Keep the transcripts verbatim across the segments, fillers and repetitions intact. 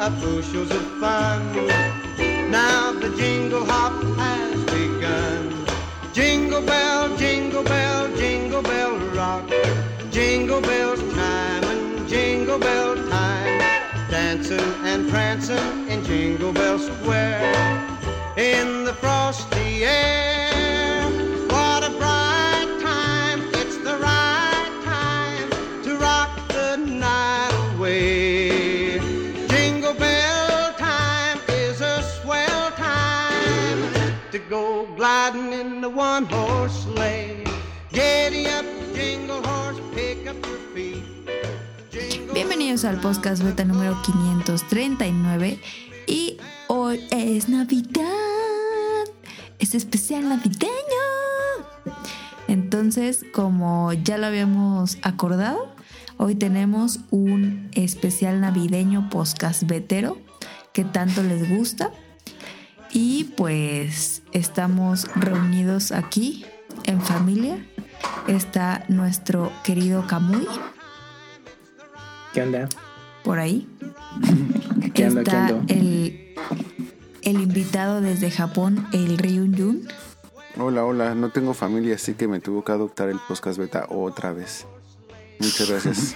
of bushels of fun. Now the jingle hop has begun. Jingle bell, jingle bell, jingle bell rock. Jingle bell time and jingle bell time. Dancing and prancing in Jingle Bell Square. In the frosty air, what a bright time. It's the right time to rock the night away. Jingle bell time is a swell time to go gliding in the one-horse sleigh. Giddy up, jingle horse, pick up your feet. Bienvenidos al podcast beta número quinientos treinta y nueve y hoy es Navidad, es especial navideño. Entonces, como ya lo habíamos acordado, hoy tenemos un especial navideño podcast betero que tanto les gusta y pues estamos reunidos aquí en familia. Está nuestro querido Kamui. ¿Qué onda? Por ahí. ¿Qué onda? Está ¿Qué ando? el, el invitado desde Japón, el Ryun Jun. Hola, hola, no tengo familia, así que me tuvo que adoptar el podcast beta otra vez. Muchas gracias.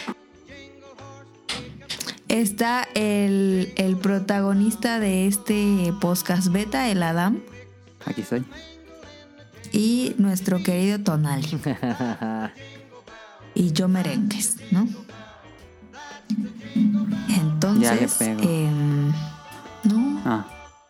Está el, el protagonista de este podcast beta, el Adam. Aquí estoy. Y nuestro querido Tonali. Y yo merengues, ¿no? Entonces, ya le pego. Eh, no. Ah.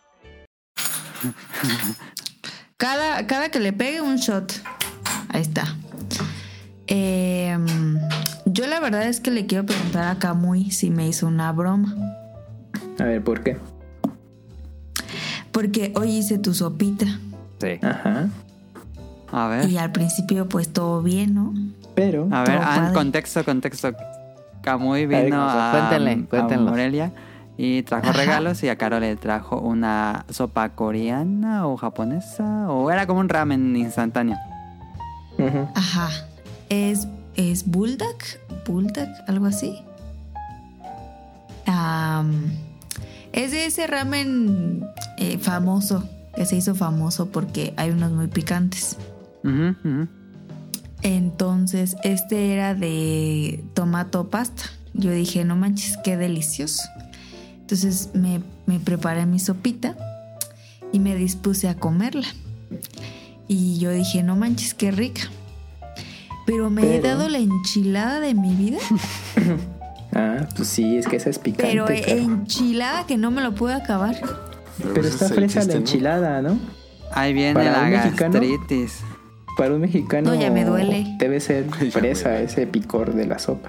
Cada, cada que le pegue un shot. Ahí está. Eh, yo la verdad es que le quiero preguntar a Kamui si me hizo una broma. A ver, ¿por qué? Porque hoy hice tu sopita. Sí. Ajá. A ver. Y al principio pues todo bien, ¿no? Pero... A ver, todo ah, padre. contexto, contexto. Kamui vino A a, ver, a, a Morelia y trajo Ajá. regalos y a Caro le trajo una sopa coreana o japonesa o era como un ramen instantáneo. Uh-huh. Ajá. Es, es Buldak, Buldak, algo así. Um, es de ese ramen eh, famoso, que se hizo famoso porque hay unos muy picantes. Uh-huh, uh-huh. Entonces, este era de tomato pasta. Yo dije, no manches, qué delicioso. Entonces me, me preparé mi sopita y me dispuse a comerla. Y yo dije, no manches, qué rica. Pero me Pero... he dado la enchilada de mi vida. Ah, pues sí, es que esa es picante. Pero Caro. enchilada que no me lo pude acabar. Pero está ese es el fresa chiste, la ¿no? enchilada, ¿no? Ahí viene Para la un mexicano, gastritis. Para un mexicano... No, ya me duele. Debe ser Ya me fresa duele. ese picor de la sopa.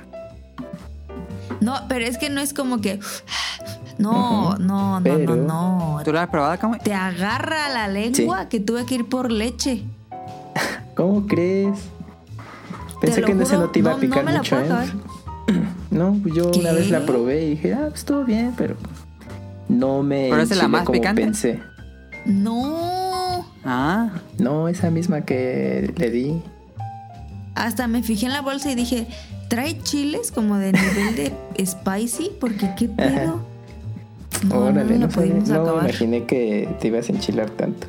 No, pero es que no es como que... No, Ujú. no, no, Pero- no, no. ¿Tú lo has probado, Kamui? Te agarra la lengua que tuve que ir por leche. ¿Cómo crees? Pensé lo que no se juro, no te iba no- a picar no me la mucho, puedo ¿eh? acabar. No, pues yo ¿Qué? una vez la probé y dije, ah, pues estuvo bien, pero... No me ¿Pero esa es la enchilé más como picante? pensé. No. Ah, No, esa misma que le di. Hasta me fijé en la bolsa y dije, ¿trae chiles como de nivel de spicy? Porque qué pedo. No, Órale, no, no, lo sabía- pudimos no acabar. imaginé que te ibas a enchilar tanto.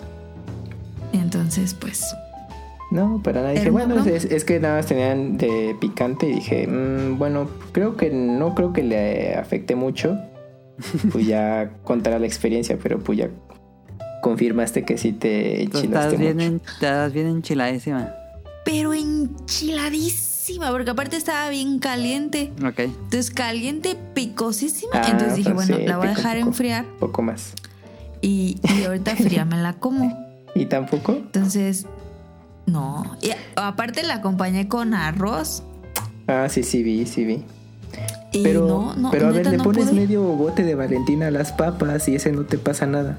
Entonces, pues, No, para nada. Dije, Era una bueno, broma. es, es que nada más tenían de picante y dije, mmm, bueno, creo que no creo que le afecte mucho. Pues ya contará la experiencia, pero pues ya confirmaste que sí te tú enchilaste estás bien, mucho. en- estás bien enchiladísima. pero enchiladísima, porque aparte estaba bien caliente. Ok. Entonces, caliente, picosísima. Ah, Entonces dije, pues bueno, sí, la voy a pica un dejar poco. enfriar Poco más. y, y ahorita fría me la como. ¿Y tampoco? Entonces, no. Y aparte la acompañé con arroz. Ah, sí, sí vi, sí vi. Y Pero, no, no, pero a ver, neta, le no pones pude. medio bote de Valentina a las papas y ese no te pasa nada.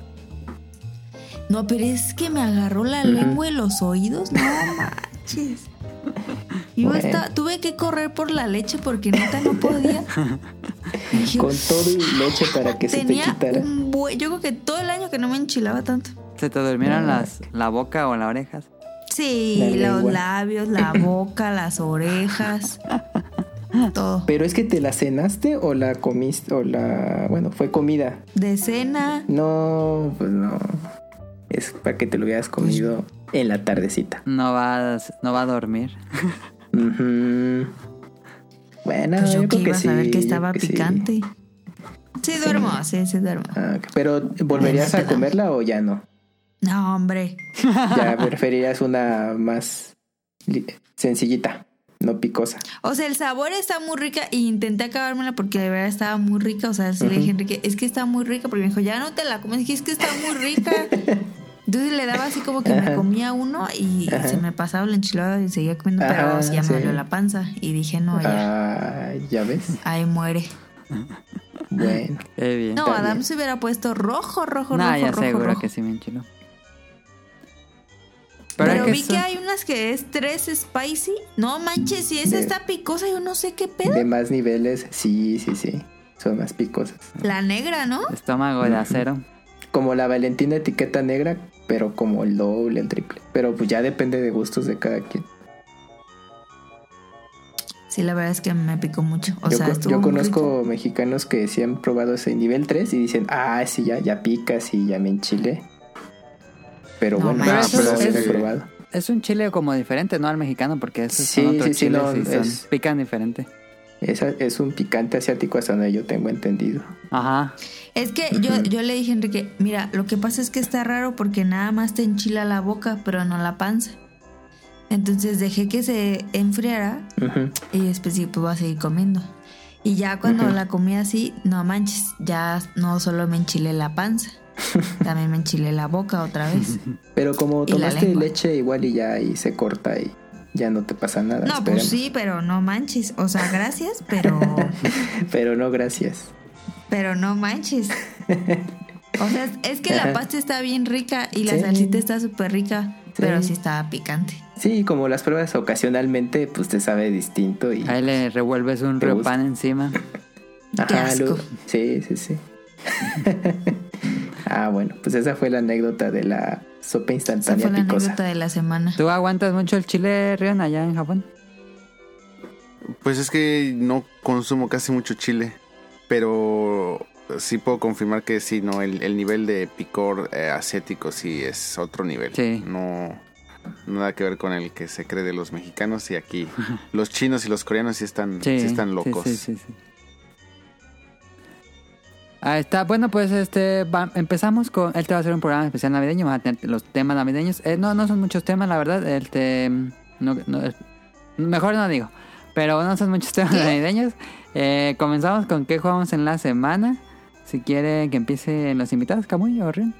No, pero es que me agarró la Ujú. lengua y los oídos. No manches. Yo Bueno. estaba- tuve que correr por la leche porque neta no podía. Y dije, Con todo y leche para que se te tenía quitara. un buen... Yo creo que todo el año que no me enchilaba tanto. ¿Se te durmieron No. las, la boca o las orejas? Sí, La los lengua. labios, la boca, las orejas. todo. Pero es que te la cenaste o la comiste o la... Bueno, fue comida. De cena. No, pues no. Es para que te lo hubieras comido en la tardecita. No vas, no va a dormir. Uh-huh. Bueno, Pues yo, yo que creo iba que a sí. saber que yo estaba creo que sí. picante. Sí, duermo, sí, sí duermo. Ah, ok. Pero, ¿volverías a comerla o ya no? No, hombre. Ya preferirías una más li- sencillita, no picosa. O sea, el sabor está muy rica y intenté acabármela porque de verdad estaba muy rica. O sea, sí le dije a Enrique, es que está muy rica, porque me dijo, ya no te la comes. Dije, es que está muy rica. Entonces le daba así como que Ajá. me comía uno y Ajá. se me pasaba la enchilada y seguía comiendo, pero Ajá, sí ya me sí. dolió la panza. Y dije, no, ya, Ah, ya ves. ahí muere. Bueno. Qué bien. No, Está Adam bien. se hubiera puesto rojo, rojo, No, rojo, ya rojo, seguro rojo. que sí me enchiló. Pero, es que vi eso- que hay unas que es tres spicy. No manches, si esa De- está picosa, yo no sé qué pedo. De más niveles, sí, sí, sí. Son más picosas. La negra, ¿no? Estómago de acero. Como la Valentina etiqueta negra, pero como el doble, el triple. Pero pues ya depende de gustos de cada quien. Sí, la verdad es que me picó mucho. O yo sea, co- estuvo yo muy conozco rico. mexicanos que sí han probado ese nivel tres y dicen, ah, sí, ya, ya pica, sí, ya me enchilé. Pero No bueno, manches. no, Pero no eso lo he es- probado. Es un chile como diferente, ¿no? Al mexicano, porque esos Sí, son otros sí, sí, chiles no, y son- es- pican diferente. Esa es un picante asiático hasta donde yo tengo entendido. Ajá. Es que yo, yo le dije a Enrique, mira, lo que pasa es que está raro porque nada más te enchila la boca, pero no la panza. Entonces dejé que se enfriara Ujú. y después sí, pues voy a seguir comiendo. Y ya cuando Ujú. la comí así, no manches, ya no solo me enchilé la panza, también me enchilé la boca otra vez. Pero como Y la tomaste lengua. leche igual y ya y se corta y ya no te pasa nada. No, esperemos. pues sí, pero no manches. O sea, gracias, pero, Pero no, gracias. pero no manches. O sea, es que la Ajá. pasta está bien rica y la Sí. salsita está súper rica, pero Sí. sí estaba picante. Sí, como las pruebas ocasionalmente, pues te sabe distinto y... Ahí le revuelves un ¿Te gusta? riopan encima. Qué asco. lo- Sí, sí, sí. Ah, bueno, pues esa fue la anécdota de la sopa Esa instantánea fue la picosa. anécdota de la semana. ¿Tú aguantas mucho el chile, Rion, allá en Japón? Pues es que no consumo casi mucho chile, pero sí puedo confirmar que sí, no, el, el nivel de picor eh, asiático sí es otro nivel. Sí. No, nada que ver con el que se cree de los mexicanos y aquí los chinos y los coreanos sí están, sí, están locos. Sí, sí, sí, sí. Ahí está. Bueno, pues este va- empezamos con... Él te va a hacer un programa especial navideño. Vamos a tener los temas navideños. Eh, no, no son muchos temas, la verdad. Este, no, no, es- mejor no digo. Pero no son muchos temas navideños. Eh, comenzamos con qué jugamos en la semana. Si quieren que empiecen los invitados, Camuy o Rion.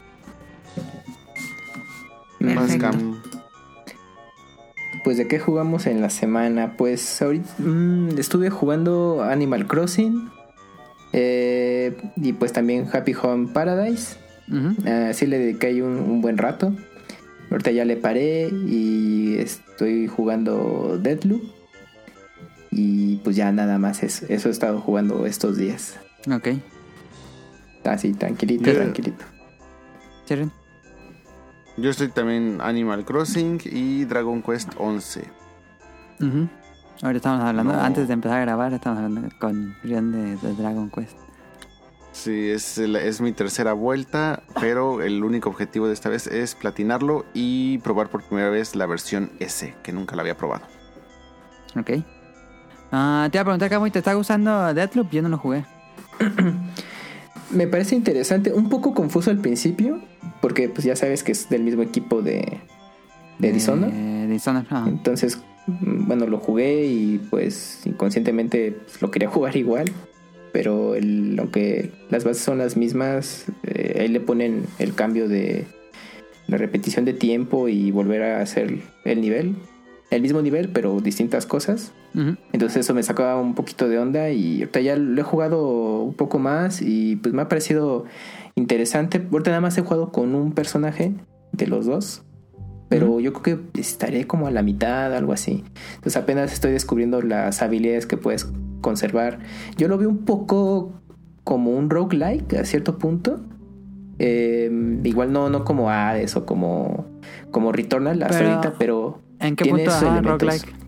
Más Perfecto. cam- Pues de qué jugamos en la semana. Pues ahorita mm, estuve jugando Animal Crossing. eh, y pues también Happy Home Paradise. Ujú. Así le dediqué ahí un, un buen rato. Ahorita ya le paré y estoy jugando Deathloop. Y pues ya nada más eso, eso he estado jugando estos días. Ok. Así, tranquilito, Yo- tranquilito. ¿Sí, Rion? Yo estoy también Animal Crossing y Dragon Quest once. Ujú. Ahora estamos hablando, No. antes de empezar a grabar, estamos hablando con Rion de, de Dragon Quest. Sí, es, el- es mi tercera vuelta, pero el único objetivo de esta vez es platinarlo y probar por primera vez la versión S, que nunca la había probado. Ok. Ah, te iba a preguntar, Camuy, ¿te está gustando Deathloop? Yo no lo jugué. Me parece interesante, un poco confuso al principio, porque pues ya sabes que es del mismo equipo de, de Dishonored. Eh, Dishonored, ajá. Entonces, mm, bueno, lo jugué y pues inconscientemente pues, lo quería jugar igual. Pero el, aunque las bases son las mismas, eh, ahí le ponen el cambio de la repetición de tiempo y volver a hacer el nivel. El mismo nivel, pero distintas cosas. Ujú. Entonces eso me sacaba un poquito de onda y ahorita ya lo he jugado un poco más y pues me ha parecido interesante. Ahorita nada más he jugado con un personaje de los dos, pero Ujú. yo creo que estaré como a la mitad, algo así. Entonces apenas estoy descubriendo las habilidades que puedes conservar. Yo lo veo un poco como un roguelike a cierto punto. Eh, igual no, no como Hades o como, como Returnal hasta Pero, ahorita, pero ¿En qué tiene punto esos ajá, elementos. roguelike?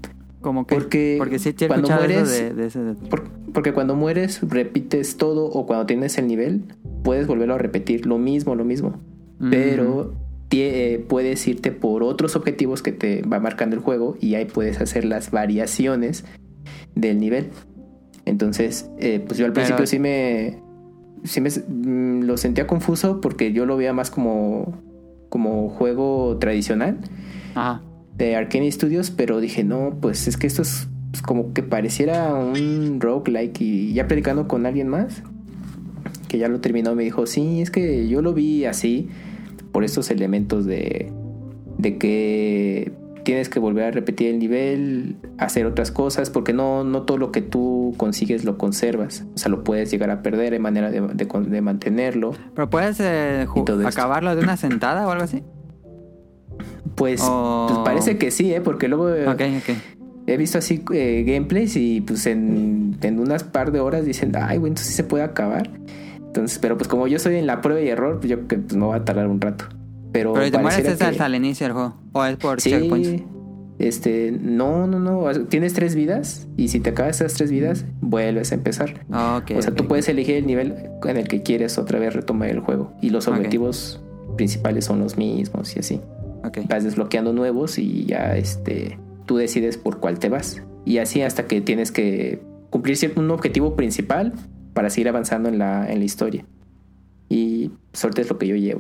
Como que, Porque, porque sí te he cuando escuchado mueres, eso de, de ese... por, porque cuando mueres repites todo, o cuando tienes el nivel puedes volverlo a repetir, lo mismo, lo mismo. Mm. Pero tie, eh, puedes irte por otros objetivos que te va marcando el juego y ahí puedes hacer las variaciones del nivel. Entonces, eh, pues yo al principio Pero... sí me... Sí me mm, lo sentía confuso porque yo lo veía más como, como juego tradicional. Ajá. De Arkane Studios, pero dije, no, pues es que esto es pues, como que pareciera un roguelike. Y ya platicando con alguien más que ya lo terminó, me dijo, sí, es que yo lo vi así por estos elementos de, de que tienes que volver a repetir el nivel, hacer otras cosas, porque no, no todo lo que tú consigues lo conservas. O sea, lo puedes llegar a perder, hay manera de, de, de mantenerlo. ¿Pero puedes eh, ju- acabarlo de una sentada o algo así? Pues, oh. pues parece que sí, ¿eh? Porque luego okay, okay. he visto así eh, gameplays y pues en, en unas par de horas dicen, ay, güey, entonces sí se puede acabar. Entonces, pero pues como yo estoy en la prueba y error, pues yo creo que pues, me va a tardar un rato. Pero, pero te mueres es que... hasta el inicio del juego, o es por sí, checkpoints. Este, no, no, no. Tienes tres vidas y si te acabas esas tres vidas, vuelves a empezar. Oh, okay, o sea, okay. tú puedes elegir el nivel en el que quieres otra vez retomar el juego y los objetivos okay. principales son los mismos y así. Okay. Vas desbloqueando nuevos y ya este tú decides por cuál te vas. Y así hasta que tienes que cumplir cierto un objetivo principal para seguir avanzando en la, en la historia. Y suerte es lo que yo llevo.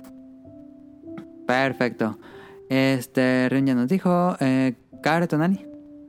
Perfecto. Este, Ren ya nos dijo, eh, Caro, Tonali.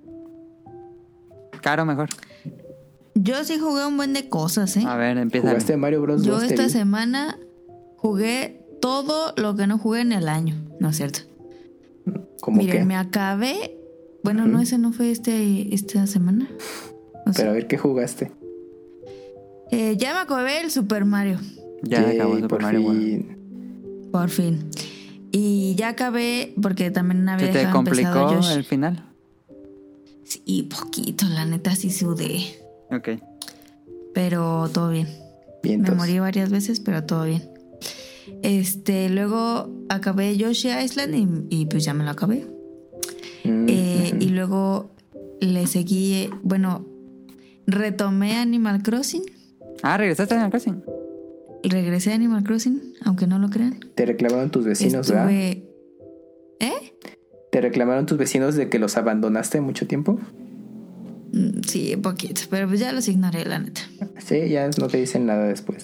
Caro mejor. Yo sí jugué un buen de cosas, ¿eh? A ver, empieza. ¿Jugaste Mario Bros. Yo dos, esta semana jugué todo lo que no jugué en el año, ¿no es cierto? ¿Cómo Miren, qué? me acabé. Bueno, uh-huh. no, ese no fue este esta semana. O sea, pero a ver, ¿qué jugaste? Eh, ya me acabé el Super Mario. Ya Yay, acabó el Super Mario. Fin. Por fin. Y ya acabé porque también había ¿Se te dejado complicó Yoshi. el final? Sí, poquito, la neta sí sudé. Ok. Pero todo bien. Vientos. Me morí varias veces, pero todo bien. Este, luego acabé Yoshi Island y, y pues ya me lo acabé. Mm, eh, uh-huh. Y luego le seguí, bueno, retomé Animal Crossing. Ah, ¿regresaste a Animal Crossing? Regresé a Animal Crossing, aunque no lo crean. Te reclamaron tus vecinos, Estuve... ¿verdad? ¿Eh? ¿Te reclamaron tus vecinos de que los abandonaste mucho tiempo? Sí, un poquito, pero pues ya los ignoré, la neta. Sí, ya no te dicen nada después.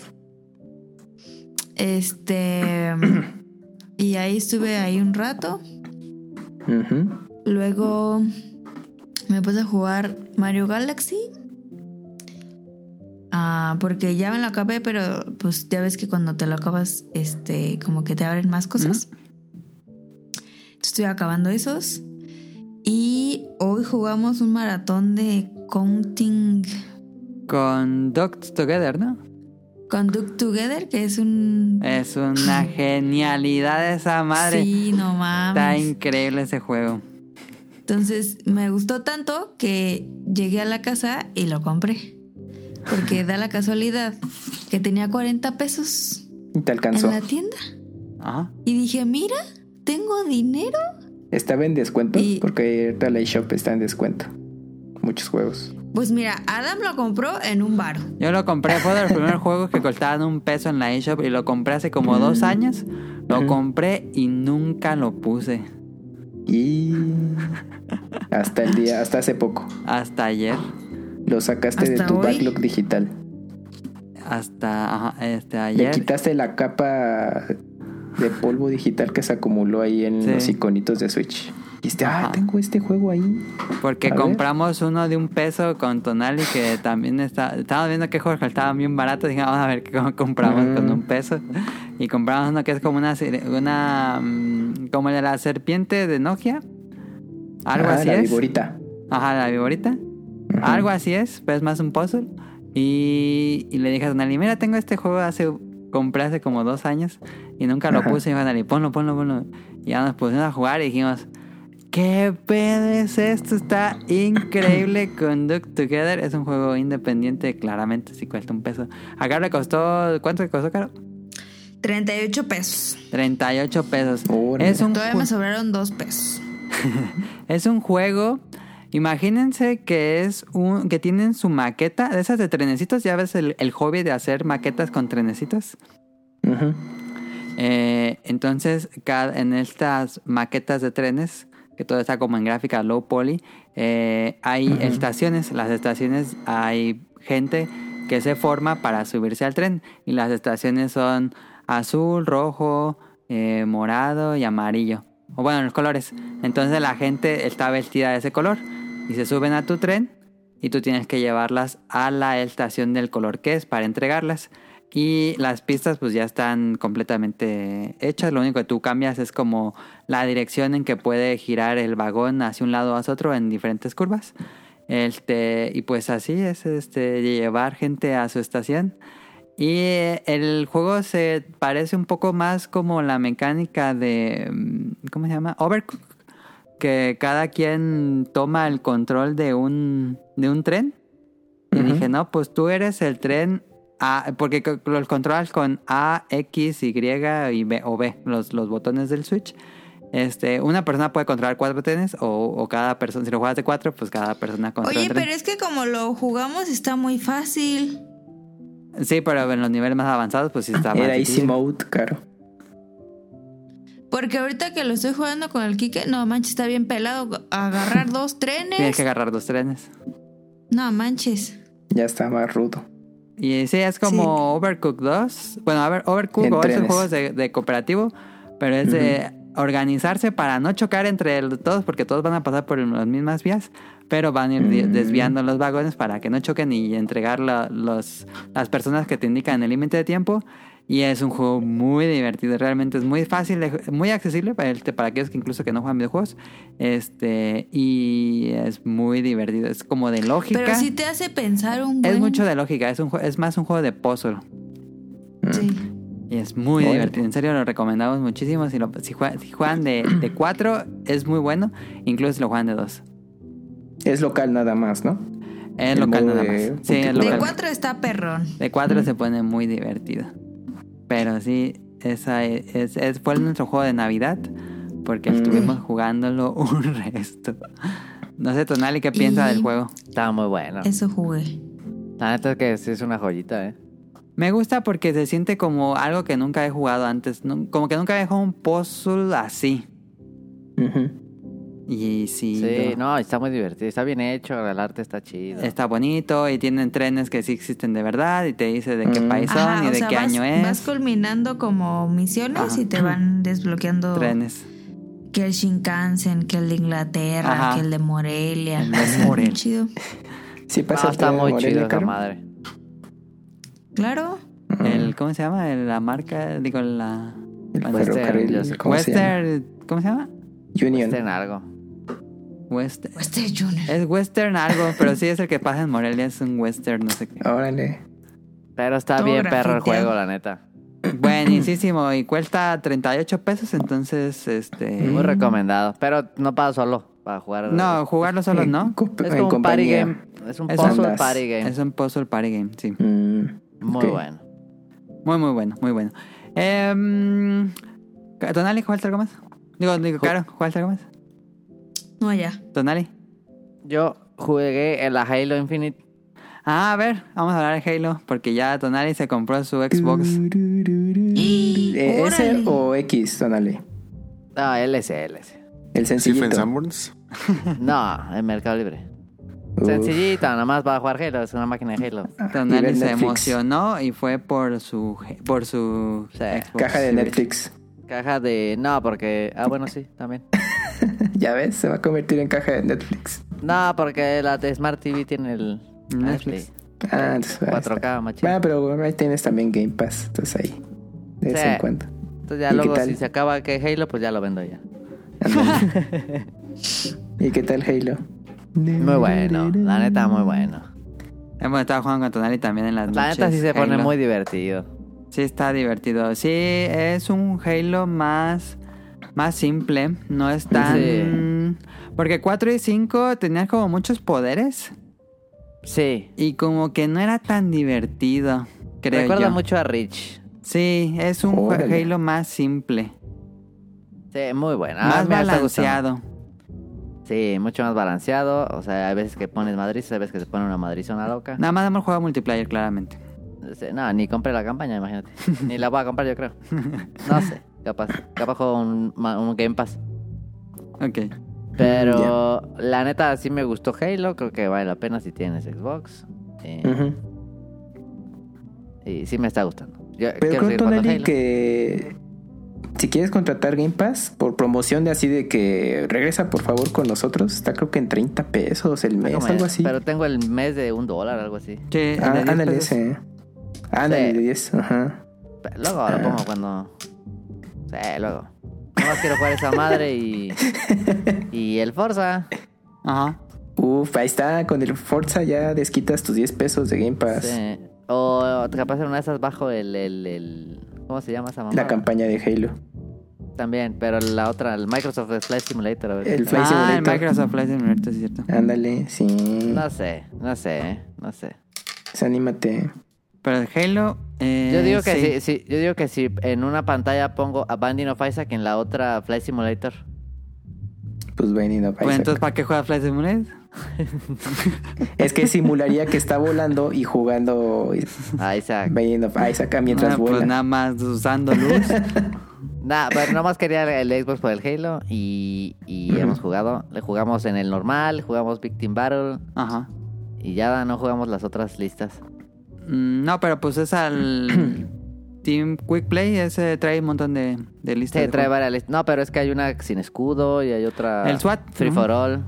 Este... y ahí estuve ahí un rato. Uh-huh. Luego me puse a jugar Mario Galaxy. Ah, porque ya me lo acabé, pero pues ya ves que cuando te lo acabas, este, como que te abren más cosas. Uh-huh. Estoy acabando esos. Y hoy jugamos un maratón de Counting... Conduct Together, ¿no? Conduct Together, que es un... Es una genialidad esa madre. Sí, no mames. Está increíble ese juego. Entonces me gustó tanto que llegué a la casa y lo compré. Porque da la casualidad que tenía cuarenta pesos. ¿Y te alcanzó? En la tienda. Ajá. Y dije, mira, tengo dinero. ¿Estaba en descuento? Y... Porque ahorita la eShop está en descuento. Muchos juegos. Pues mira, Adam lo compró en un baro. Yo lo compré, fue de los primeros juegos que costaban un peso en la eShop. Y lo compré hace como mm. dos años. Lo mm. compré y nunca lo puse. Y... hasta el día, hasta hace poco. Hasta ayer. Lo sacaste de tu hoy? Backlog digital. Hasta ajá, este, ayer. Le quitaste la capa de polvo digital que se acumuló ahí en sí. los iconitos de Switch. Dijiste, ah, tengo este juego ahí. Porque a compramos ver. uno de un peso con Tonali que también está... Estábamos viendo que juegos estaban bien baratos. Dije, vamos a ver qué compramos mm. con un peso. Y compramos uno que es como una... una como de la serpiente de Nokia. Algo ah, así la es. La viborita. Ajá, la viborita. Uh-huh. Algo así es, pero es más un puzzle. Y, y le dije a Tonali, mira, tengo este juego hace... Compré hace como dos años y nunca lo uh-huh. puse. Y me dijo, Tonali, ponlo, ponlo, ponlo. Y ya nos pusimos a jugar y dijimos... ¿Qué pedo es esto? Está increíble. Conduct Together es un juego independiente. Claramente si cuesta un peso. Acá le costó... ¿Cuánto le costó, Caro? treinta y ocho pesos. treinta y ocho pesos. Oh, es un Todavía ju- me sobraron dos pesos. Es un juego Imagínense que es un que tienen su maqueta de esas de trenecitos. ¿Ya ves el, el hobby de hacer maquetas con trenecitos? Uh-huh. Eh, entonces, cada, en estas maquetas de trenes, que todo está como en gráfica low poly, eh, hay uh-huh. estaciones. Las estaciones hay gente que se forma para subirse al tren. Y las estaciones son azul, rojo, eh, morado y amarillo. O bueno, los colores. Entonces la gente está vestida de ese color. Y se suben a tu tren. Y tú tienes que llevarlas a la estación del color que es para entregarlas. Y las pistas pues ya están completamente hechas. Lo único que tú cambias es como la dirección en que puede girar el vagón hacia un lado o hacia otro en diferentes curvas. Este, y pues así es este, llevar gente a su estación. Y el juego se parece un poco más como la mecánica de... ¿Cómo se llama? Overcooked. Que cada quien toma el control de un, de un tren. Y uh-huh. dije, no, pues tú eres el tren A, porque los controlas con A, X, Y y B, o B, los, los botones del Switch. Este, una persona puede controlar cuatro trenes o, o cada persona, si lo juegas de cuatro, pues cada persona controla Oye, un tren. pero es que como lo jugamos está muy fácil. Sí, pero en los niveles más avanzados pues sí está más Era difícil. Easy Mode, claro. Porque ahorita que lo estoy jugando con el Kike, no manches, está bien pelado. Agarrar dos trenes. Tienes que agarrar dos trenes. No manches. Ya está más rudo. Y sí, es como Sí. Overcooked dos. Bueno, a ver, Overcooked En o esos trenes. juegos de, de cooperativo, pero es de organizarse para no chocar entre el- todos, porque todos van a pasar por las mismas vías, pero van a ir di- Mm. desviando los vagones para que no choquen y entregar la- los, las personas que te indican el límite de tiempo. Y es un juego muy divertido, realmente es muy fácil, de- muy accesible para, el- para aquellos que incluso que no juegan videojuegos. Este, y es muy divertido, es como de lógica. Pero sí te hace pensar un buen... Es mucho de lógica, es un jue- es más un juego de puzzle. Sí. Y es muy Bueno. divertido, en serio lo recomendamos muchísimo. Si, lo, si, juegan, si juegan de, de cuatro es muy bueno, incluso si lo juegan de dos. Es local nada más, ¿no? Es El local modo nada de más. Sí, es multijugador. De local. cuatro está perrón. De cuatro se pone muy divertido. Pero sí, esa es, es- es- fue nuestro juego de Navidad, porque Mm. estuvimos jugándolo un resto. No sé, Tonali, ¿qué piensa Y- del juego? Estaba muy bueno. Eso jugué. La neta es que sí es una joyita, ¿eh? Me gusta porque se siente como algo que nunca he jugado antes. nu- Como que nunca he jugado un puzzle así. Ujú. Y sí, Sí, lo- no, está muy divertido. Está bien hecho, el arte está chido. está bonito y tienen trenes que sí existen de verdad y te dice de qué Mm. país son Ajá, y o de sea, qué vas, año es. vas culminando como misiones Ajá. y te van desbloqueando Trenes. que el Shinkansen, que el de Inglaterra, Ajá. que el de Morelia. El de Está muy Morelia. chido. Sí No, pasa está muy Morelia, chido esa Caro? madre. Claro. El, ¿cómo se llama? El- la marca, digo, la... El bueno, ferrocarril, yo sé. ¿cómo se llama? Western... ¿Cómo se llama? Union. Este en algo. Western... Western Junior. Es Western algo, pero sí es el que pasa en Morelia, es un Western, no sé qué. Órale. Pero está Todo bien perro el grafiteado. juego, la neta. Buenísimo, y cuesta treinta y ocho pesos, entonces, este... Muy recomendado. Pero no para solo, para jugar. No, jugarlo solo En no. comp- Es en como un party compañía. game. Es un Es puzzle andas. party game. Es un puzzle party game, sí. Mm, Muy ok. bueno. Muy, muy bueno, muy bueno. Eh, Tonali, ¿jugaste algo más? Digo, digo, Caro, ¿jugaste algo más? No, ya. Tonali. Yo jugué en la Halo Infinite. Ah, a ver, vamos a hablar de Halo, porque ya Tonali se compró su Xbox. Eh, ¿S Órale. o X, Tonali? No, L S, L S. El Stephen sencillito. Sanborns. No, en Mercado Libre. Uf. Sencillita, nada más para jugar Halo. Es una máquina de Halo. Y Tonali ver se Netflix. emocionó y fue por su por su Sí. Xbox Caja de Series. Netflix. Caja de... No, porque... Ah, bueno, sí, también. Ya ves, se va a convertir en caja de Netflix. No, porque la de Smart T V tiene el... Netflix. Ah, entonces, ahí cuatro K, está. machín. Bueno, pero ahí tienes también Game Pass, entonces ahí. De vez Sí. en cuando. Entonces ya ¿Y luego qué tal? si se acaba que Halo, pues ya lo vendo ya. Ándale. ¿Y qué tal Halo? Muy bueno, la neta muy bueno. Hemos estado jugando con Tonali también en las La noches. neta sí se pone Halo. muy divertido. Sí, está divertido. Sí, es un Halo más, más simple. No es tan... Porque cuatro y cinco tenían como muchos poderes. Sí. Y como que no era tan divertido, creo Recuerda yo. mucho a Rich. Sí, es un jue- Órale. Halo más simple. Sí, muy bueno. más Ah, me hasta gustó. balanceado. Sí, mucho más balanceado. O sea, hay veces que pones madrizas, hay veces que se pone una madrizona loca. Nada más hemos jugado multiplayer, claramente. No, ni compré la campaña, imagínate. Ni la voy a comprar, yo creo. No sé, capaz. Capaz juego un, un Game Pass. Ok. Pero yeah. La neta sí me gustó Halo. Creo que vale la pena si tienes Xbox. Eh, uh-huh. Y sí me está gustando. Yo Pero creo, Tonali, que si quieres contratar Game Pass por promoción de así de que regresa por favor con nosotros, está creo que en treinta pesos el mes, algo así. Pero tengo el mes de un dólar, algo así. Sí, ah, ándale ese. Ándale, de diez, ajá. Pero luego lo pongo cuando... Sí, luego. Nomás quiero jugar esa madre y... y el Forza. Ajá. Uf, ahí está, con el Forza ya desquitas tus diez pesos de Game Pass. Sí. O capaz en una de esas bajo el... el, el... ¿Cómo se llama esa mamá? La campaña de Halo. También, pero la otra, el Microsoft Flight Simulator. A ver. El Flight ah, Simulator. el Microsoft Flight Simulator, es cierto. Ándale, sí. No sé, no sé, no sé. Pues anímate. Pero el Halo... Eh, yo digo que sí. sí, sí, yo digo que si en una pantalla pongo a Binding of Isaac, en la otra Flight Simulator. Pues Binding of Isaac. Pues entonces, ¿para qué juegas Flight Simulator? Es que simularía que está volando y jugando a Isaac. Binding of Isaac mientras ah, vuela. Pues nada más usando luz. Nah, pero nada más quería el Xbox por el Halo y, y uh-huh. hemos jugado. Le jugamos en el normal, jugamos Victim Battle. Ajá. Y ya no jugamos las otras listas. Mm, no, pero pues es al Team Quick Play, ese trae un montón de, de listas. Sí, de trae juego. varias listas. No, pero es que hay una sin escudo y hay otra... El SWAT. Free uh-huh. for All.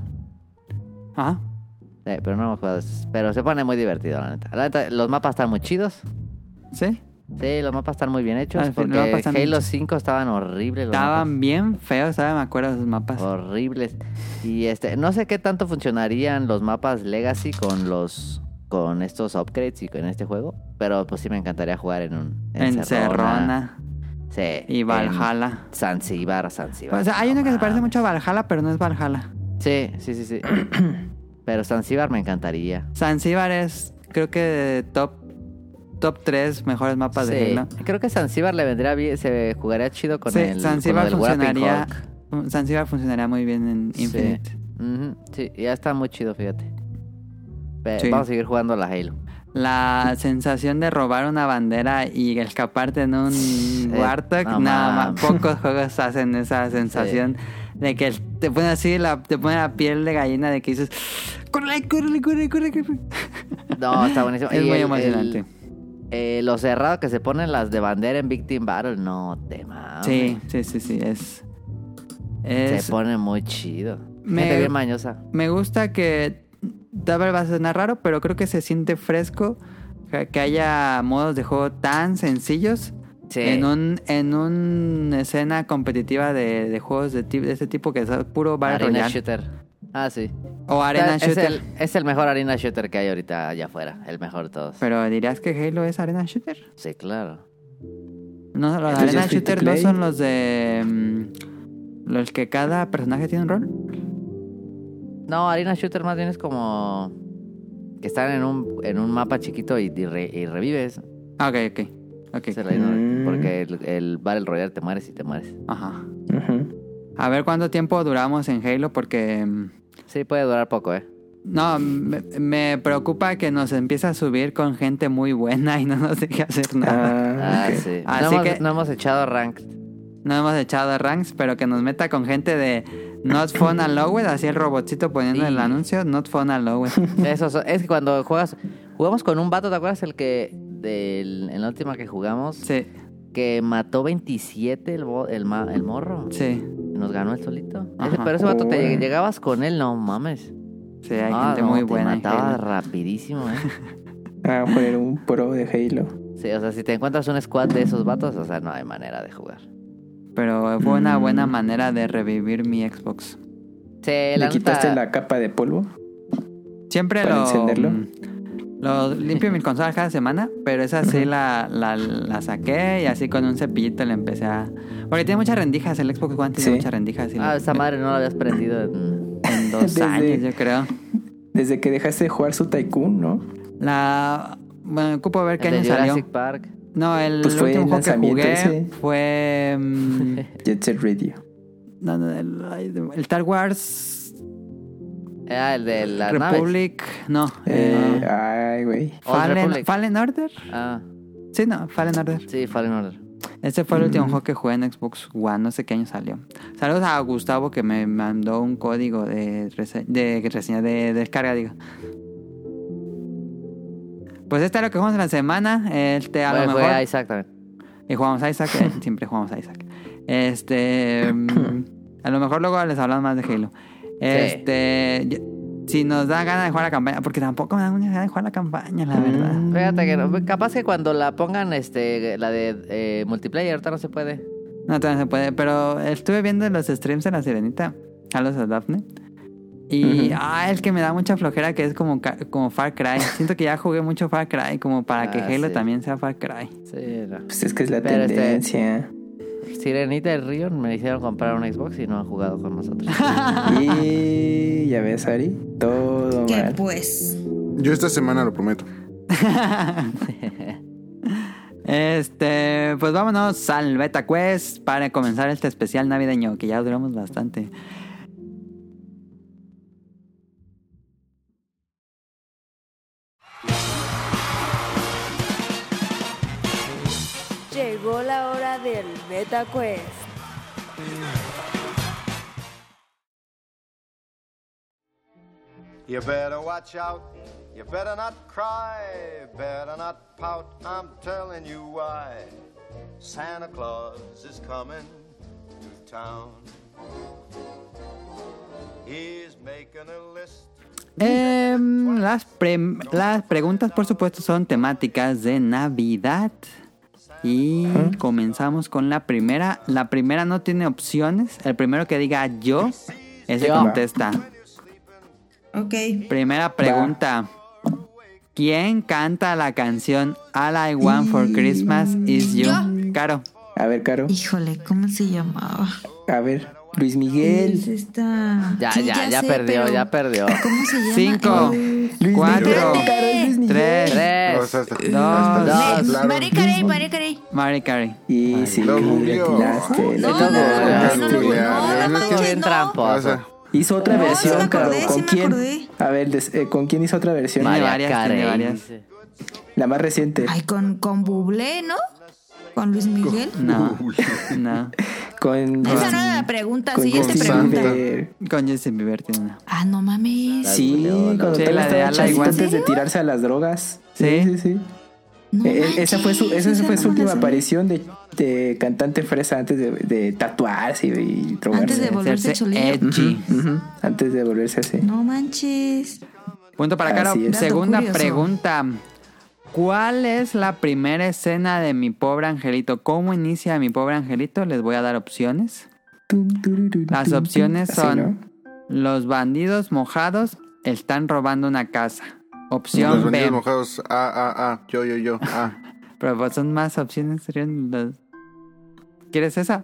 Ajá. Sí, pero no hemos jugado eso. Pero se pone muy divertido, la neta. La neta, los mapas están muy chidos. ¿Sí? Sí, los mapas están muy bien hechos. Ah, porque Halo cinco estaban horribles. Los estaban mapas. bien feos, ¿sabes? Me acuerdo de esos mapas. Horribles. Y este, no sé qué tanto funcionarían los mapas Legacy con los... con estos upgrades y con este juego. Pero pues sí me encantaría jugar en un... En Serrona. Sí. Y Valhalla. Zanzíbar, Zanzíbar. O sea, hay no, uno que man. se parece mucho a Valhalla, pero no es Valhalla. Sí, sí, sí, sí. Pero Zanzíbar me encantaría. Zanzíbar es, creo que de top top tres mejores mapas sí, de Halo. Creo que Zanzíbar le vendría bien, se jugaría chido con sí, el Zanzíbar con funcionaría. Zanzíbar funcionaría muy bien en Infinite. Sí, uh-huh. Sí, ya está muy chido, fíjate. Pero sí. Vamos a seguir jugando la Halo. La sensación de robar una bandera y escaparte en un sí, Warthog, no, nada más. Pocos juegos hacen esa sensación sí. de que te pone así, la, te pone la piel de gallina de que dices, ¡córrele, córrele, córrele, córrele! No, está buenísimo. Es y muy el, emocionante. El, eh, lo cerrado que se ponen las de bandera en Victim Battle, no te mames. Sí, sí, sí, sí, es... es se pone muy chido. Me, Gente bien mañosa. Me gusta que... tal vez va a sonar raro, pero creo que se siente fresco que haya modos de juego tan sencillos sí. en un en una escena competitiva de, de juegos de, de ese tipo que es puro Battle Arena Royale. Shooter. Ah, sí. O Arena es Shooter. El, es el mejor Arena Shooter que hay ahorita allá afuera. El mejor de todos. Pero ¿dirías que Halo es Arena Shooter? Sí, claro. No, los Arena Shooter no son los de... Um, los que cada personaje tiene un rol. No, Arena Shooter más bien es como... que están en un, en un mapa chiquito y, y, re, y revives. Ah, ok, ok. okay. Es mm. Porque el, el Battle Royale te mueres y te mueres. Ajá. Uh-huh. A ver cuánto tiempo duramos en Halo porque... Sí, puede durar poco, ¿eh? No, me, me preocupa que nos empiece a subir con gente muy buena y no nos deje hacer nada. Ah, okay. sí. Así no, hemos, que... no hemos echado ranked. No hemos echado ranks, pero que nos meta con gente de Not Fun Allowed, así el robotcito poniendo sí. el anuncio, Not Fun Allowed. Eso es que cuando juegas, jugamos con un vato, ¿te acuerdas el que del, en la última que jugamos? Sí. Que mató veintisiete el, el, el morro. Sí. Nos ganó el solito. Ese, pero ese vato te llegabas con él, no mames. Sí, hay ah, gente no, muy te buena. Mataba rapidísimo, eh. Ah, fue un pro de Halo. Sí, o sea, si te encuentras un squad de esos vatos, o sea, no hay manera de jugar. Pero fue una buena manera de revivir mi Xbox. Sí, ¿Le quitaste nota... la capa de polvo? Siempre para lo... encenderlo. Lo limpio mis consolas cada semana, pero esa sí la, la, la saqué y así con un cepillito le empecé a... Porque tiene muchas rendijas, el Xbox One tiene sí. muchas rendijas. Y ah, le... esa madre no la habías prendido en, en dos desde, años, yo creo. Desde que dejaste de jugar su Tycoon, ¿no? La... Bueno, ocupo ver qué el año de salió. Jurassic Park. No, el pues último juego que jugué ese. fue... Um... Jet Set Radio. No, no, el, el Star Wars Ah, el de las naves. Republic, no. Eh, eh, ay, güey. Old Fallen, Republic. Fallen Order. Ah, Sí, no, Fallen Order. sí, Fallen Order. Este fue el último juego que jugué en Xbox One, no sé qué año salió. Saludos a Gustavo que me mandó un código de, rese- de reseña, de, de descarga, digo. Pues este es lo que jugamos en la semana. Este, a Bueno, lo jugué mejor. a Isaac también. Y jugamos a Isaac, eh, siempre jugamos a Isaac. Este. mm, a lo mejor luego les hablamos más de Halo. Este. yo- Si nos da ganas de jugar la campaña, porque tampoco me da ganas de jugar la campaña, la verdad. Fíjate que no, capaz que cuando la pongan, este, la de eh, multiplayer, ahorita no se puede. No, todavía no se puede, pero estuve viendo los streams de la Sirenita, Halos of Daphne. Y, Ujú. ah, el que me da mucha flojera que es como, ca- como Far Cry. Siento que ya jugué mucho Far Cry, como para que Ah, Halo sí. también sea Far Cry. Sí, no. Pues es que es la Pero este- tendencia. Sirenita y Rion me hicieron comprar un Xbox y no han jugado con nosotros. Y ya ves, Ari, todo Que mal. pues. Yo esta semana lo prometo. Este, pues vámonos al Beta Quest para comenzar este especial navideño, que ya duramos bastante. Llegó la hora del Beta Quest. You better watch out, you better not cry, better not pout, I'm telling you why. Santa Claus is coming to town. He's making a list. Em, las, pre- las preguntas, por supuesto, son temáticas de Navidad. Y comenzamos con la primera. La primera no tiene opciones. El primero que diga yo, ese Yo. contesta. Ok. Primera pregunta. ¿Quién canta la canción All I Want for Christmas is You? Yo. Caro. A ver, Caro. Híjole, ¿cómo se llamaba? A ver, Luis Es Miguel. esta. Ya, Sí, ya, ya sé, perdió, pero ya perdió. ¿Cómo se llama? Cinco. El- Luis Cuatro. Miguel, Caro, es Luis Miguel. Tres. Tres. O sea, hasta- Dos. hasta- Dos. claro. María Carey, María Carey. Mariah Carey. Y sí, Lo le googleó. atinaste, le No, no, atinaste. no, no, no, no, no, no, no, no, no, Estuvo bien no. tramposo. O sea, Hizo otra No, sí versión, me Caro. acordé, ¿Con sí me quién? acordé. A ver, des- eh, ¿con quién hizo otra versión? Tiene María varias, tiene Carey, varias. dice. La más reciente. Ay, con, con Bublé, ¿no? Con Luis Miguel. No, no. Con, Esa no con, era la pregunta, con siguiente Justin pregunta. Bieber. Con Justin Bieber tiene una. Ah, no mames. Sí, googleó, ¿no? cuando Sí, todavía la de estaba Ala chavito Igual. antes de ¿En serio? tirarse a las drogas. Sí. Sí, sí, sí. No Eh, eh, esa fue su, manches, esa fue no su me la última sabía. aparición de, de cantante fresa antes de, de tatuarse y, y drogarse. Antes de volverse Hacerse cholillo. edgy. Ujú, antes de volverse así. No manches. Punto para Caro. Así es. Segunda Dato curioso. pregunta. ¿Cuál es la primera escena de Mi Pobre Angelito? ¿Cómo inicia Mi Pobre Angelito? Les voy a dar opciones. Tum, tururú, Las tum, opciones así, son: ¿no? los bandidos mojados están robando una casa. los Opción bandidos B. mojados. Ah, ah, ah. Yo, yo, yo. Ah. Pero pues son más opciones. serían las- ¿Quieres esa?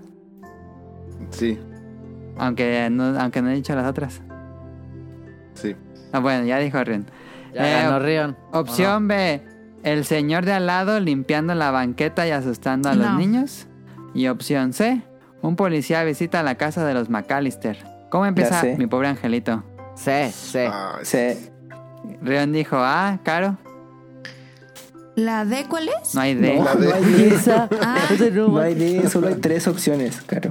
Sí, Aunque no, aunque no he dicho las otras. sí. Ah, bueno, ya dijo Rion. Ya Eh, ganó Rion. Opción B. El señor de al lado limpiando la banqueta y asustando a los No. niños. Y opción C. Un policía visita la casa de los McAllister. ¿Cómo empieza sé. Mi Pobre Angelito? C, C. Ah, Sí. Rion dijo A. Caro. ¿La D cuál es? No hay D. No, La no de- hay de, Esa. Ah. Esa no, no hay de, solo hay tres opciones, Caro.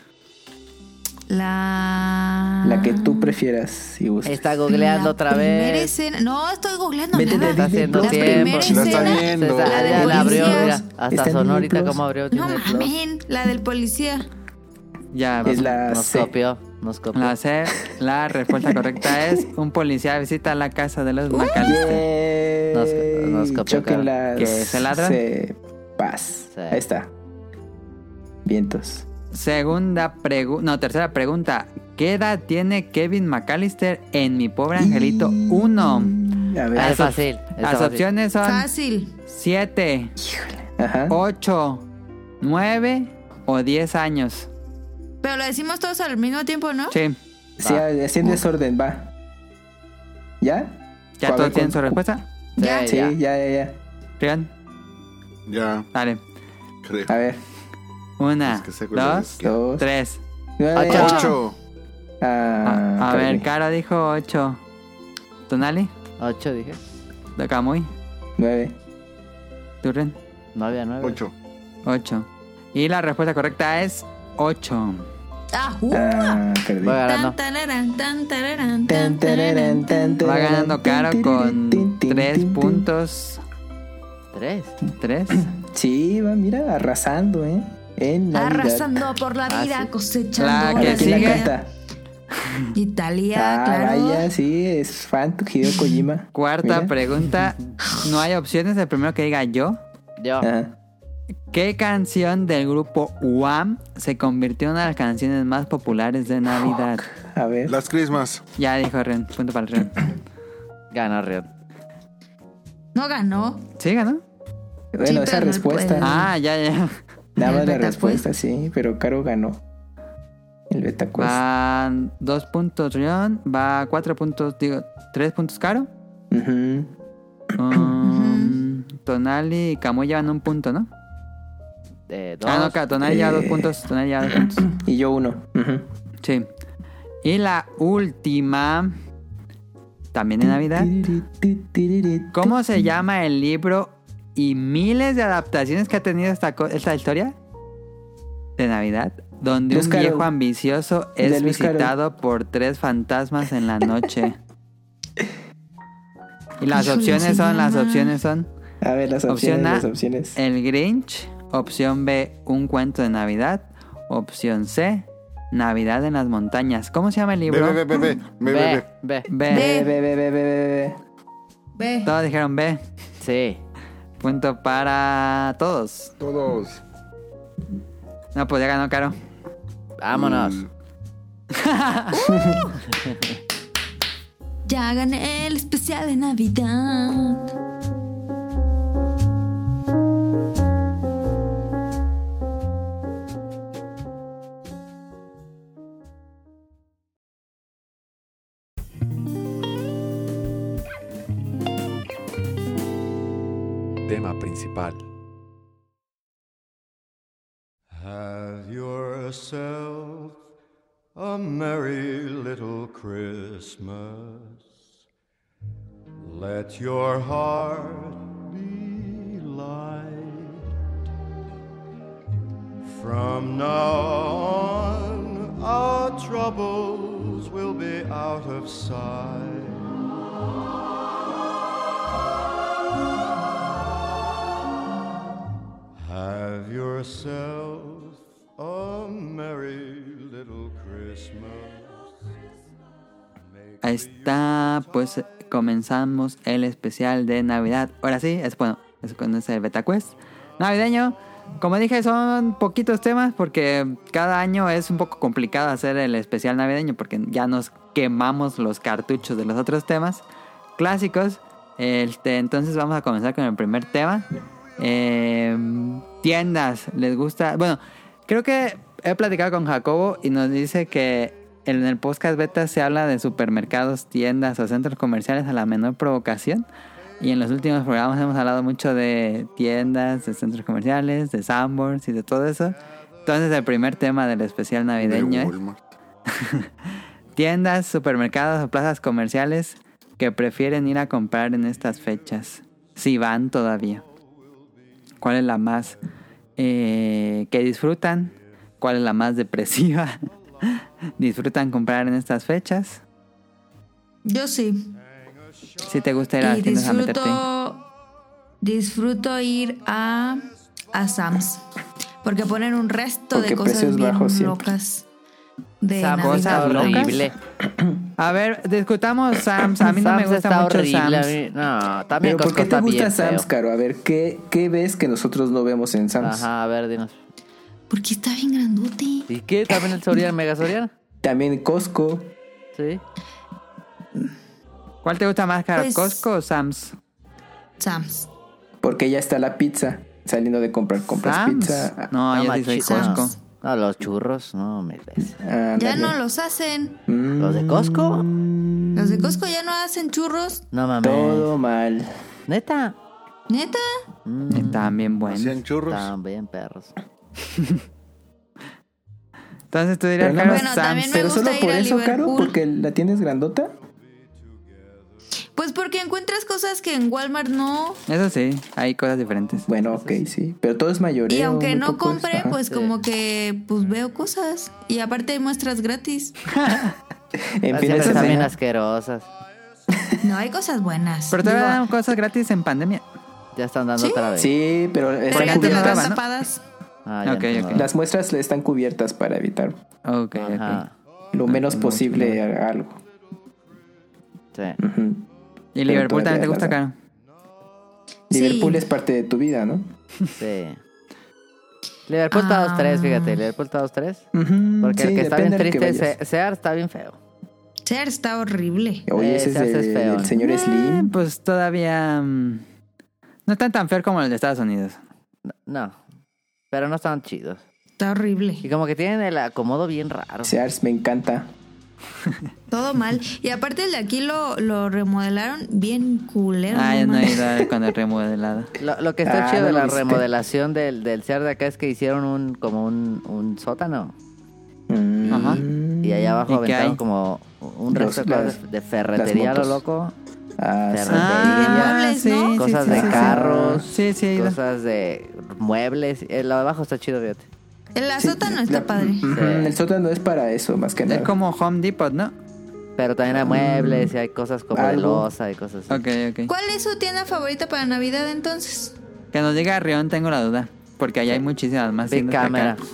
La... La que tú prefieras, si gustas. Está googleando La otra primera vez. escena- No, estoy googleando Vete nada. de Está Disney haciendo Plus. La tiempo. primera La está escena. viendo. Ya, La de ya la abrió, policías. mira. Está Hasta en sonó Disney ahorita Plus. como abrió No Disney Plus. mamen, la del policía. Ya, Es vamos. la Nos C. copió, nos copió. La C. La respuesta correcta es: un policía visita la casa de los McAllister. Yay. Nos- nos copió, Choquen Caro. las ¿Que se ladran? se- Paz. Sí. Ahí está. Vientos. Segunda pregunta. No, tercera pregunta. ¿Qué edad tiene Kevin McAllister en Mi Pobre Angelito uno? A ver. Ah, Las es op- fácil. está Las fácil. opciones son Fácil. siete, Ajá. ocho, nueve o diez años. Pero lo decimos todos al mismo tiempo, ¿no? Sí. Sí, así en desorden, va. ¿Ya? ¿Ya A ver, todos tienen con- su respuesta? Ya. Sí, ya. ya, ya, ya. Rian, Ya, dale. creo. A ver. Una, Es que se acuerda dos, Dos. tres. Nueve. Ocho. Ocho. Ah, A, a ver, Carmen. Caro dijo ocho. Tonali, ocho dije. Camuy, nueve. Turren, nueve a nueve. Ocho. ocho. Y la respuesta correcta es ocho. Ah, uh. Ah, perdí. Voy ganando. Tan, tararán, tan, tararán, Tan, tan, tararán, tan, Va tararán, ganando Caro tin, con tin, tin, tres tin, tin. puntos. Tres. ¿Tres? Sí, va, mira, arrasando, ¿eh? En Navidad. Arrasando por la vida, Ah, sí. cosechando. La A que ver, ¿quién la sigue. canta? Italia, Ah, claro. vaya, sí, es fan Hideo Kojima. Cuarta Mira. pregunta. No hay opciones. El primero que diga yo. Yo. Ajá. ¿Qué canción del grupo Wham se convirtió en una de las canciones más populares de Navidad? A ver. Las Christmas. Ya dijo Ren. Punto para el Ren. Ganó Rion. No ganó. ¿Sí ganó? Bueno, Sí, esa pero no respuesta. puede. Ah, ya, ya. Nada más el la Beta respuesta, sí, pero Caro ganó. El beta quest. Van dos puntos Rion. Va cuatro puntos, digo, tres puntos Caro. Ujú. Um, Tonali y Camuy llevan un punto, ¿no? Eh, dos. Ah, no, Ca- Tonali lleva Eh. dos puntos. Tonali lleva dos puntos. Y yo uno. Ujú. Sí. Y la última, también de Navidad. ¿Cómo se llama el libro y miles de adaptaciones que ha tenido esta, co- esta historia de Navidad? Donde Luis un Caro. viejo ambicioso es De Luis Caro. visitado por tres fantasmas en la noche. Y las Híjole, opciones se son, las llama- opciones son A ver, las Opción opciones, A, las opciones. El Grinch. Opción B, Un cuento de Navidad. Opción C, Navidad en las montañas. ¿Cómo se llama el Ve, libro? ve, ve, ve, ve, ve, ve. B, B. B. Ve, ve, ve, ve, ve, ve. Ve. Todos dijeron B. Sí. Punto para todos. Todos. No, pues ya ganó Caro. Vámonos. Mm. Ya gané el especial de Navidad. Tema principal. Have yourself a merry little Christmas. Let your heart be light. From now on, our troubles will be out of sight. Have yourself a merry little Christmas. Make Ahí está, pues comenzamos el especial de Navidad. Ahora sí, es bueno, es con ese Beta Quest navideño. Como dije, son poquitos temas porque cada año es un poco complicado hacer el especial navideño porque ya nos quemamos los cartuchos de los otros temas clásicos. Este, entonces vamos a comenzar con el primer tema. Eh, tiendas, ¿les gusta? Bueno, creo que he platicado con Jacobo y nos dice que en el podcast beta se habla de supermercados, tiendas o centros comerciales a la menor provocación. Y en los últimos programas hemos hablado mucho de tiendas, de centros comerciales, de Sanborns y de todo eso. Entonces el primer tema del especial navideño De es Walmart. tiendas, supermercados o plazas comerciales que prefieren ir a comprar en estas fechas. Si van todavía. ¿Cuál es la más eh, que disfrutan? ¿Cuál es la más depresiva? ¿Disfrutan comprar en estas fechas? Yo sí. Si te gusta ir a las Y tiendas a meterte. disfruto, disfruto ir a, a Sam's. Porque ponen un resto Porque de cosas precios bien bajos siempre. locas. De Sam's Cosas está Navidad. locas. horrible. A ver, discutamos Sam's. A mí no me Sam's gusta está mucho horrible. a Sam's. mí- No, también Pero ¿por Costco qué te está gusta bien Sam's, feo. Caro? A ver, ¿qué, ¿qué ves que nosotros no vemos en Sam's? Ajá, a ver, dinos. Porque está bien grandote. ¿Y qué? ¿También el Soriana, Mega Soriana? También Costco. Sí. ¿Cuál te gusta más, Caro? Pues- ¿Costco o Sam's? Sam's. Porque ya está la pizza. Saliendo de comprar, compras ¿Sam's? pizza. No, yo sí machi- soy Sam's. Costco. No, los churros, no, me ves. Ah, Ya ándale. no los hacen. Mm, ¿Los de Costco? Los de Costco ya no hacen churros. No mames. Todo mal. ¿Neta? ¿Neta? Mm, Están bien buenos. Hacían churros. Están bien perros. Entonces tú dirías, Pero Caro, no- Bueno, Sam's. también me Pero gusta solo ir por a eso, Caro, Liverpool. porque la tienda es grandota. porque encuentras cosas que en Walmart no. Eso sí, hay cosas diferentes. Bueno, ok, sí. Pero todo es mayoreo. Y aunque muy no pocos, compre, ajá. pues Sí. como que pues veo cosas. Y aparte hay muestras gratis. En Las fin de siempre están bien semana. asquerosas. No, hay cosas buenas. Pero te Digo, dan cosas gratis en pandemia. Ya están dando ¿Sí? otra vez. Sí, pero pero están ya te las dan cubiertas, ¿no? tapadas. Ah, ya Ok, entiendo. ok. Las muestras están cubiertas para evitar Ok, Ajá. ok. lo menos no, posible a algo. Sí. Ujú. ¿Y Liverpool todavía también te gusta, nada. Caro? Sí. Liverpool es parte de tu vida, ¿no? Sí. Liverpool está Ah. dos tres, fíjate. Liverpool está dos tres. Ujú, Porque sí, el que está bien depende del que triste vayas. es Se- Sears, está bien feo. Ser está horrible. Oye, Eh, ese se hace es el, feo. el señor Eh, Slim. pues todavía... mm, no están tan feos como el de Estados Unidos. No. Pero no están chidos. Está horrible. Y como que tienen el acomodo bien raro. Sears me encanta. Todo mal. Y aparte el de aquí lo, lo remodelaron bien culero. Ah, ya no he mames. ido a ver con el remodelado. Lo, lo que está Ah, chido no de lo la viste. remodelación del, del Sears de acá es que hicieron un como un, un sótano. Mm. Ajá. Y allá abajo ¿Y qué aventaron hay? como un Los- resto de, cosas las- de ferretería, las lo motos. loco. Ah, sí. Ferretería. muebles, ¿no? Cosas sí, de sí, sí. carros. Sí, sí, he ido. Cosas de muebles. El de abajo está chido, fíjate. El Sí, sótano está la- padre. Ujú, Sí. El sótano es para eso, más que Es nada. como Home Depot, ¿no? Pero también hay muebles y hay cosas como de Algo. loza y cosas así. Ok, ok. ¿Cuál es su tienda favorita para Navidad entonces? Que nos diga Rion, tengo la duda. Porque allá hay muchísimas más Big tiendas que Camera. acá.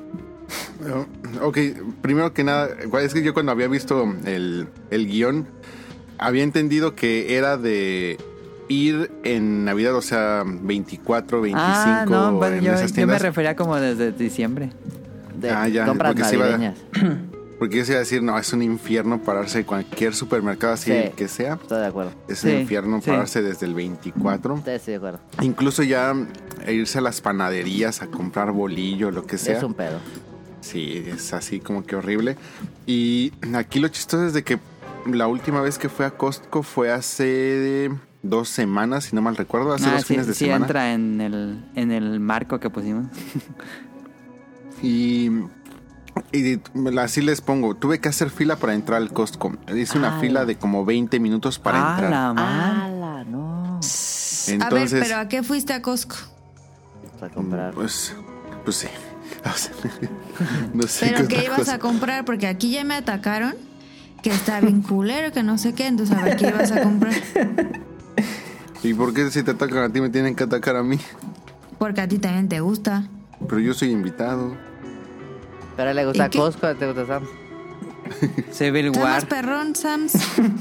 Oh, Ok, primero que nada, es que yo cuando había visto el, el guión, había entendido que era de ir en Navidad, o sea, veinticuatro, veinticinco Ah, no, bueno, en yo, esas yo me tiendas. refería como desde diciembre. De Ah, ya, compras porque sí iba- navideñas. Porque yo se iba a decir, no, es un infierno pararse en cualquier supermercado, así Sí. el que sea. Estoy de acuerdo. Es Sí, un infierno sí. pararse desde el veinticuatro. Estoy estoy de acuerdo. Incluso ya eh, irse a las panaderías a comprar bolillo, lo que sea. Es un pedo. Sí, es así como que horrible. Y aquí lo chistoso es de que la última vez que fue a Costco fue hace dos semanas, si no mal recuerdo, hace Ah, dos sí, fines de sí semana. entra en el, en el marco que pusimos. Y, y así les pongo, tuve que hacer fila para entrar al Costco. Hice una Ala. fila de como veinte minutos para ah, entrar. la madre. ¡Hala, no! Entonces, A ver, pero ¿a qué fuiste a Costco? Para comprar. pues, pues sí. O sea, no sé ¿Pero qué qué otra ibas cosa. a comprar? Porque aquí ya me atacaron, que está bien culero, que no sé qué, entonces a ver qué ibas a comprar. ¿Y por qué si te atacan a ti me tienen que atacar a mí? Porque a ti también te gusta. Pero yo soy invitado. Pero a él le gusta ¿Y qué? Costco, ¿te gusta Sam's? Civil Está más War. perrón, Sams.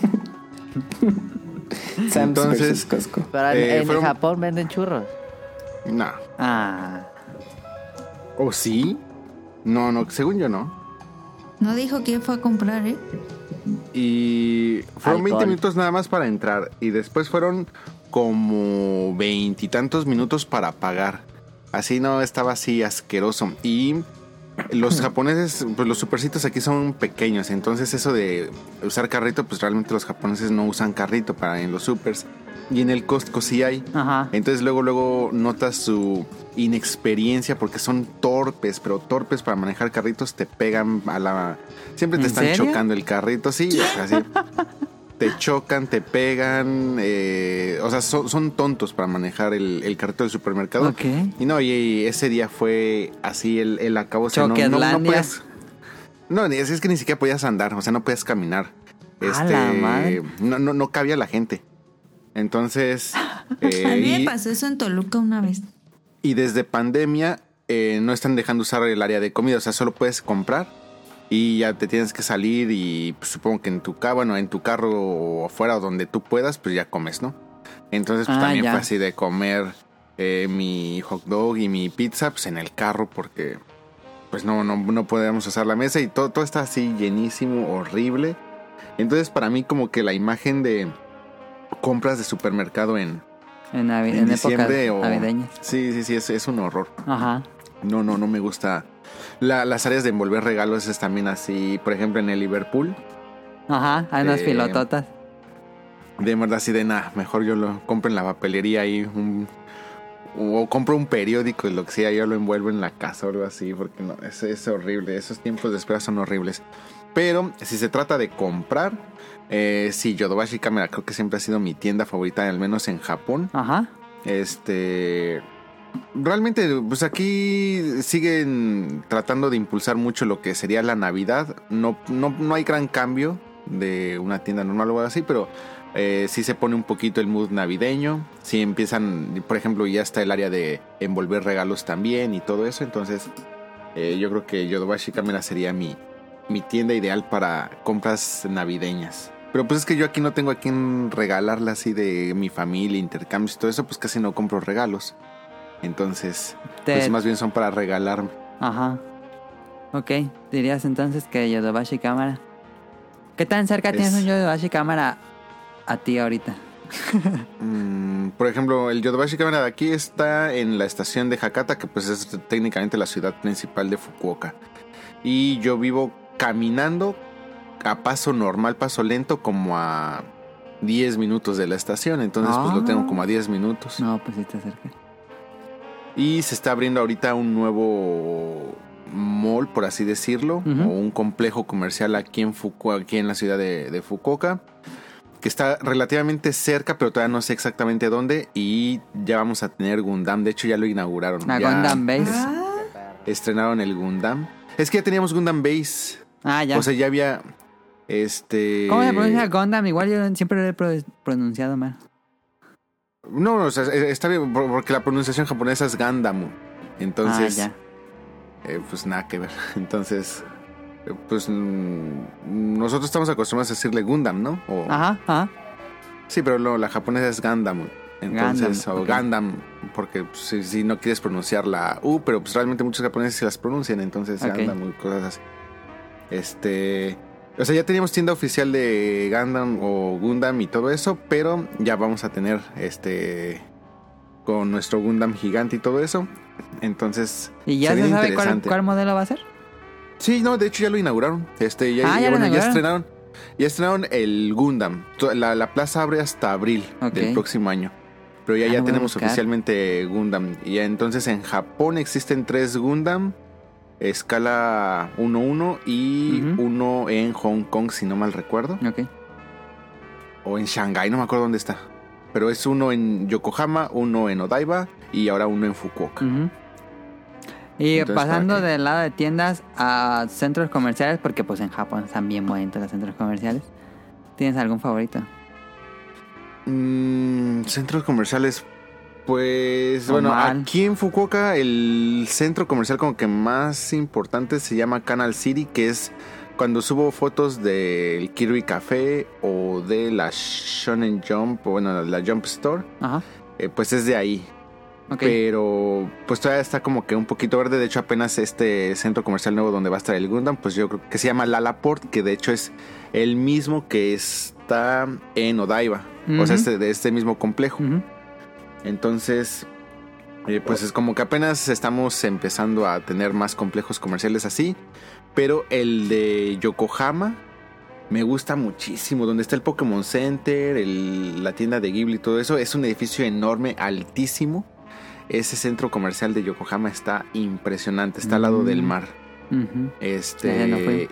Sam's Entonces- versus Costco. Pero en, Eh, en fueron- Japón venden churros. No. Ah. ¿O sí? No, no, según yo no. No dijo que fue a comprar, ¿eh? Y fueron Alcohol. veinte minutos nada más para entrar. Y después fueron como veintitantos minutos para pagar. Así no, estaba así asqueroso. Y los japoneses, pues los supercitos aquí son pequeños. Entonces eso de usar carrito, pues realmente los japoneses no usan carrito para en los supers. Y en el Costco sí hay. Ajá. Entonces luego luego notas su inexperiencia porque son torpes, pero torpes para manejar carritos, te pegan a la... Siempre te ¿En están serio? chocando el carrito, sí, así. Te chocan, te pegan, eh, o sea, son, son tontos para manejar el, el carrito del supermercado. Ok. Y no, y, y ese día fue así el, el acabo, o sea, no, no, no Choquetlandia. podías... No, es, es que ni siquiera podías andar, o sea, no podías caminar. A la madre. no, no, no cabía la gente. Entonces... eh, A mí me y- pasó eso en Toluca una vez. y desde pandemia eh, no están dejando usar el área de comida, o sea, solo puedes comprar y ya te tienes que salir y pues, supongo que en tu ca- bueno, en tu carro o afuera o donde tú puedas, pues ya comes, ¿no? Entonces pues Ah, también ya. fue así de comer eh, mi hot dog y mi pizza pues en el carro porque pues no, no, no podíamos usar la mesa y todo, todo está así llenísimo, horrible. Entonces para mí como que la imagen de compras de supermercado en, En, navi- en en épocas diciembre o... navideñas. Sí, sí, sí, es, es un horror. Ajá. No, no, no me gusta. La- las áreas de envolver regalos es también así. Por ejemplo, en el Liverpool. Ajá. Hay unas Eh, filototas. De verdad, así de nada. Mejor yo lo compro en la papelería ahí. Un, o compro un periódico y lo que sea. Yo lo envuelvo en la casa o algo así. Porque no, es, es horrible. Esos tiempos de espera son horribles. Pero si se trata de comprar, eh, sí, Yodobashi Camera creo que siempre ha sido mi tienda favorita, al menos en Japón. Ajá. Este... Realmente, pues aquí siguen tratando de impulsar mucho lo que sería la Navidad. No, no, no hay gran cambio de una tienda normal o algo así, pero eh, sí se pone un poquito el mood navideño. Sí empiezan, por ejemplo, ya está el área de envolver regalos también y todo eso. Entonces, eh, yo creo que Yodobashi Camera sería mi, mi tienda ideal para compras navideñas. Pero pues es que yo aquí no tengo a quien regalarle así de mi familia, intercambios y todo eso, pues casi no compro regalos. Entonces, Te... pues más bien son para regalarme. Ajá. Ok, dirías entonces que Yodobashi Camera. ¿Qué tan cerca Es... tienes un Yodobashi Camera a ti ahorita? mm, por ejemplo, el Yodobashi Camera de aquí está en la estación de Hakata, que pues es técnicamente la ciudad principal de Fukuoka. Y yo vivo caminando a paso normal, paso lento, como a diez minutos de la estación. Entonces, ah. pues lo tengo como a diez minutos. No, pues sí está cerca. Y se está abriendo ahorita un nuevo mall, por así decirlo, uh-huh. o un complejo comercial aquí en Fukuoka, aquí en la ciudad de, de Fukuoka, que está relativamente cerca, pero todavía no sé exactamente dónde. Y ya vamos a tener Gundam. De hecho, ya lo inauguraron. ¿La ya Gundam Base? Estrenaron el Gundam. Es que ya teníamos Gundam Base. Ah, ya. O sea, ya había... Este... ¿Cómo se pronuncia Gundam? Igual yo siempre lo he pro- pronunciado mal. No, o sea, está bien, porque la pronunciación japonesa es Gandamu. Entonces, ah, ya. Eh, pues nada que ver. Entonces, eh, pues mm, nosotros estamos acostumbrados a decirle Gundam, ¿no? O, ajá, ajá. Sí, pero lo, la japonesa es Gandamu. Entonces, Gundam, o okay. Gundam, porque pues, si, si no quieres pronunciar la U, pero pues realmente muchos japoneses se las pronuncian, entonces okay. Gandamu y cosas así. Este... O sea, ya teníamos tienda oficial de Gundam o Gundam y todo eso, pero ya vamos a tener este con nuestro Gundam gigante y todo eso. Entonces, ¿y ya se, se sabe cuál, cuál modelo va a ser? Sí, no, de hecho ya lo inauguraron. Este, ya, ah, ya, ya, bueno, lo ya estrenaron. Ya estrenaron el Gundam. La, la plaza abre hasta abril okay. del próximo año. Pero ya, ah, ya tenemos oficialmente Gundam. Y ya, entonces en Japón existen tres Gundam. Escala uno uno y uh-huh. uno en Hong Kong, si no mal recuerdo. Ok. O en Shanghái, no me acuerdo dónde está. Pero es uno en Yokohama, uno en Odaiba y ahora uno en Fukuoka. Uh-huh. Y entonces, pasando del lado de tiendas a centros comerciales, porque pues en Japón están bien bonitos los centros comerciales. ¿Tienes algún favorito? Mm, centros comerciales... Pues, bueno, mal. Aquí en Fukuoka el centro comercial como que más importante se llama Canal City, que es cuando subo fotos del Kirby Café o de la Shonen Jump, o bueno, la Jump Store, ajá. Eh, pues es de ahí. Okay. Pero pues todavía está como que un poquito verde. De hecho, apenas este centro comercial nuevo donde va a estar el Gundam, pues yo creo que se llama Lalaport, que de hecho es el mismo que está en Odaiba. Uh-huh. O sea, este, de este mismo complejo. Uh-huh. Entonces, eh, pues es como que apenas estamos empezando a tener más complejos comerciales así. Pero el de Yokohama me gusta muchísimo. Donde está el Pokémon Center, el, la tienda de Ghibli y todo eso. Es un edificio enorme, altísimo. Ese centro comercial de Yokohama está impresionante. Está al lado del mar. Uh-huh. Este... Ya no fue.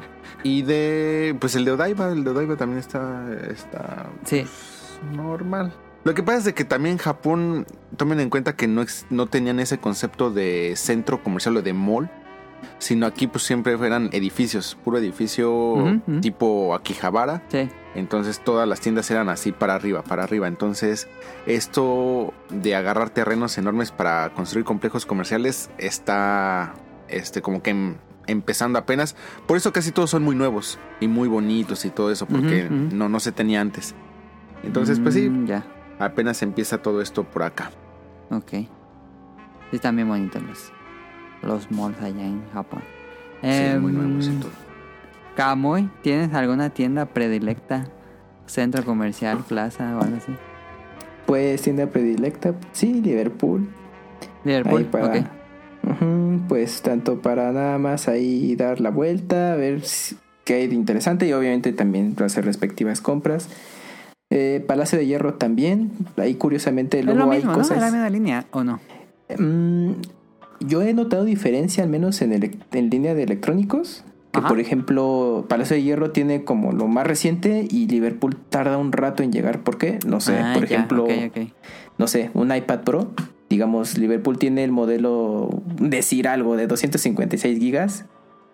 Y de... Pues el de Odaiba. El de Odaiba también está... está sí. Pues, normal. Lo que pasa es de que también Japón, tomen en cuenta que no, ex, no tenían ese concepto de centro comercial o de mall, sino aquí pues siempre eran edificios, puro edificio uh-huh, uh-huh. tipo Akihabara. Sí. Entonces todas las tiendas eran así para arriba, para arriba. Entonces esto de agarrar terrenos enormes para construir complejos comerciales está este como que em, empezando apenas. Por eso casi todos son muy nuevos y muy bonitos y todo eso, porque uh-huh, uh-huh. no, no se tenía antes. Entonces pues sí. Mm, ya. Apenas empieza todo esto por acá. Ok. Sí, están bien bonitos los, los malls allá en Japón. Sí, eh, muy nuevos y todo. Kamui, ¿tienes alguna tienda predilecta? ¿Centro comercial, plaza o algo así? Pues tienda predilecta, sí, Liverpool. Liverpool, para, ok. Uh-huh, pues tanto para nada más ahí dar la vuelta, a ver si, qué hay de interesante y obviamente también hacer respectivas compras. Eh, Palacio de Hierro también. Ahí curiosamente luego es lo mismo, hay cosas. ¿no? ¿Es la misma línea o no? Mm, yo he notado diferencia al menos en, ele- en línea de electrónicos. Que Ajá. por ejemplo, Palacio de Hierro tiene como lo más reciente y Liverpool tarda un rato en llegar. ¿Por qué? No sé. Ah, por ya, ejemplo, ok, ok. no sé, un iPad Pro. Digamos, Liverpool tiene el modelo, decir algo, de doscientos cincuenta y seis gigas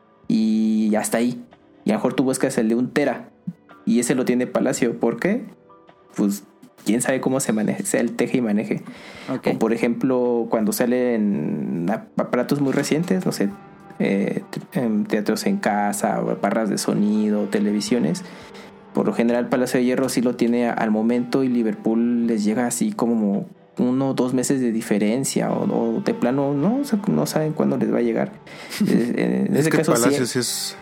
y hasta ahí. Y a lo mejor tú buscas el de un tera y ese lo tiene Palacio. ¿Por qué? Pues quién sabe cómo se maneja, sea el teje y maneje. Ok. O por ejemplo, cuando salen aparatos muy recientes, no sé, eh, en teatros en casa, o barras de sonido, televisiones, por lo general Palacio de Hierro sí lo tiene al momento y Liverpool les llega así como uno o dos meses de diferencia, o, o de plano no, o sea, no saben cuándo les va a llegar. En Es ese que caso Palacios sí, es...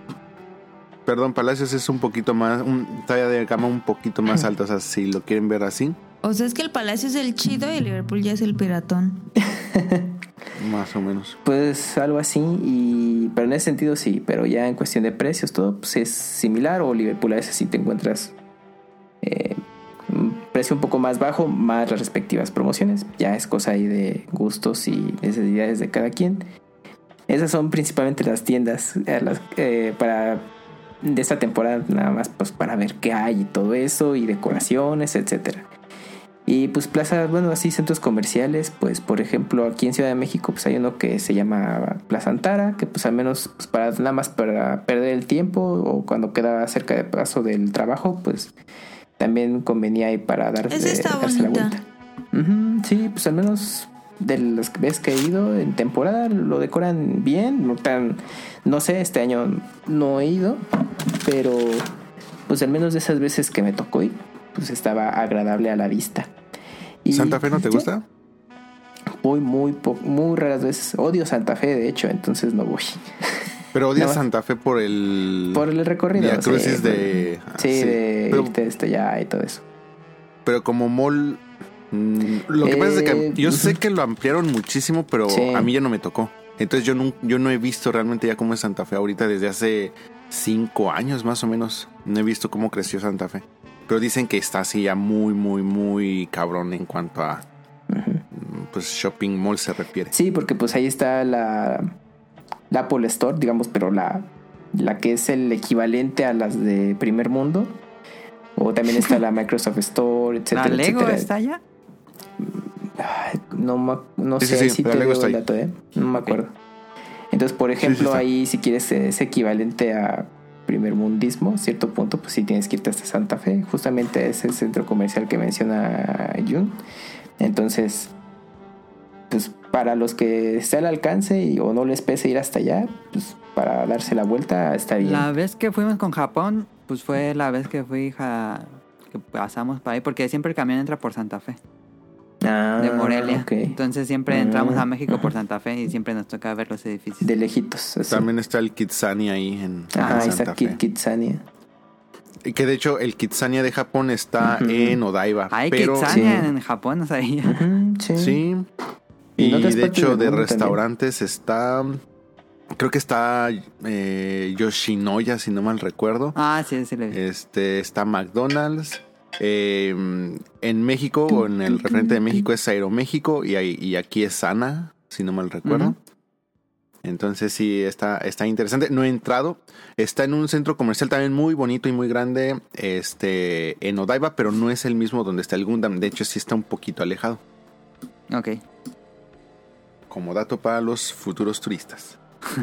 Perdón, Palacios es un poquito más... Un, talla de gama un poquito más alta, o sea, si lo quieren ver así, O sea, es que el Palacio es el chido y el Liverpool ya es el piratón. más o menos. pues algo así, y pero en ese sentido sí, pero ya en cuestión de precios todo pues, es similar, o Liverpool a veces sí te encuentras eh, un precio un poco más bajo, más las respectivas promociones. Ya es cosa ahí de gustos y necesidades de cada quien. Esas son principalmente las tiendas eh, las, eh, para de esta temporada, nada más pues para ver qué hay y todo eso, y decoraciones, etcétera. Y pues plazas, bueno, así centros comerciales, pues por ejemplo aquí en Ciudad de México pues hay uno que se llama Plaza Antara, que pues al menos pues, para nada más para perder el tiempo o cuando queda cerca de paso del trabajo, pues también convenía ahí para dar, Esa está darse la bonita. vuelta. Uh-huh, sí, pues al menos de las veces que he ido en temporada lo decoran bien, no tan, no sé, este año no he ido, pero pues al menos de esas veces que me tocó ir, pues estaba agradable a la vista. Y ¿Santa Fe no te ya, gusta? voy muy po- muy raras veces. Odio Santa Fe, de hecho, entonces no voy. Pero odias Nada más. Santa Fe por el... Por el recorrido. Via Crucis sí, de... por- ah, sí, de Pero, irte hasta allá y todo eso. pero como mall... mm, lo que pasa es de que Eh, yo sé ujú. que lo ampliaron muchísimo, pero Sí. a mí ya no me tocó. Entonces yo no, yo no he visto realmente ya cómo es Santa Fe ahorita desde hace cinco años más o menos. No he visto cómo creció Santa Fe. Pero dicen que está así ya muy, muy, muy cabrón en cuanto a Ujú. pues shopping mall se refiere. Sí, porque pues ahí está la, la Apple Store, digamos, pero la, la que es el equivalente a las de primer mundo. O también está la Microsoft Store, etcétera, ¿La Lego etcétera. está allá? Ay, no, ma- no Sí, sé, sí, ahí sí, sí la te Lego digo está el ahí. dato, ¿eh? No me Ok. acuerdo. Entonces, por ejemplo, está. ahí si quieres ese equivalente a primer mundismo, a cierto punto, pues sí tienes que irte hasta Santa Fe, justamente a ese centro comercial que menciona Jun. Entonces, pues para los que esté al alcance y, o no les pese ir hasta allá, pues para darse la vuelta está bien. La vez que fuimos con Japón, pues fue la vez que fui ja, que pasamos para ahí, porque siempre el camión entra por Santa Fe, Ah, de Morelia. ok. Entonces siempre entramos Ah, a México ajá. por Santa Fe y siempre nos toca ver los edificios. De lejitos. así. También está el Kitsania ahí en, Ajá, en ahí Santa está Fe. Kit Kitsania. Y que de hecho el Kitsania de Japón está Ujú. en Odaiba. Hay pero Kitsania sí. en Japón, no sabía. Ujú, sí. sí. Y en Y otras de partes hecho del de mundo también. restaurantes está... Creo que está eh, Yoshinoya, si no mal recuerdo. Ah, sí, sí le vi. Este está McDonald's. Eh, en México, o en el referente de México es Aeroméxico y, ahí- y aquí es Sana, si no mal recuerdo. Ujú. Entonces sí, está, está interesante. No he entrado. Está en un centro comercial también muy bonito y muy grande, este, en Odaiba, pero no es el mismo donde está el Gundam. De hecho, sí está un poquito alejado. Ok. Como dato para los futuros turistas.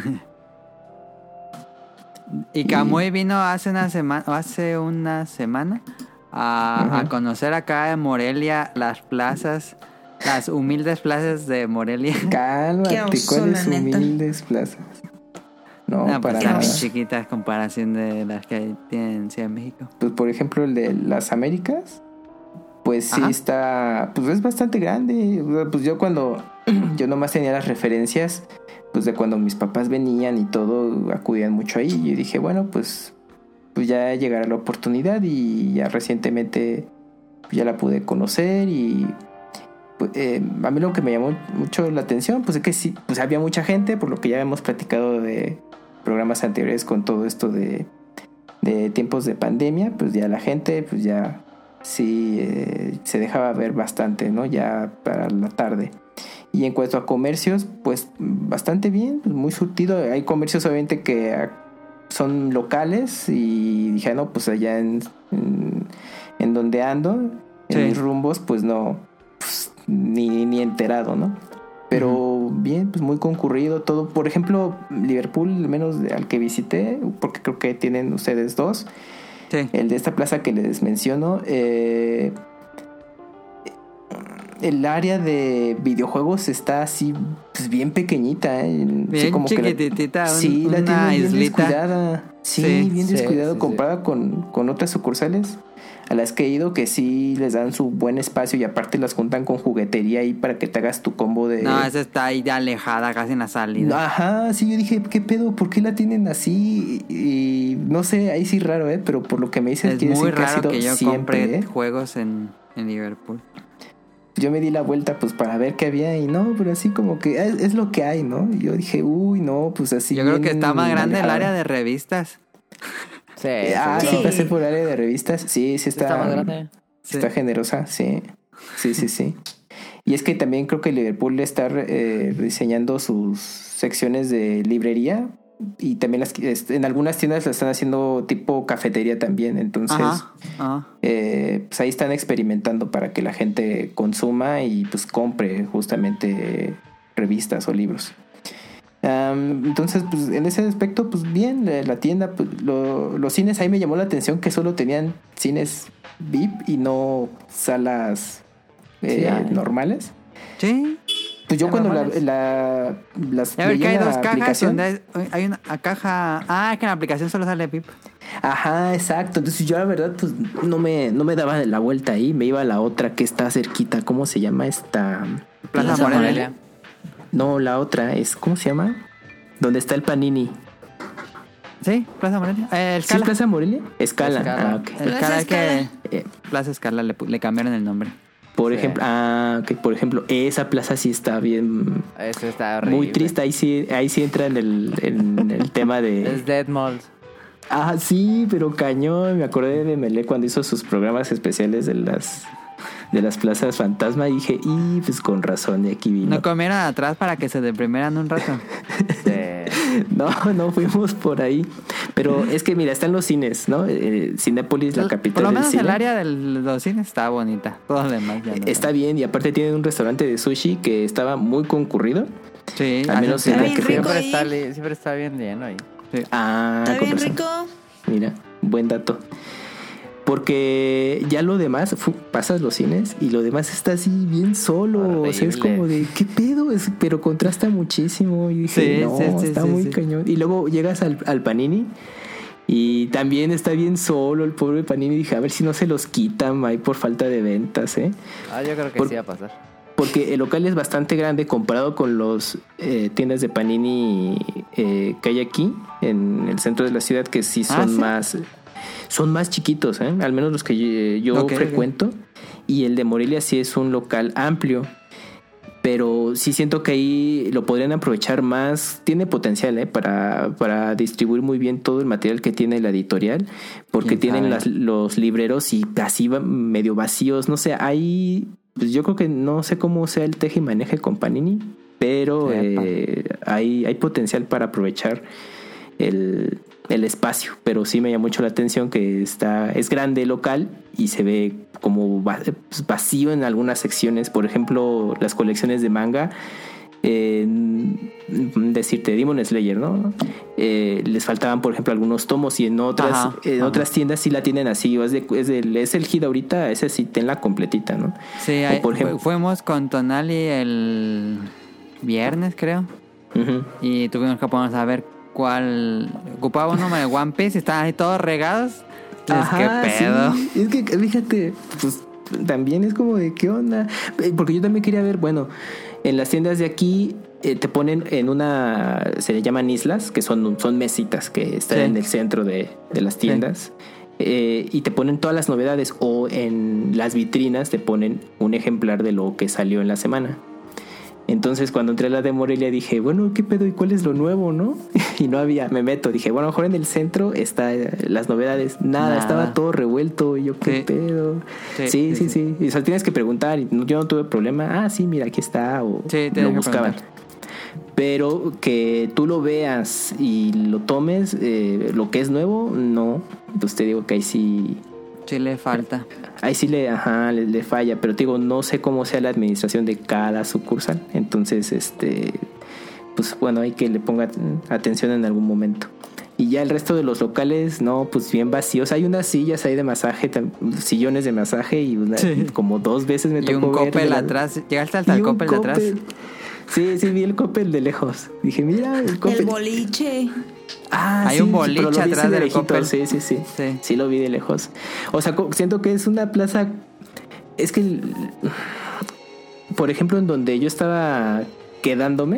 Y Kamui vino hace una semana, hace una semana a, a Ujú. conocer acá en Morelia las plazas, las humildes plazas de Morelia. Cálmate, Qué oso, ¿cuáles la neta. humildes plazas? No, No, para pues nada. están bien chiquitas en comparación de las que tienen en Ciudad de México. Pues por ejemplo el de las Américas, pues sí Ajá. está, pues es bastante grande. Pues yo cuando, yo nomás tenía las referencias, pues de cuando mis papás venían y todo, acudían mucho ahí. Y yo dije, bueno, pues, pues ya llegará la oportunidad y ya recientemente ya la pude conocer y pues, eh, a mí lo que me llamó mucho la atención, pues es que sí, pues había mucha gente, por lo que ya hemos platicado de programas anteriores con todo esto de, de tiempos de pandemia, pues ya la gente, pues ya sí eh, se dejaba ver bastante, ¿no? Ya para la tarde. Y en cuanto a comercios, pues bastante bien, pues muy surtido. Hay comercios obviamente que son locales y dije, no, pues allá en, en, en donde ando, en Sí. mis rumbos, pues no, pues, ni, ni enterado, ¿no? Pero uh-huh. bien, pues muy concurrido todo. Por ejemplo, Liverpool, al menos al que visité, porque creo que tienen ustedes dos, sí. el de esta plaza que les menciono, eh, el área de videojuegos está así, pues bien pequeñita, ¿eh? Bien sí, como chiquitita, que la, un, sí, la una tienen bien islita. descuidada. Sí, Sí, bien sí, descuidado sí, comparada sí. Con, con otras sucursales a las que he ido, que sí les dan su buen espacio y aparte las juntan con juguetería ahí para que te hagas tu combo de... No, esa está ahí de alejada, casi en la salida. Ajá, sí, yo dije, ¿qué pedo? ¿Por qué la tienen así? Y, y no sé, ahí sí raro, ¿eh? Pero por lo que me dicen, es quiere muy decir que ha raro sido que yo siempre, compre ¿eh? juegos en, en Liverpool. Yo me di la vuelta pues para ver qué había y no, pero así como que es, es lo que hay, ¿no? Y yo dije, uy, no, pues así. Yo creo que está más grande alejado. el área de revistas. Sí, Ah, sí. sí pasé por el área de revistas. Sí, sí está, está más grande. Está Sí. generosa, sí. Sí, sí, sí. Y es que también creo que Liverpool está eh, diseñando sus secciones de librería y también las en algunas tiendas la están haciendo tipo cafetería también. Entonces, Ajá, ajá. Eh, pues ahí están experimentando para que la gente consuma y pues compre justamente revistas o libros. Um, entonces, pues en ese aspecto, pues bien, la tienda, pues, lo, los cines, ahí me llamó la atención que solo tenían cines V I P y no salas eh, sí, normales. Sí. Pues yo ya cuando la, normales. la las A ver que hay veía dos la cajas aplicación, donde hay, hay una caja. Ah, es que en la aplicación solo sale V I P. ajá, exacto. Entonces yo la verdad pues no me no me daba la vuelta ahí, me iba a la otra que está cerquita. ¿Cómo se llama esta? Plaza, Plaza Morelia. Morelia. No, la otra es, ¿cómo se llama? ¿Dónde está el Panini? Sí, Plaza Morelia. Eh, ¿Sí, Escala. Plaza Morelia? Escala. Escala. Ah, ok. Escala Plaza es que Eh, Plaza Escala le, pu- le cambiaron el nombre. por Sí. ejemplo, ah, ok, por ejemplo, esa plaza sí está bien, Eso está horrible. muy triste. Ahí sí, ahí sí entra en el, en el tema de. Es Dead Mall. Ah, sí, pero cañón. Me acordé de Melé cuando hizo sus programas especiales de las de las plazas fantasma y dije, y pues con razón, de aquí vino. No comieron atrás para que se deprimieran un rato. Sí. No, no fuimos por ahí. Pero es que mira, están los cines, ¿no? Eh, Cinépolis, la capital Por lo del menos cine. el área de los cines está bonita. Todo lo demás ya no. Está bien, y aparte tienen un restaurante de sushi que estaba muy concurrido. Sí, Al menos hacen- en la bien que fui. rico Siempre ahí. está, li- siempre está bien lleno ahí. sí. Ah, Está con bien razón. rico. Mira, buen dato. Porque ya lo demás, fu- pasas los cines y lo demás está así bien solo. O sea, es Horrible. como de, ¿qué pedo? Es, pero contrasta muchísimo. Y dije, Sí, no, sí, sí, está sí, muy sí. cañón. Y luego llegas al, al Panini y también está bien solo el pobre Panini. Dije, a ver si no se los quitan ahí por falta de ventas, ¿eh? Ah, yo creo que Por- sí va a pasar. Porque el local es bastante grande comparado con los eh, tiendas de Panini eh, que hay aquí en el centro de la ciudad, que sí son Ah, ¿sí? más son más chiquitos, ¿eh? Al menos los que yo, yo Ok, frecuento. Y el de Morelia sí es un local amplio, pero sí siento que ahí lo podrían aprovechar más. Tiene potencial, ¿eh? para, para distribuir muy bien todo el material que tiene la editorial, porque ¿Quién tienen sabe? las, los libreros y así va- medio vacíos. No sé, hay... Pues yo creo que no sé cómo sea el teje y maneje con Panini, pero Epa. eh, hay, hay potencial para aprovechar el, el espacio. Pero sí me llama mucho la atención que está es grande el local y se ve como va- pues, vacío en algunas secciones. Por ejemplo, las colecciones de manga. Eh, decirte Demon Slayer, ¿no? Eh, les faltaban, por ejemplo, algunos tomos y en otras Ajá, en ajá. otras tiendas sí la tienen así. O es, de, es, del, es el hit ahorita, ese sí tenla completita, ¿no? Sí, O ahí- por ejemplo- fu- fuimos con Tonali el viernes, creo. Ujú. Y tuvimos que ponernos a ver cuál. Ocupaba uno de One Piece y estaban ahí todos regados. Entonces, Ajá, ¿qué pedo? sí. Es que fíjate, pues también es como de qué onda. Eh, Porque yo también quería ver, bueno, en las tiendas de aquí eh, te ponen en una, se le llaman islas, que son, son mesitas que están Sí. en el centro de, de las tiendas. Eh, y te ponen todas las novedades, o en las vitrinas te ponen un ejemplar de lo que salió en la semana. Entonces cuando entré a la de Morelia dije, bueno, ¿qué pedo? ¿Y cuál es lo nuevo, no? Y no había, me meto, dije, bueno, a lo mejor en el centro está eh, las novedades. Nada, Nada. estaba todo revuelto. Y yo, ¿qué Sí. pedo? Sí, Sí, sí, sí, sí. Y, o sea, tienes que preguntar. Y no- yo no tuve problema. Ah, sí, mira, aquí está. O Sí, tienes lo que buscaban. preguntar. Pero que tú lo veas y lo tomes, eh, lo que es nuevo, no. Entonces te digo que ahí sí... Sí le falta. Ahí sí le, ajá, le, le falla, pero te digo, no sé cómo sea la administración de cada sucursal. Entonces, este, pues bueno, hay que le ponga atención en algún momento. Y ya el resto de los locales, no, pues bien vacíos. Hay unas sillas ahí de masaje, sillones de masaje y una, sí. como dos veces me y tocó un ver. Coppel la... atrás. ¿Llegaste hasta el Coppel de atrás? Sí, sí, vi el Coppel de lejos. Dije, mira, el Coppel. El boliche. Ah, hay sí, un boliche atrás del Coppel. Sí, sí, sí, sí. Sí, lo vi de lejos. O sea, siento que es una plaza... Es que, por ejemplo, en donde yo estaba quedándome...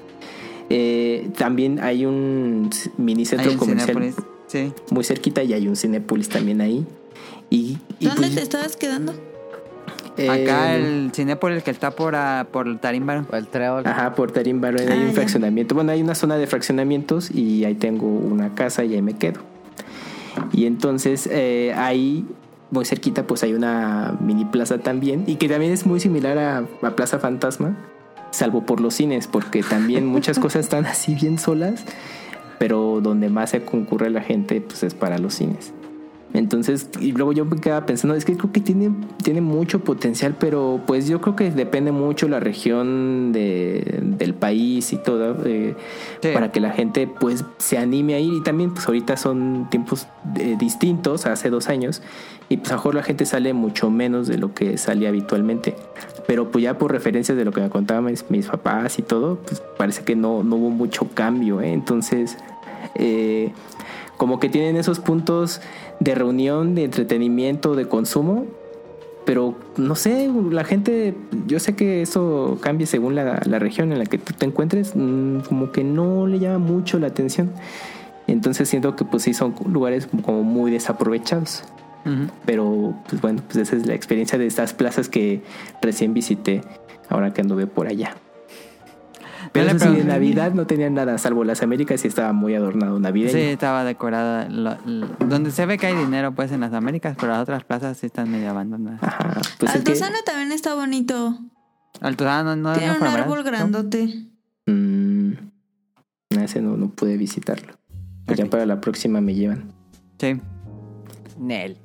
Eh, también hay un mini centro un comercial sí. muy cerquita y hay un Cinépolis también ahí. Y, y ¿Dónde pues, te estabas quedando? Eh, Acá el Cinépolis que está por, uh, por Tarímbaro. El Treol. Ajá, por Tarímbaro. Ah, hay un ya. fraccionamiento. Bueno, hay una zona de fraccionamientos y ahí tengo una casa y ahí me quedo. Y entonces eh, ahí muy cerquita pues hay una mini plaza también y que también es muy similar a, a Plaza Fantasma. Salvo por los cines, porque también muchas cosas están así bien solas, pero donde más se concurre la gente pues es para los cines. Entonces, y luego yo me quedaba pensando, es que creo que tiene, tiene mucho potencial, pero pues yo creo que depende mucho la región de, del país y todo, eh, sí. para que la gente pues se anime a ir. Y también pues ahorita son tiempos eh, distintos, hace dos años, y pues a lo mejor la gente sale mucho menos de lo que salía habitualmente. Pero pues ya por referencias de lo que me contaban mis, mis papás y todo, pues parece que no, no hubo mucho cambio, ¿eh? Entonces, eh, como que tienen esos puntos de reunión, de entretenimiento, de consumo, pero no sé, la gente, yo sé que eso cambia según la, la región en la que tú te encuentres, mmm, como que no le llama mucho la atención. Entonces siento que pues sí son lugares como muy desaprovechados. Uh-huh. Pero pues bueno, pues esa es la experiencia de estas plazas que recién visité ahora que anduve por allá. Pero no, eso sí, de Navidad no tenían nada, salvo las Américas y estaba muy adornado navideño. Sí, estaba decorada. Lo, lo, donde se ve que hay dinero pues en las Américas, pero las otras plazas sí están medio abandonadas. Ajá, pues Altozano es que... también está bonito. Altozano no, no tiene no un árbol ¿no? grandote. Mm, ese no, no pude visitarlo. Okay. Ya para la próxima me llevan. Sí. Nel.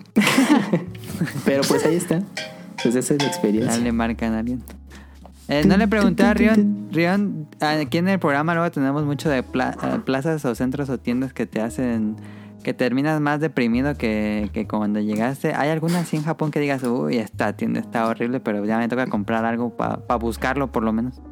Pero pues ahí está. Pues esa es la experiencia. Dale marcan a alguien. Eh, no le pregunté a Rion, Rion, aquí en el programa luego tenemos mucho de pla- plazas o centros o tiendas que te hacen que terminas más deprimido que, que cuando llegaste. ¿Hay alguna así en Japón que digas, uy, esta tienda está horrible, pero ya me toca comprar algo para pa buscarlo por lo menos?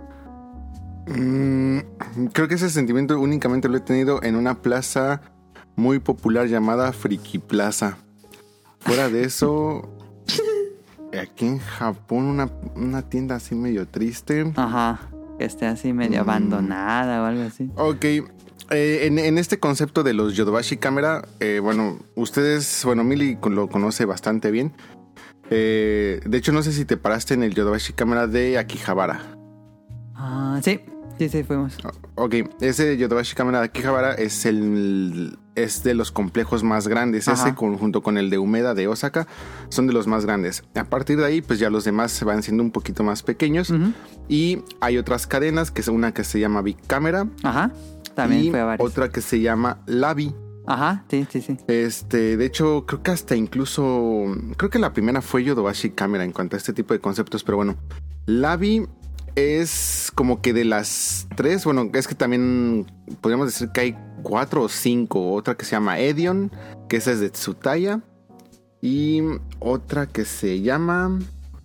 Mm, creo que ese sentimiento únicamente lo he tenido en una plaza muy popular llamada Friki Plaza. Fuera de eso, aquí en Japón una, una tienda así medio triste. Ajá, que esté así medio mm. abandonada o algo así. Ok, eh, en, en este concepto de los Yodobashi Camera, eh, bueno, ustedes, bueno, Mili lo conoce bastante bien. Eh, de hecho, no sé si te paraste en el Yodobashi Camera de Akihabara. Ah, sí. Sí, sí, fuimos. Ok, ese Yodobashi Camera de Akihabara es el es de los complejos más grandes. Ajá. Ese con, junto con el de Umeda de Osaka son de los más grandes. A partir de ahí, pues ya los demás se van siendo un poquito más pequeños. Uh-huh. Y hay otras cadenas, que es una que se llama Big Camera. Ajá, también y fue a varios. Otra que se llama Labi. Ajá, sí, sí, sí. Este, de hecho, creo que hasta incluso... Creo que la primera fue Yodobashi Camera en cuanto a este tipo de conceptos, pero bueno. Labi... es como que de las tres, bueno, es que también podríamos decir que hay cuatro o cinco. Otra que se llama Edion, que esa es de Tsutaya. Y otra que se llama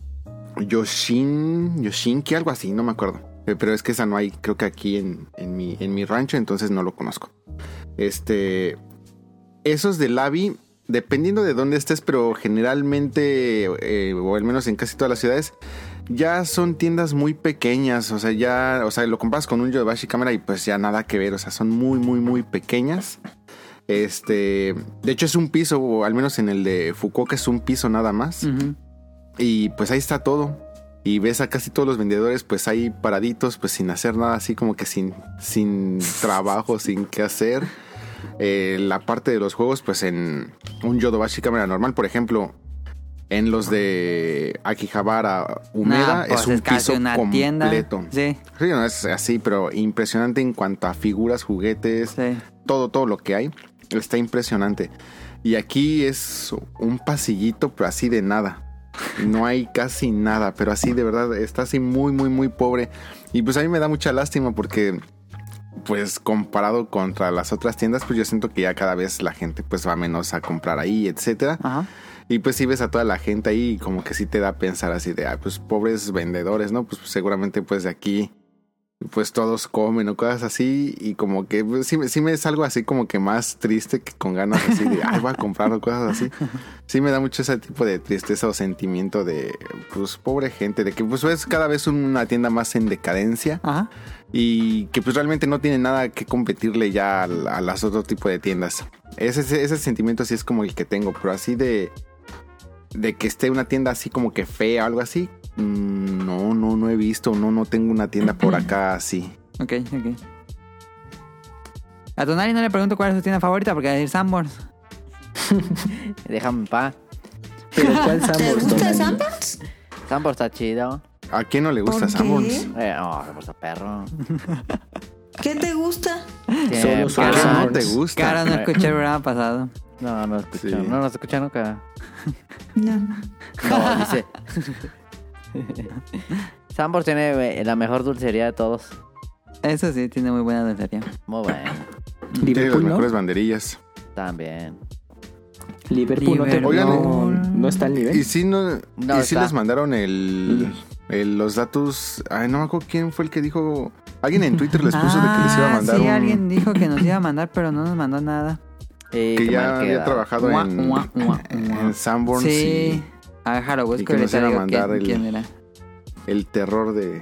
Yoshin, Yoshinki, algo así, no me acuerdo. Pero es que esa no hay, creo que aquí en, en, mi, en mi rancho, entonces no lo conozco. Este, esos de Labi, dependiendo de dónde estés, pero generalmente, eh, o al menos en casi todas las ciudades, ya son tiendas muy pequeñas. O sea, ya, o sea, lo comparas con un Yodobashi Camera y pues ya nada que ver. O sea, son muy, muy, muy pequeñas. Este, de hecho es un piso, o al menos en el de Fukuoka es un piso nada más. Uh-huh. Y pues ahí está todo. Y ves a casi todos los vendedores pues ahí paraditos, pues sin hacer nada, así como que sin, sin trabajo, sin qué hacer. Eh, la parte de los juegos, pues en un Yodobashi Camera normal, por ejemplo, En los de Akihabara, Umeda, No, pues es un es casi piso una completo. tienda. Sí. Sí, no es así, pero impresionante en cuanto a figuras, juguetes, Sí. todo, todo lo que hay. Está impresionante. Y aquí es un pasillito, pero así de nada. No hay casi nada, pero así de verdad está así muy, muy, muy pobre. Y pues a mí me da mucha lástima porque, pues comparado contra las otras tiendas, pues yo siento que ya cada vez la gente pues va menos a comprar ahí, etcétera. Ajá. Y pues si ves a toda la gente ahí y como que sí te da a pensar así de, ah, pues pobres vendedores, ¿no? Pues seguramente pues de aquí pues todos comen o cosas así y como que pues, sí, sí me salgo así como que más triste que con ganas así de, ay, voy a comprar o cosas así. Sí me da mucho ese tipo de tristeza o sentimiento de, pues pobre gente, de que pues ves cada vez una tienda más en decadencia. Ajá. Y que pues realmente no tiene nada que competirle ya a, a las otro tipo de tiendas. Ese, ese, ese sentimiento sí es como el que tengo, pero así de de que esté una tienda así como que fea o algo así, mmm, no, no, no he visto, no, no tengo una tienda por acá así. Ok, ok. A Tonali no le pregunto cuál es su tienda favorita porque va a decir Sanborns. Déjame en paz. ¿Pero cuál ¿Te Sanborns? gusta Tonali? Sanborns? Sanborns está chido. ¿A quién no le gusta ¿Por Sanborns? qué? Eh, no, Sanborns está perro. ¿Qué te gusta? Solo son Caro, ¿Qué no Sanborns. te gusta? Cara, no escuché el programa pasado. No, no escucho. Sí. No, no se escucha nunca. No. No, dice. Sanborns tiene eh, la mejor dulcería de todos. Eso sí, tiene muy buena dulcería. Muy bueno. Tiene las Liverpool, ¿no? mejores banderillas. También. Liverpool, no, te- Liverpool. no, no está al nivel. Y sí, no, No y sí está. les mandaron el, el- los datos. Ay, no me acuerdo quién fue el que dijo. Alguien en Twitter les puso de que les iba a Ah, mandar sí, un, alguien dijo que nos iba a mandar, pero no nos mandó nada. Y que qué ya mal había queda. trabajado Mua, en, mua, mua, en mua. Sanborns Sí. A ver, Jaro, y busco que nos ahorita iba a digo mandar quién, el- quién era. y el terror de.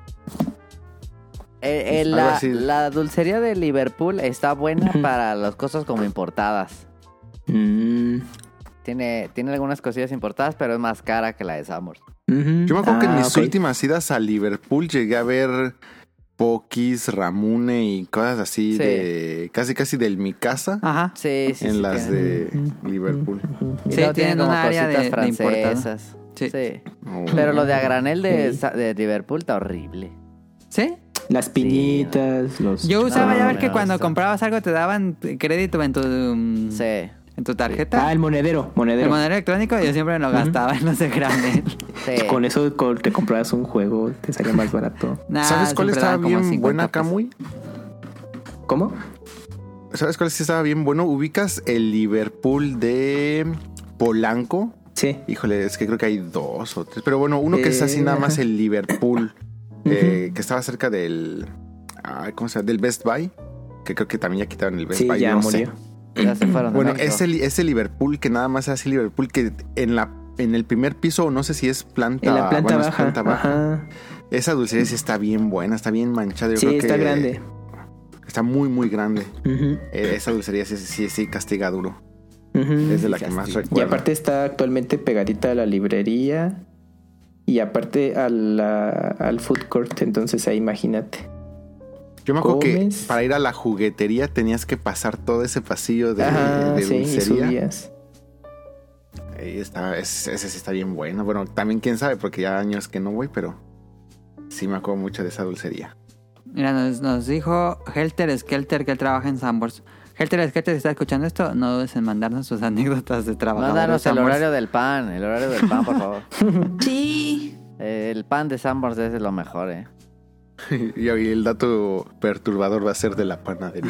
Eh, eh, Algo la, así. la dulcería de Liverpool está buena para las cosas como importadas. Mm, Tiene, tiene algunas cosillas importadas, pero es más cara que la de Sanborns. ujú. Yo me acuerdo que en Ah, mis ok. últimas idas a Liverpool llegué a ver Pokis, Ramune y cosas así Sí. de casi casi del mi casa Ajá. Sí, sí, en sí. las tiene. de Liverpool. Y Sí, luego tienen como una área cositas de- de importado. francesas. Sí. Sí. Oh. Pero lo de a granel de, Sí. Sa- de Liverpool está horrible. ¿Sí? Las piñitas, los... Yo usaba No, ya ver no que me cuando gusta. comprabas algo te daban crédito en tu, um, Sí. en tu tarjeta. Ah, el monedero, El monedero. monedero electrónico yo siempre lo gastaba en los de granel. Sí. Con eso co- te comprabas un juego, te salía más barato. Nah, ¿Sabes cuál siempre estaba daban como bien cincuenta buena, pesos. Kamui? ¿Cómo? ¿Sabes cuál sí estaba bien bueno? ¿Ubicas el Liverpool de Polanco? Sí. Híjole, es que creo que hay dos o tres. Pero bueno, uno que es así Eh, nada más ajá. el Liverpool, eh, que estaba cerca del... ay, ¿cómo se llama? Del Best Buy. Que creo que también ya quitaron el Best Sí, Buy. ya no murió. sé. Ya se fueron. de Bueno, México. ese, ese Liverpool que nada más es así Liverpool, que en la en el primer piso, no sé si es planta, En la planta bueno, es baja. planta baja. Ajá. Esa dulcería sí está bien buena, está bien manchada. Yo Sí, creo está que grande. Está muy, muy grande. Ujú, Eh, esa dulcería sí, sí, sí castiga duro. ujú. Es de la que más Y recuerdo. aparte está actualmente pegadita a la librería y aparte a la, al food court, entonces ahí imagínate. Yo me acuerdo que comes. para ir a la juguetería tenías que pasar todo ese pasillo de, Ajá, de sí, y dulcería. subías. Ahí está, es- ese sí está bien bueno. Bueno, también quién sabe, porque ya años que no voy, pero sí me acuerdo mucho de esa dulcería. Mira, nos, nos dijo Helter Skelter que él trabaja en Sanborns. Helter Skelter, si está escuchando esto, no dudes en mandarnos sus anécdotas de trabajo. Mándanos el horario del pan. El horario del pan, por favor. Sí. Eh, el pan de Sanborns es lo mejor, eh. Y hoy el dato perturbador va a ser de la panadería.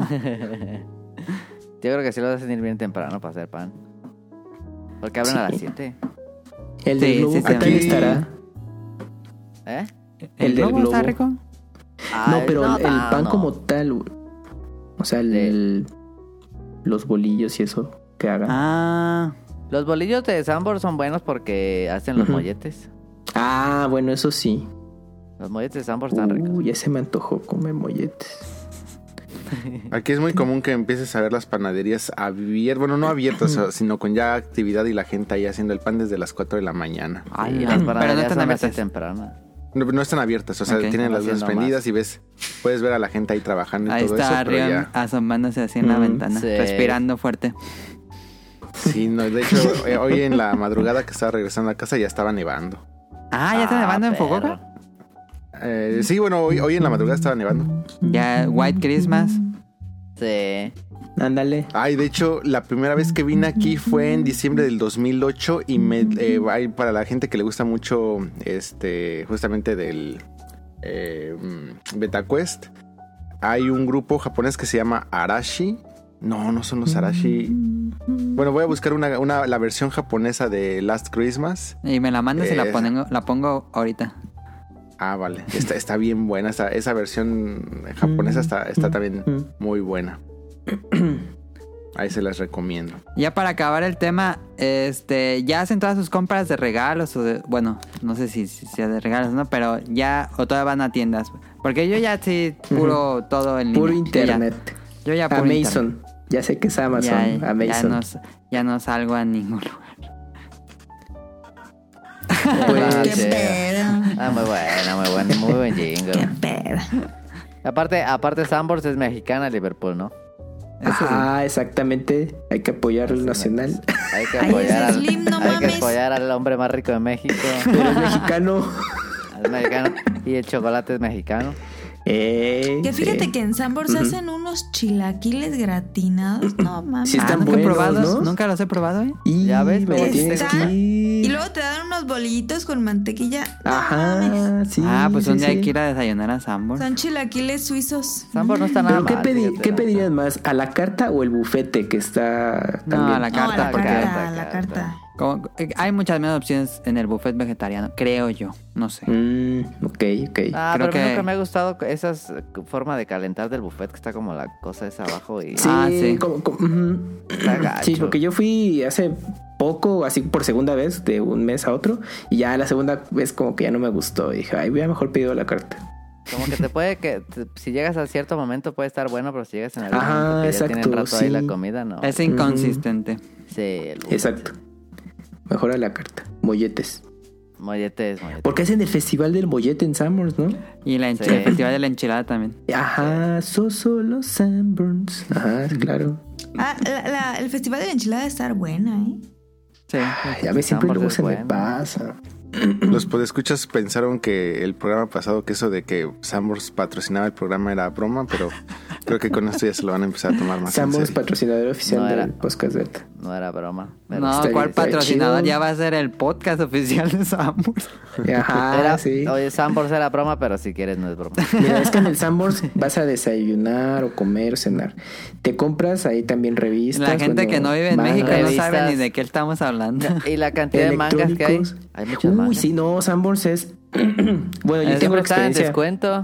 Yo creo que sí lo hacen ir bien temprano para hacer pan. Porque abren a Sí. las siete. El Sí, del globo, sí, ¿qué sí. tal Aquí- estará? ¿Eh? ¿El, el del globo está globo. rico? No, Ay, pero el, el pan tanto. como tal, güey. O sea, el, De- el- los bolillos y eso que hagan. Ah, Ah, Los bolillos de Sanborns son buenos porque hacen los Ujú. molletes. Ah, bueno, eso sí. Los molletes de Sanborns están ricos. Uh, ya se me antojó comer molletes. Aquí es muy común que empieces a ver las panaderías abiertas, bueno, no abiertas, o- sino con ya actividad y la gente ahí haciendo el pan desde las cuatro de la mañana. ay, Y ay, las pero no panaderías están son así abiertas. tempranas. No, no están abiertas, o sea, Ok. tienen las luces Haciendo prendidas más. y ves, puedes ver a la gente ahí trabajando y Ahí todo está eso, pero Rion ya. asomándose así en la Mm, ventana, sí. respirando fuerte. Sí. Sí, no, de hecho, eh, hoy en la madrugada que estaba regresando a casa ya estaba nevando. Ah, ¿ya está nevando en perro. Fukuoka? Eh, sí, bueno, hoy, hoy en la madrugada estaba nevando. Ya, White Christmas. Sí. Ándale. Ay, de hecho, la primera vez que vine aquí fue en diciembre del dos mil ocho y me, eh, hay para la gente que le gusta mucho, este, justamente del eh, BetaQuest, hay un grupo japonés que se llama Arashi. No, no son los Arashi. Bueno, voy a buscar una, una la versión japonesa de Last Christmas. Y me la mandas y la Eh, pongo, la pongo ahorita. Ah, vale. Está, está bien buena. Esa, esa versión japonesa está, está también muy buena. Ahí se las recomiendo. Ya para acabar el tema, este, ya hacen todas sus compras de regalos o de, bueno, no sé si, si sea de regalos, ¿no? Pero ya, o todavía van a tiendas. Porque yo ya sí, puro uh-huh. todo en línea. Puro internet. Yo ya, yo ya puro Amazon. Internet. Ya sé que es Amazon. Ya, Amazon. Ya, no, ya no salgo a ningún lugar. Pues, ¡Qué pedo! Ah, muy buena, muy buena, muy buen jingle. ¡Qué pedo! Aparte, aparte Sanborns es mexicana, Liverpool, ¿no? Ah, exactamente. Hay que apoyar al nacional. Hay que Ay, apoyar, ese al, Slim, no hay que mames. apoyar al hombre más rico de México. Pero es mexicano. Al mexicano. Y el chocolate es mexicano. Eh, Que fíjate sí. que en Sanborns Ujú. hacen unos chilaquiles gratinados. No mames. Sí Ah, están nunca he buenos, probado, ¿no? nunca los he probado, ¿eh? Y Ya ves, me pero tienes está- que Y ir. luego te dan unos bolitos con mantequilla. No mames. Ajá, sí. ah, pues un sí, día hay sí. que ir a desayunar a Sanborns. Son chilaquiles suizos. Sanborns no está nada ¿Pero qué, mal. pedi- fíjate, qué la pedirías más? ¿A la carta o el bufete que está No, también? a la No, carta, a la porque carta, a la carta. carta. como- eh, hay muchas menos opciones en el buffet vegetariano, creo yo, no sé. Mm, ok, ok. Ah, Creo pero que- nunca me ha gustado esa forma de calentar del buffet, que está como la cosa esa abajo y... Sí, Ah, sí. como- como- ujú. Está gacho. Sí, porque yo fui hace poco, así por segunda vez, de un mes a otro, y ya la segunda vez como que ya no me gustó. Y dije, ay, voy a mejor pedir la carta. Como que te puede que... te- si llegas a cierto momento puede estar bueno, pero si llegas en algún Ajá, momento que exacto, ya tienen rato ahí sí. la comida, no. Es inconsistente. Sí, el buffet. Exacto. Mejor a la carta. Molletes. Molletes, molletes. Porque hacen el festival del mollete en Sanborns, ¿no? Y la ench- Sí. el festival de la enchilada también. Ajá, so solo Sanborns. Ajá, claro. Ah, la- la- el festival de la enchilada está buena, ¿eh? Sí. Ay, a ver, siempre Sanborns luego es se me bueno. pasa. Los podescuchas pensaron que el programa pasado, que eso de que Sanborns patrocinaba el programa era broma, pero creo que con esto ya se lo van a empezar a tomar más en Sanborns, serio. patrocinador oficial No era. del podcast beta. No era broma. Pero No, está ¿cuál bien, está patrocinador? chido. Ya va a ser el podcast oficial de Sanborns. Ajá, Era- sí. Oye, Sanborns era broma, pero si quieres no es broma. Mira, es que en el Sanborns vas a desayunar o comer o cenar. Te compras ahí también revistas. La gente bueno, que no vive en mangas, México no revistas. sabe ni de qué estamos hablando. Y la cantidad de mangas que hay. electrónicos. Hay muchas Uy, mangas. sí, no, Sanborns es... bueno, yo Es- tengo Siempre están en experiencia. descuento.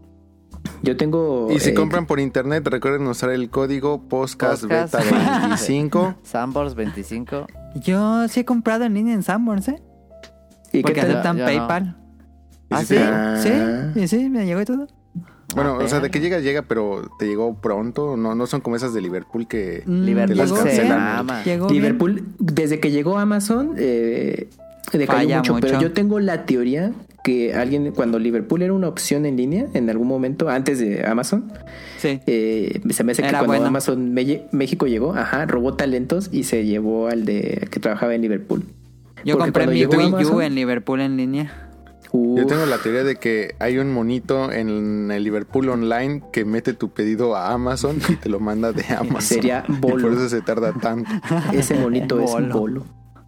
Yo tengo... Y si eh, compran por internet, recuerden usar el código podcast Podcast. beta veinticinco. Sanborns veinticinco. Yo sí he comprado en línea en Sanborns, ¿eh? ¿y qué Porque tal? aceptan Yo no. PayPal. ¿Y ¿Ah, si sí? te- Ah. Sí, y sí, me llegó y todo. Bueno, Ah, o sea, de perro. que llega, llega, pero te llegó pronto. No, no son como esas de Liverpool que... Mm, Liverpool las llegó se bien, cancelan. llama. Llegó bien. Liverpool, desde que llegó Amazon, eh, decayó Falla mucho, mucho. pero yo tengo la teoría que alguien, cuando Liverpool era una opción en línea, en algún momento, antes de Amazon, Sí. eh, se me hace que Era cuando bueno. Amazon Me- México llegó, ajá, robó talentos y se llevó al de que trabajaba en Liverpool. Yo porque compré cuando mi llegó Wii U Amazon- en Liverpool en línea. Uf, Yo tengo la teoría de que hay un monito en el Liverpool Online que mete tu pedido a Amazon y te lo manda de Amazon. Sería Y bolo. por eso se tarda tanto. ese monito es un Bolo. bolo.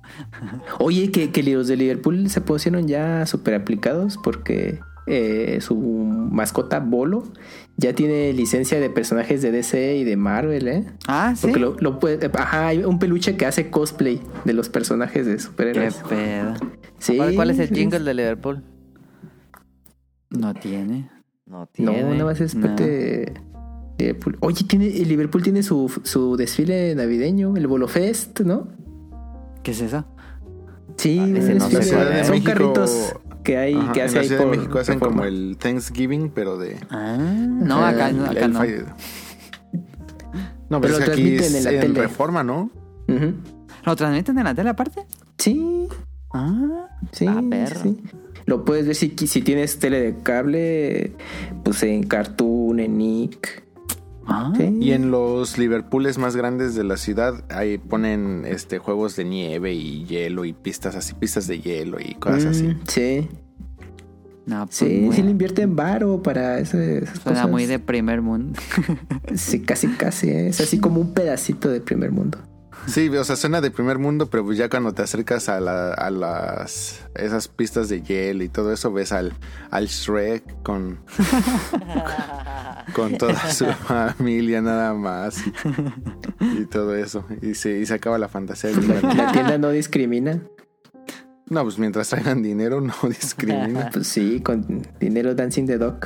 Oye, que, que los de Liverpool se pusieron ya súper aplicados porque eh, su mascota Bolo ya tiene licencia de personajes de D C y de Marvel, ¿eh? Ah, sí. Porque lo, lo puede, ajá, hay un peluche que hace cosplay de los personajes de Qué superhéroes. pedo. Sí, ¿Cuál, cuál es el sí. jingle de Liverpool? No tiene. No No, tiene. nada más es parte de Liverpool. Oye, tiene, el Liverpool tiene su, su desfile navideño, el Bolo Fest, ¿no? ¿Qué es eso? Sí, Ah, un ese no sé desfile. cuál es. Son México- carritos que hay Ajá, que en hace la ahí Ciudad por de México hacen Reforma. como el Thanksgiving, pero de... Ah, no, Ah, acá, no, acá el no. Fire- No, Pero pero, lo es que aquí transmiten es en la en tele. Reforma, ¿no? Ujú. ¿Lo transmiten en la tele aparte? Sí, Ah, sí, Ah, perro. sí. Lo puedes ver si, si tienes tele de cable, pues en Cartoon, en Nick. Ah. Sí. Y en los Liverpooles más grandes de la ciudad, ahí ponen este juegos de nieve y hielo y pistas así, pistas de hielo y cosas Mm, así. Sí, No, pues, sí, muy- sí le invierten varo para ese- esas Suena cosas. muy de primer mundo. Sí, casi, casi, ¿eh? Es así como un pedacito de primer mundo. Sí, o sea, suena de primer mundo, pero pues ya cuando te acercas a, la, a las esas pistas de hielo y todo eso, ves al, al Shrek con, con toda su familia nada más y, y todo eso. Y se, y se acaba la fantasía. bien grande. La tienda no discrimina. No, pues mientras traigan dinero no discrimina. Pues sí, con dinero Dancing the Dog.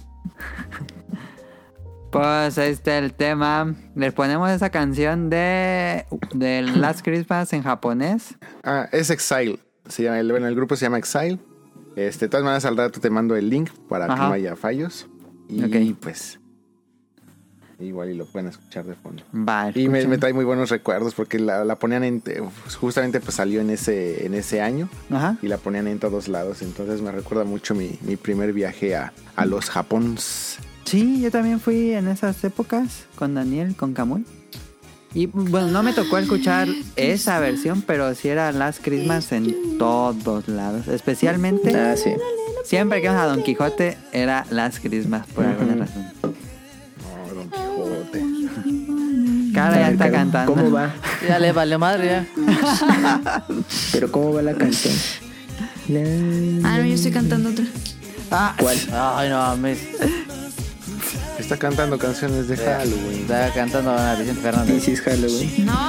Pues ahí está el tema. Les ponemos esa canción de, de Last Christmas en japonés. Ah, es Exile. Se llama, el, bueno, el grupo se llama Exile. Este, de todas maneras, al rato te mando el link para Ajá. que no haya fallos. Y Ok. pues, igual y lo pueden escuchar de fondo. Va, Y me, escuchen. me trae muy buenos recuerdos porque la, la ponían en... Justamente pues salió en ese, en ese año Ajá. y la ponían en todos lados. Entonces me recuerda mucho mi, mi primer viaje a, a los Japons. Sí, yo también fui en esas épocas con Daniel, con Kamui. Y bueno, no me tocó escuchar esa versión, pero sí era Last Christmas en todos lados. Especialmente, Ah, sí. siempre que íbamos a Don Quijote, era Last Christmas por alguna razón. Oh, Don Quijote. Cara ya está Ricardo, cantando. ¿Cómo va? Ya le valió madre ya. Pero ¿cómo va la canción? Ah, no, yo estoy cantando otra. Ah, ¿Cuál? Ay, no mames. Está cantando canciones de Halloween. Está cantando a Vicente Fernández. This is Halloween. No.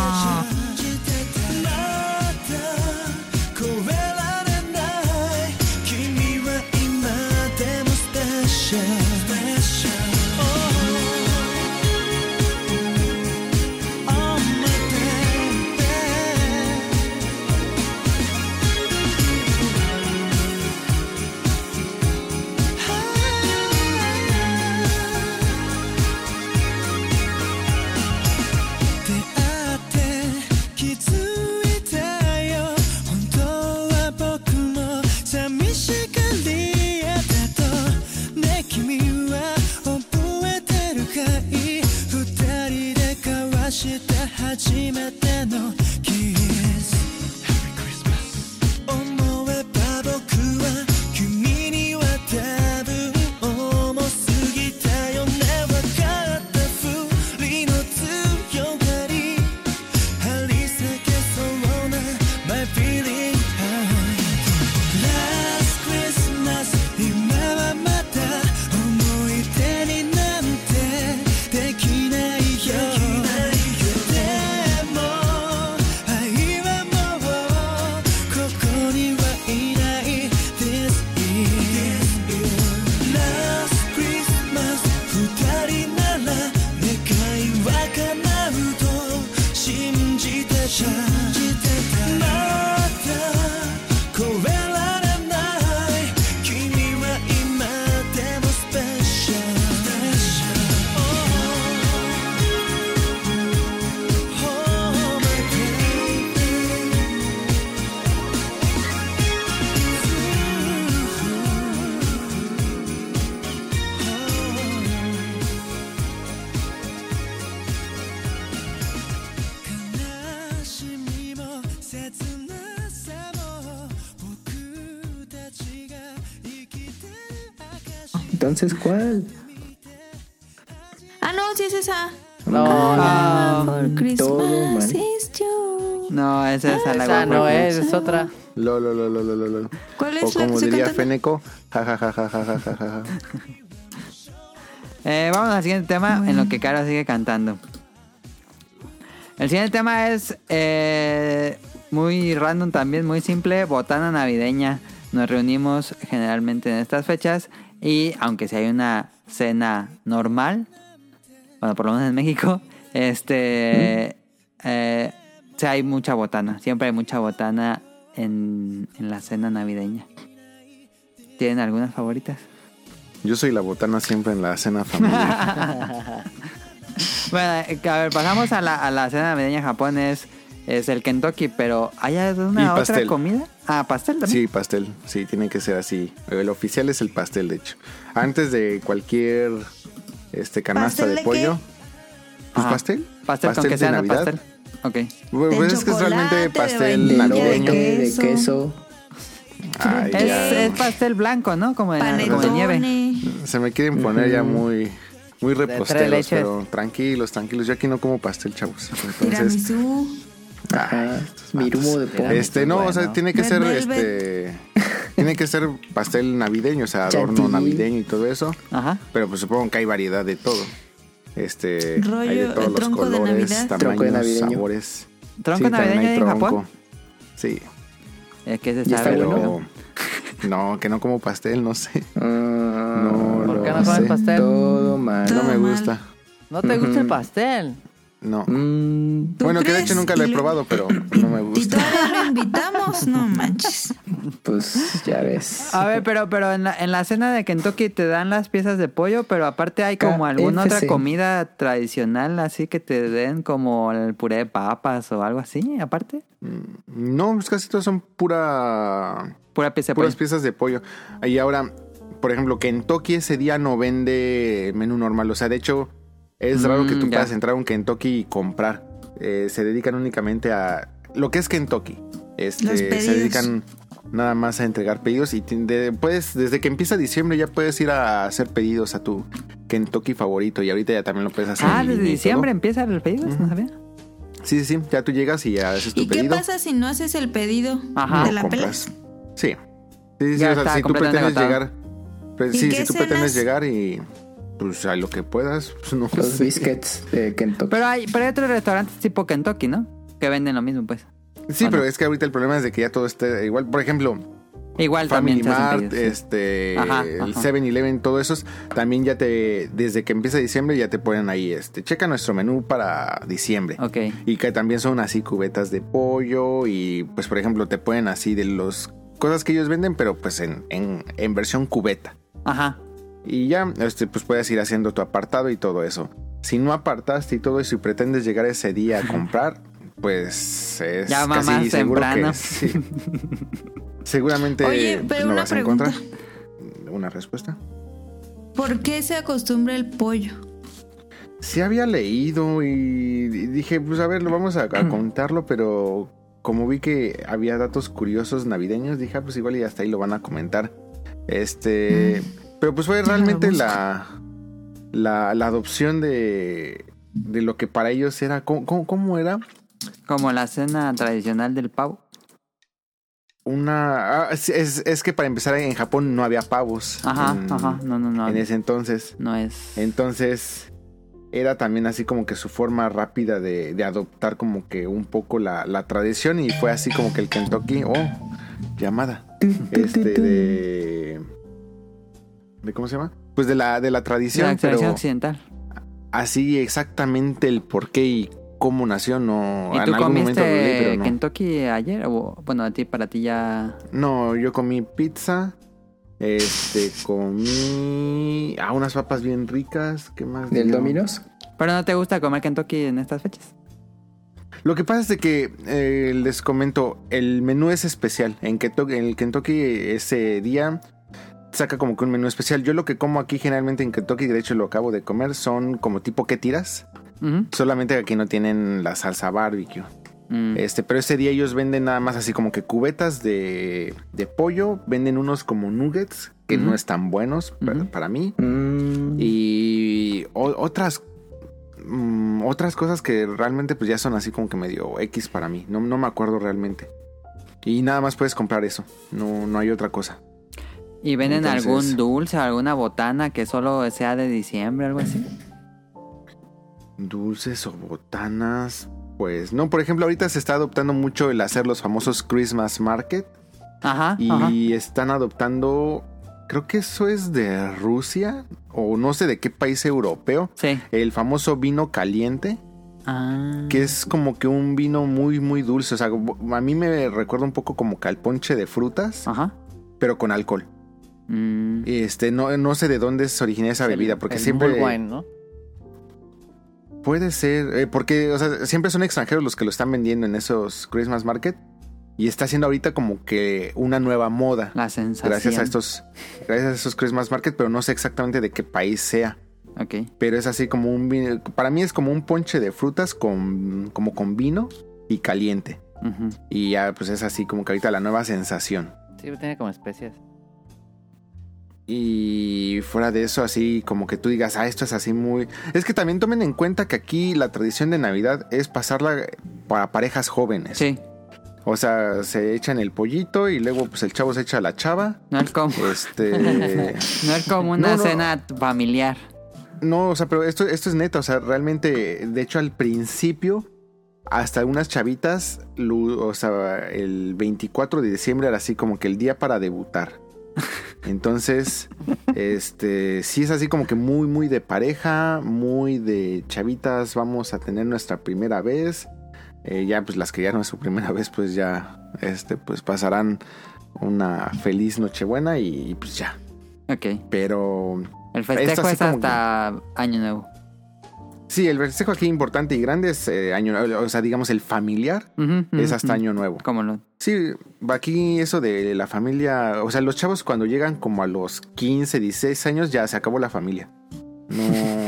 Entonces, ¿cuál? Ah, no, sí es esa. No, Ah, For todo mal. Christmas is you. no, esa es a la esa no guapa. es, es otra. Lo, lo, lo, lo, lo, lo, lo. ¿Cuál es O la que como estoy diría cantando? Feneco, ja, ja, ja, ja, ja, ja, ja, ja. Eh, vamos al siguiente tema en lo que Caro sigue cantando. El siguiente tema es eh, muy random también, muy simple, botana navideña. Nos reunimos generalmente en estas fechas y aunque si hay una cena normal, bueno, por lo menos en México, este, eh, sí hay mucha botana. Siempre hay mucha botana en, en la cena navideña. ¿Tienen algunas favoritas? Yo soy la botana siempre en la cena familiar. Bueno, eh, a ver, pasamos a la, a la cena navideña en Japón, es, es el Kentucky, pero ¿hay alguna Y otra pastel. comida? Ah, pastel también. Sí, pastel. Sí, tiene que ser así. El oficial es el pastel, de hecho. Antes de cualquier este canasta ¿Pastel de de pollo. qué? Pues Ajá. pastel. Pastel, con que de sea de Navidad. pastel. Ok. Pues, De es que es realmente chocolate, de pastel vainilla, navideño. de de queso. queso. Ay, Es, ya. es pastel blanco, ¿no? Como de, como de nieve. Panetones. Se me quieren poner ya Ujú. muy, muy tres reposteros, leches. pero tranquilos, tranquilos. Yo aquí no como pastel, chavos. Entonces, Tiramisú. Ajá. Mirumo de pollo. este, no, o sea, Bueno. tiene que Red ser, Velvet. este, tiene que ser pastel navideño, o sea, adorno Chantilly. navideño y todo eso. Ajá. Pero pues supongo que hay variedad de todo. Este, Rollo, hay de todos el los tronco de colores, Navidad. Tronco de tamaños, navideño. sabores. ¿Tronco Sí, también navideño hay en Japón? tronco. Sí, Es que se ¿Y está sabe. bueno? pero no, que no como pastel, no sé. Ah, No, ¿Por qué no no comes sé. pastel? Todo mal. Todo No me mal. gusta. ¿No te gusta el Ujú. pastel? No. Mm, ¿Tú Bueno, que de crees? hecho nunca lo he Y lo- probado, pero no me Y gusta. todavía lo invitamos, no manches. pues ya ves. A ver, pero, pero en, la, en la cena de Kentucky te dan las piezas de pollo, pero aparte hay como alguna K F C. otra comida tradicional, así que te den como el puré de papas o algo así, aparte. No, pues casi todos son pura Pura pieza de puras pollo. piezas de pollo. Y ahora, por ejemplo, Kentucky ese día no vende menú normal. O sea, de hecho, es raro que tú Mm, ya. puedas entrar a un Kentucky y comprar. Eh, se dedican únicamente a lo que es Kentucky. Este, Los se pedidos. dedican nada más a entregar pedidos y ti- de- puedes, desde que empieza diciembre ya puedes ir a hacer pedidos a tu Kentucky favorito y ahorita ya también lo puedes hacer. Ah, en desde línea y diciembre todo. empieza el pedido, ¿no sabía? Sí, sí, sí, ya tú llegas y ya haces tu ¿Y qué pedido. pasa si no haces el pedido? Ajá. ¿De Lo la pela? compras. Sí. Sí, sí, Ya o sea, está si tú completamente pretendes agotado. llegar, pues, ¿Y sí, qué si tú pretendes cenas? llegar y pues a lo que puedas, pues no Los sé. biscuits de Kentucky. Pero hay, pero hay otros restaurantes tipo Kentucky, ¿no? Que venden lo mismo, pues. Sí, ¿O pero no? es que ahorita el problema es de que ya todo esté igual. Por ejemplo, Igual Family también se hacen Mart, pedidos, sí. este, Ajá, el ajá. seven eleven, todo esos, también ya te, desde que empieza diciembre ya te ponen ahí, este, checa nuestro menú para diciembre. Ok. Y que también son así cubetas de pollo y pues por ejemplo te ponen así de los cosas que ellos venden, pero pues en, en, en versión cubeta. Ajá. Y ya, este, pues puedes ir haciendo tu apartado y todo eso. Si no apartaste y todo eso y pretendes llegar ese día a comprar, pues es Ya va casi más seguro temprano. que sí. Seguramente Oye, pues, pero no una vas a pregunta. encontrar una respuesta. ¿Por qué se acostumbra el pollo? Sí había leído y, y dije, pues a ver, lo vamos a, a contarlo, pero como vi que había datos curiosos navideños, dije, ah, pues igual y hasta ahí lo van a comentar. Este, pero pues fue Déjalo realmente busco. la, la la adopción de de lo que para ellos era, ¿cómo, cómo, cómo era? Como la cena tradicional del pavo. Una, ah, es, es, es que para empezar en Japón no había pavos. Ajá, en, ajá. No, no, no. en ese entonces. No es. Entonces era también así como que su forma rápida de, de adoptar como que un poco la, la tradición y fue así como que el Kentucky, oh, llamada, este de, de ¿cómo se llama? Pues de la, de la tradición, La tradición pero occidental. así exactamente el por qué y cómo nació, no, ¿Y en tú algún momento lo leí, comiste pero no. Kentucky ayer? O, bueno, a ti, para ti ya... No, yo comí pizza, este, comí, ah, unas papas bien ricas, ¿qué más? ¿Del digo? Domino's? ¿Pero no te gusta comer Kentucky en estas fechas? Lo que pasa es de que eh, les comento, el menú es especial. En Kentucky, en el Kentucky ese día saca como que un menú especial. Yo lo que como aquí generalmente en Kentucky, de hecho lo acabo de comer, son como tipo que tiras. Ujú. Solamente que aquí no tienen la salsa barbecue. Mm. Este, pero ese día ellos venden nada más así como que cubetas de, de pollo. Venden unos como nuggets que Ujú. no están buenos para, Ujú. para mí. Mm, Y o- otras mm, otras cosas que realmente pues ya son así como que medio X para mí. No, no me acuerdo realmente. Y nada más puedes comprar eso. No, no hay otra cosa. ¿Y venden Entonces- algún dulce, alguna botana que solo sea de diciembre, algo así? Dulces o botanas. Pues no, por ejemplo, ahorita se está adoptando mucho el hacer los famosos Christmas Market. Ajá, Y ajá. están adoptando, creo que eso es de Rusia o no sé de qué país europeo. Sí. El famoso vino caliente. Ah. Que es como que un vino muy, muy dulce. O sea, a mí me recuerda un poco como que al ponche de frutas, Ajá. pero con alcohol. Mm. Este, no, no sé de dónde se origina esa bebida, porque el siempre Bull Wine, ¿no? puede ser, eh, porque, o sea, siempre son extranjeros los que lo están vendiendo en esos Christmas Market y está haciendo ahorita como que una nueva moda. La sensación. Gracias a estos, gracias a esos Christmas Market, pero no sé exactamente de qué país sea. Ok. Pero es así como un vino, para mí es como un ponche de frutas con, como con vino y caliente. Ujú. Y ya pues es así como que ahorita la nueva sensación. Sí, tiene como especias. Y fuera de eso, así como que tú digas, ah, esto es así muy... Es que también tomen en cuenta que aquí la tradición de Navidad es pasarla para parejas jóvenes. Sí. O sea, se echan el pollito y luego pues el chavo se echa la chava. No es como, Este... no es como una No, no. cena familiar. No, o sea, pero esto, esto es neta. O sea, realmente, de hecho, al principio, hasta algunas chavitas, lu- o sea, el veinticuatro de diciembre era así como que el día para debutar. Entonces, este, sí es así como que muy, muy de pareja, muy de chavitas, vamos a tener nuestra primera vez. Eh, ya, pues las que ya no es su primera vez, pues ya, este, pues pasarán una feliz Nochebuena y, y pues ya. Ok. Pero El festejo Esto así es como hasta Año Nuevo. sí, el festejo aquí importante y grande es eh, año, o sea, digamos el familiar Ujú, ujú, es hasta ujú. Año Nuevo. ¿Cómo no? Sí, aquí eso de la familia, o sea, los chavos cuando llegan como a los quince, dieciséis años ya se acabó la familia. No,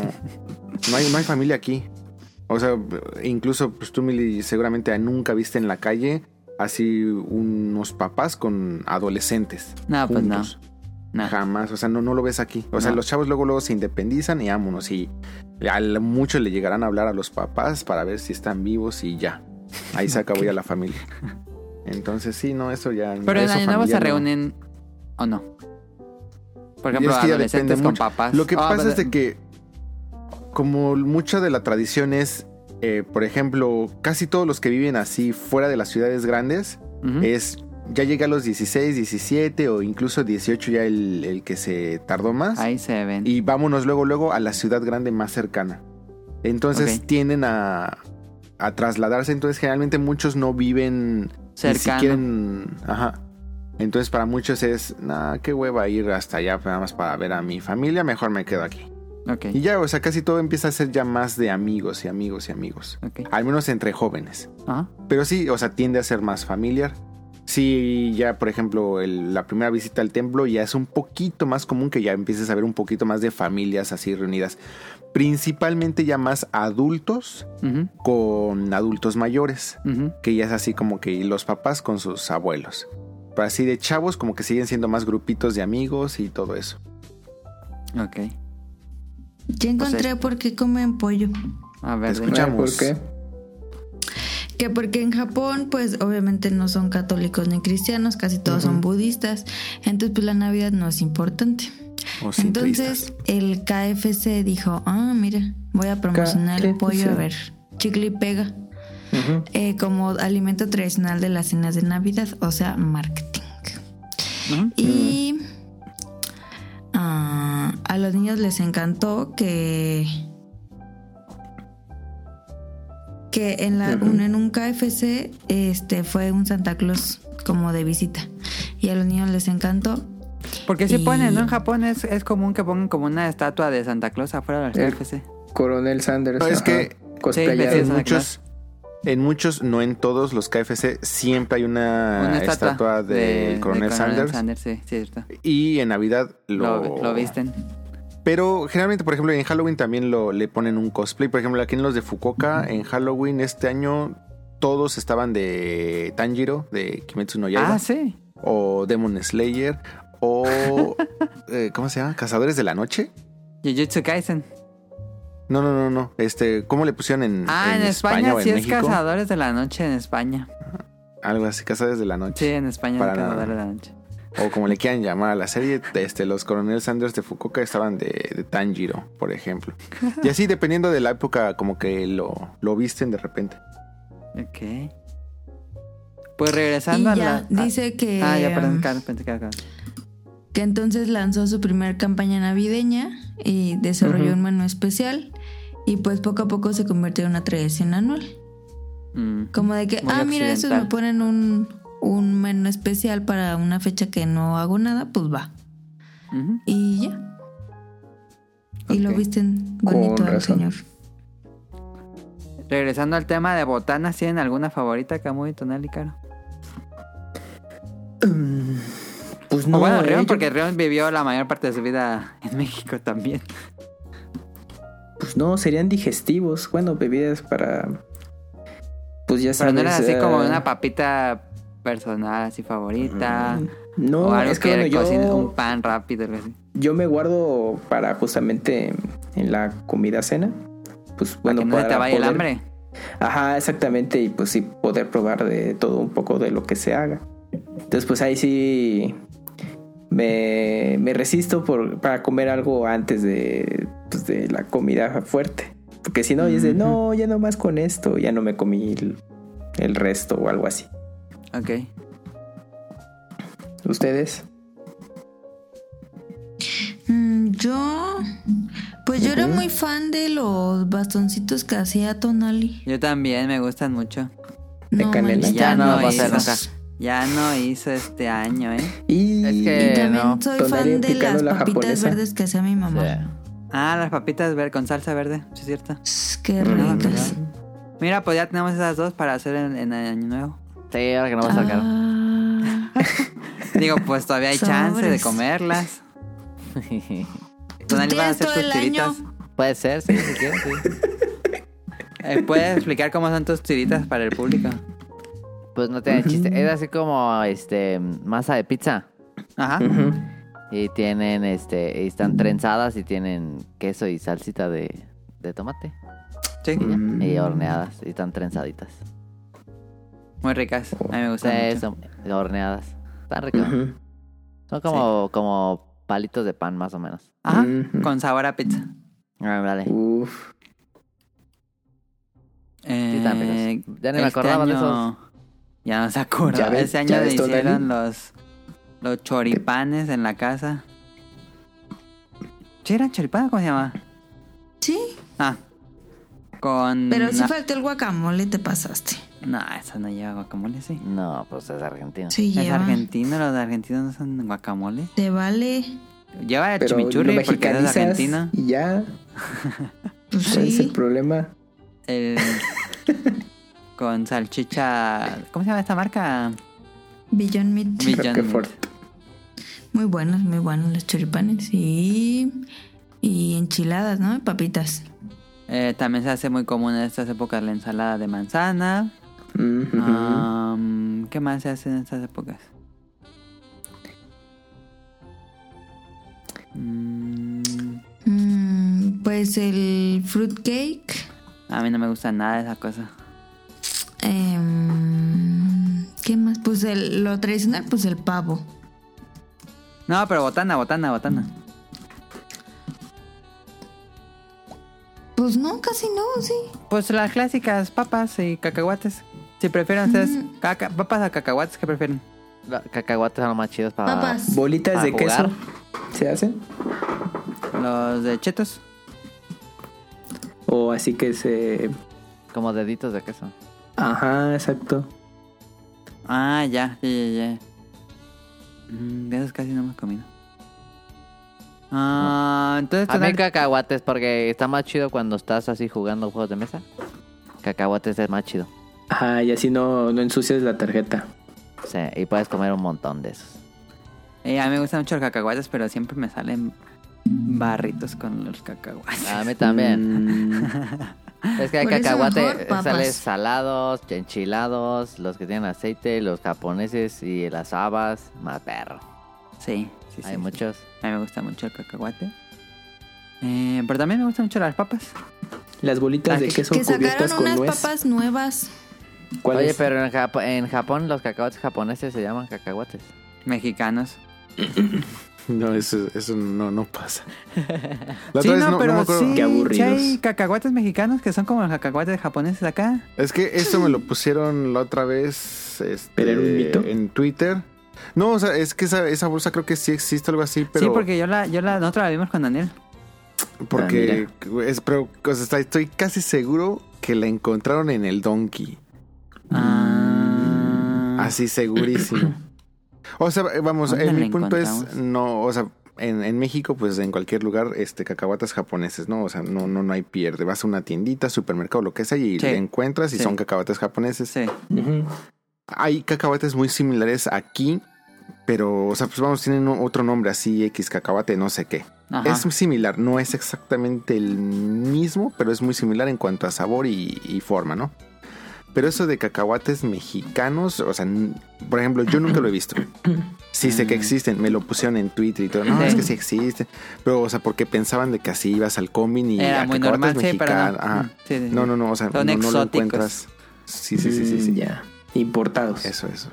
no hay, no hay familia aquí. O sea, incluso pues tú, Mili, seguramente nunca viste en la calle así unos papás con adolescentes. No, pues no. juntos. No. Jamás, o sea, no, no lo ves aquí. O sea, No. los chavos luego luego se independizan y vámonos. Y a muchos le llegarán a hablar a los papás para ver si están vivos y ya. Ahí se acabó ya la familia. Entonces sí, no, eso ya... Pero en eso Año Nuevo se familiar no. reúnen o no. Por Y ejemplo, es que ya adolescentes depende con mucho. papás. Lo que Ah, pasa pero- es de que como mucha de la tradición es, eh, por ejemplo, casi todos los que viven así fuera de las ciudades grandes, Ujú. es ya llega a los dieciséis, diecisiete o incluso dieciocho ya el, el que se tardó más. Ahí se ven. Y vámonos luego luego a la ciudad grande más cercana. Entonces Ok. tienden a, a trasladarse. Entonces generalmente muchos no viven Cercano. ni siquiera en... Ajá. Entonces para muchos es, nah, qué hueva ir hasta allá nada más para ver a mi familia, mejor me quedo aquí. Ok. Y ya, o sea, casi todo empieza a ser ya más de amigos y amigos y amigos. Ok. Al menos entre jóvenes. Ajá. Pero sí, o sea, tiende a ser más familiar. Sí, ya por ejemplo, el- la primera visita al templo ya es un poquito más común que ya empieces a ver un poquito más de familias así reunidas. Principalmente ya más adultos Ujú, con adultos mayores. ujú. Que ya es así como que los papás con sus abuelos. Pero así de chavos como que siguen siendo más grupitos de amigos y todo eso. Ok. Ya encontré por qué comen pollo. A ver, Te dime. escuchamos. ¿Por qué? Que porque en Japón, pues obviamente no son católicos ni cristianos, casi todos son budistas. Entonces, pues la Navidad no es importante. O sí, Entonces, el K F C dijo: ah, mira, voy a promocionar el K F C. pollo, a ver, chicle y pega, Ujú. eh, como alimento tradicional de las cenas de Navidad, o sea, marketing. Ujú. Y ah, a los niños les encantó que que en la un- en un K F C este fue un Santa Claus como de visita y a los niños les encantó. Porque si Y- ponen, ¿no? En Japón es, es común que pongan como una estatua de Santa Claus afuera del El- K F C. Coronel Sanders. No, es ajá, que- cosplayado. Sí, En Santa muchos, en muchos, no en todos los K F C, siempre hay una, Una estatua, estatua del de- Coronel de Sanders. sí, sí, es cierto. Y en Navidad lo, Lo, lo visten. Pero generalmente, por ejemplo, en Halloween también lo, le ponen un cosplay. Por ejemplo, aquí en los de Fukuoka, en Halloween este año, todos estaban de Tanjiro, de Kimetsu no Yaiba. Ah, sí. O Demon Slayer. O... eh, ¿Cómo se llama? ¿Cazadores de la Noche? Jujutsu Kaisen. No, no, no, no. Este, ¿cómo le pusieron en, Ah, en, España, España o en sí es México? Cazadores de la Noche en España. Algo así, Cazadores de la Noche. Sí, en España Para es nada. Cazadores de la Noche. O como le quieran llamar a la serie, este, los Coronel Sanders de Fukuoka estaban de, de Tanjiro, por ejemplo. Y así, dependiendo de la época, como que lo, lo visten de repente. Ok. Pues Y regresando a ya la... dice que Ah, ya, perdón, um, Carlos, pensé que era Carlos. que entonces lanzó su primer campaña navideña y desarrolló Ujú. un menú especial y pues poco a poco se convirtió en una tradición anual. Mm. Como de que, Muy ah, mira, esos me occidental. ponen un, un menú especial para una fecha que no hago nada, pues va. Ujú. Y ya. Y lo Ok. visten Con bonito al razón. señor. Regresando al tema de botanas, ¿tienen alguna favorita, Camuy, Tonal y Caro? Mm, Pues O no, bueno, eh, Rion, yo- porque Rion vivió la mayor parte de su vida en México también. pues no, serían digestivos. Bueno, bebidas para... Pues ya Pero sabes. no era así uh, como una papita personal, así favorita. No, o algo es que, que bueno, yo... cocine, un pan rápido, algo así. Yo me guardo para justamente en la comida cena. Pues bueno, para que no se te vaya el hambre. Ajá, exactamente. Y pues sí, poder probar de todo un poco de lo que se haga. Entonces, pues ahí sí... Me, me resisto por, para comer algo antes de, pues, de la comida fuerte. Porque si no, ya es de, no, ya nomás con esto, ya no me comí el, el resto o algo así. Ok. ¿Ustedes? Mm, yo... Pues yo era muy fan de los bastoncitos que hacía Tonali. Yo también, me gustan mucho. ¿De No, canela? manches, Ya no va a hizo. ser nunca. Ya no hizo este año, ¿eh? Y, Es que- Y también no. soy Tonali fan de picando las la papitas japonesa. verdes que hacía mi mamá. Sí. Ah, las papitas ver con salsa verde, sí es cierto. Sss, Qué ricas. Mira, pues ya tenemos esas dos para hacer en, en Año Nuevo. Sí, ahora que no va a sacar. Ah, Digo, pues todavía hay chance de Sobres. comerlas. Tú Tonali va a tienes hacer todo tus el tiritas. año. Puede ser, sí, si quieres, sí. Eh, ¿Puedes explicar cómo son tus tiritas para el público? Pues no tiene chiste. Es así como este masa de pizza. Ajá. Ujú. Y tienen este. Y están trenzadas y tienen queso y salsita de, de tomate. Sí, Y, ya. Mm. Y horneadas. Y están trenzaditas. muy ricas. A mí me Sí, gustan mucho. son horneadas. Están ricas. Ujú. Son como, como palitos de pan, más o menos. Ajá, Ujú. con sabor a pizza. Ah, vale. Uf. Eh, están ricas. Ya ni me este acordaba de año- esos. Ya no se acuerda. Ya ves, Ese año ya le ves, Tonali. hicieron los, los choripanes en la casa. ¿Sí eran choripanes? ¿Cómo se llama? Sí, Ah, con... pero sí na- faltó el guacamole, te pasaste. No, esa no lleva guacamole, sí. No, pues es argentino. Sí, Es lleva. argentino, los de argentinos no son guacamole. Te vale. Lleva el Pero chimichurri lo porque es mexicanizas argentino. y ya. Pues ¿Cuál es el sí. problema? El... con salchicha... ¿Cómo se llama esta marca? Beyond Meat. Beyond Roquefort. Meat. Muy buenos, muy buenos los choripanes. Y, y enchiladas, ¿no? Papitas. Eh, también se hace muy común en estas épocas la ensalada de manzana. Ujú. Am, ¿Qué más se hace en estas épocas? Mm, Mm, pues el fruit cake. a mí no me gusta nada de esa cosa. Em, ¿Qué más? Pues el, lo tradicional, pues el pavo. No, pero botana, botana, botana. Pues no, casi no, sí. Pues las clásicas papas y cacahuates. Si prefieren ustedes Mm. caca- papas o cacahuates, ¿qué prefieren? Los cacahuates son los más chidos para... Papas. Bolitas Para de jugar. queso. ¿Se hacen? Los de chetos. O así que se... Como deditos de queso. Ajá, exacto. Ah, ya, ya, ya, ya. Mm, de esos casi no hemos comido. Ah, entonces A mí total- cacahuates porque está más chido cuando estás así jugando juegos de mesa. Cacahuates es más chido. Ajá, y así no, no ensucias la tarjeta. Sí, y puedes comer un montón de esos. Eh, a mí me gustan mucho los cacahuates, pero siempre me salen barritos con los cacahuates. A mí también. Mm, Es que hay Por eso cacahuate, mejor papas. sale salados, enchilados, los que tienen aceite, los japoneses y las habas, más perro. Sí, sí, sí. Hay sí. muchos. A mí me gusta mucho el cacahuate. Eh, pero también me gustan mucho las papas. las bolitas Ah, de que- queso Que cubiertas sacaron con unas nuez. papas nuevas. ¿Cuáles? Oye, pero en, Jap- en Japón los cacahuates japoneses se llaman cacahuates. Mexicanos. No, eso, eso no, no pasa. La Sí, otra vez no, no, pero no me acuerdo. sí, Qué aburridos. sí hay cacahuates mexicanos que son como los cacahuates japoneses acá. Es que esto me lo pusieron la otra vez este, ¿Pero era un mito? en Twitter. No, o sea, es que esa, esa bolsa creo que sí existe, algo así, pero... Sí, porque yo la, yo la, nosotros la vimos con Daniel. Porque es, pero, o sea, está- estoy casi seguro que la encontraron en el Donkey. Ah. Así, segurísimo. O sea, vamos, ¿Dónde eh, la mi punto es, encontramos? no, o sea, en, en México, pues en cualquier lugar, este, cacahuates japoneses, ¿no? O sea, no, no, no hay pierde. Vas a una tiendita, supermercado, lo que sea, y Sí. le encuentras y Sí. son cacahuates japoneses. Sí. Ujú. Hay cacahuates muy similares aquí, pero, o sea, pues vamos, tienen otro nombre así, X cacahuate, no sé qué. Ajá. Es similar, no es exactamente el mismo, pero es muy similar en cuanto a sabor y, y forma, ¿no? Pero eso de cacahuates mexicanos, o sea, n- por ejemplo, yo nunca lo he visto. Sí sé que existen, me lo pusieron en Twitter y todo. No, Sí. es que sí existen. Pero, o sea, porque pensaban de que así ibas al combin y Era a muy cacahuates normal, sí, pero no. mexicanos. Ajá. Mm, sí, sí, sí. No, no, no, o sea, Son no, no lo exóticos. encuentras. Sí, sí, sí, sí, sí. Mm, ya. Importados. Eso, eso.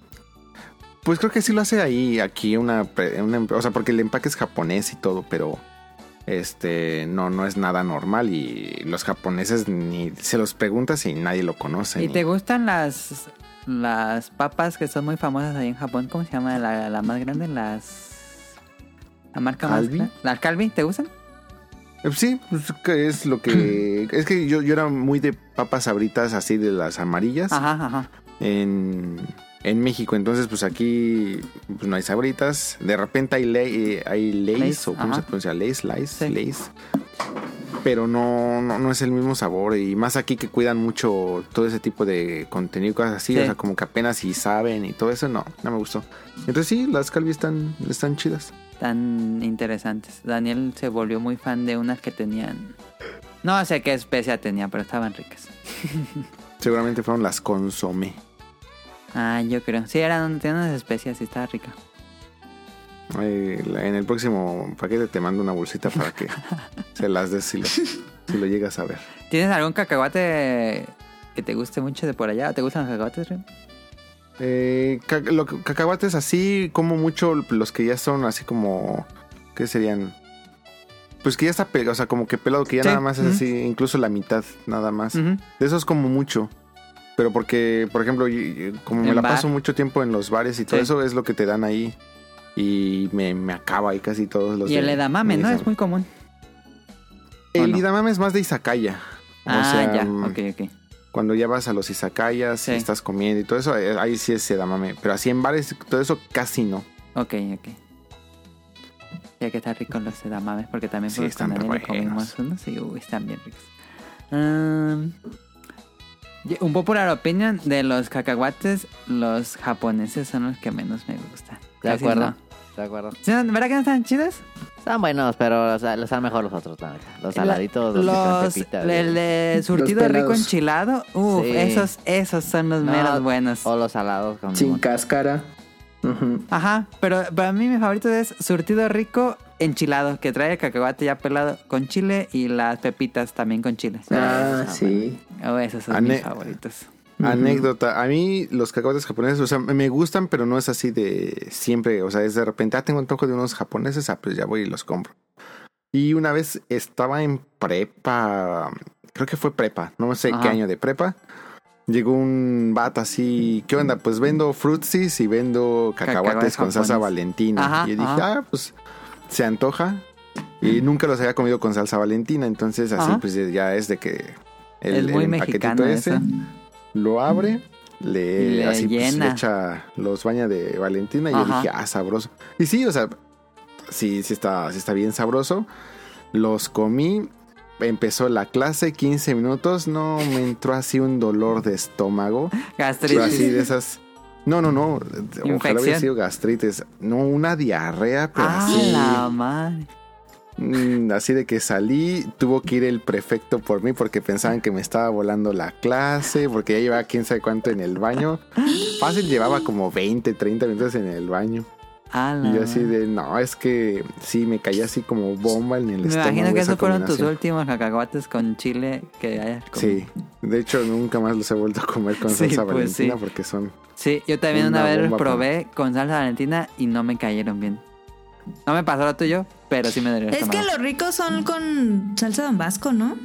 Pues creo que sí lo hace ahí, aquí una, pre- una, o sea, porque el empaque es japonés y todo, pero este no, no es nada normal y los japoneses ni se los preguntas y nadie lo conoce. ¿Y ni- te gustan las las papas que son muy famosas ahí en Japón? ¿Cómo se llama la, la más grande? Las la marca ¿Calbee? más grande. ¿Las Calbee? ¿Te gustan? Eh, Sí, pues que es lo que es que yo, yo era muy de papas sabritas así de las amarillas Ajá, ajá. en, en México, entonces pues aquí pues, no hay sabritas, de repente hay ley, hay Lays, Lay's, o cómo ajá. se pronuncia, Lays, Lays, Sí. Lays. Pero no, no, no es el mismo sabor. Y más aquí que cuidan mucho todo ese tipo de contenido, cosas así. Sí. O sea, como que apenas si saben y todo eso. No, no me gustó. Entonces sí, las Calbee están, están chidas. Tan interesantes. Daniel se volvió muy fan de unas que tenían... No sé qué especia tenía, pero estaban ricas. Seguramente fueron las Consomé. Ah, yo creo. Sí, eran, tenían unas especias y estaba rica. Eh, la- en el próximo paquete te mando una bolsita para que se las des si lo, si lo llegas a ver. ¿Tienes algún cacahuate que te guste mucho de por allá? ¿Te gustan los cacahuates, Ren? Eh, ca- lo- cacahuates así, como mucho los que ya son así como... ¿Qué serían? Pues que ya está pelado, o sea, como que pelado, que ya Sí, nada más es ujú. así, incluso la mitad, nada más. Ujú. De esos como mucho. Pero porque, por ejemplo, y- y como me En la bar. paso mucho tiempo en los bares y todo Sí. eso, es lo que te dan ahí. Y me, me acaba ahí casi todos los Y el de- edamame, de ¿no? esa- Es muy común. El ¿o no? edamame es más de izakaya. O Ah, sea, ya. mm, Ok, ok. cuando ya vas a los izakayas Sí. y estás comiendo y todo eso, eh, ahí sí es edamame. Pero así en bares, todo eso casi no. Ok, ok. Ya que está rico los edamames, porque también Sí, por están con Daniel buenos. comimos unos y uy, están bien ricos. Um, y- un popular opinion de los cacahuates, los japoneses son los que menos me gustan. De Casi acuerdo. no. De acuerdo. ¿Sí, ¿Verdad que no están chidos? Están buenos, pero o sea, los están mejor los otros, la neta. Los saladitos, los, que traen Los, pepita, el de surtido Los rico pelados. enchilado, uff, Sí. esos, esos son los No, meros buenos. O los salados con Sin limón. cáscara. Ujú. Ajá, pero para mí mi favorito es surtido rico enchilado, que trae el cacahuate ya pelado con chile y las pepitas también con chile. Ah, Ah, sí. Oh, esos son Ane- mis favoritos. Ujú. Anécdota, a mí los cacahuates japoneses, o sea, me gustan, pero no es así de siempre, o sea, es de repente, ah, tengo antojo de unos japoneses, ah, pues ya voy y los compro. Y una vez estaba en prepa, creo que fue prepa, no sé Ajá. qué año de prepa, llegó un vato así, ¿qué onda? Pues vendo frutsis y vendo cacahuates Cacahuates con salsa japoneses. valentina. Ajá, y yo dije, ajá. ah, pues se antoja. Y nunca los había comido con salsa valentina, entonces así Ajá. pues ya es de que Es muy mexicano eso. lo abre, le, Y le así pues, llena. le echa, los baña de Valentina y yo Ajá. dije, ah, sabroso. Y sí, o sea, sí, sí está, sí está bien sabroso. Los comí, empezó la clase, quince minutos, no, me entró así un dolor de estómago, pero así Gastritis. de esas... No, no, no, ojalá Infección. hubiera sido gastritis, no, una diarrea, pero Ah, así... la madre. Mm, Así de que salí, tuvo que ir el prefecto por mí porque pensaban que me estaba volando la clase, porque ya llevaba quién sabe cuánto en el baño. Fácil, llevaba como veinte, treinta minutos en el baño. Ah, la Y yo así madre. de, no, es que sí, me caía así como bomba en el Me estómago. imagino que esa esos fueron tus combinación. últimos cacahuates con chile que hayas comido. Sí, de hecho nunca más los he vuelto a comer con Sí, salsa pues valentina sí. porque son... Sí, yo también una, Una vez los bomba probé con salsa valentina y no me cayeron bien. No me pasó lo tuyo, pero sí me dolió el Es que estómago. los ricos son con salsa Don Vasco, ¿no?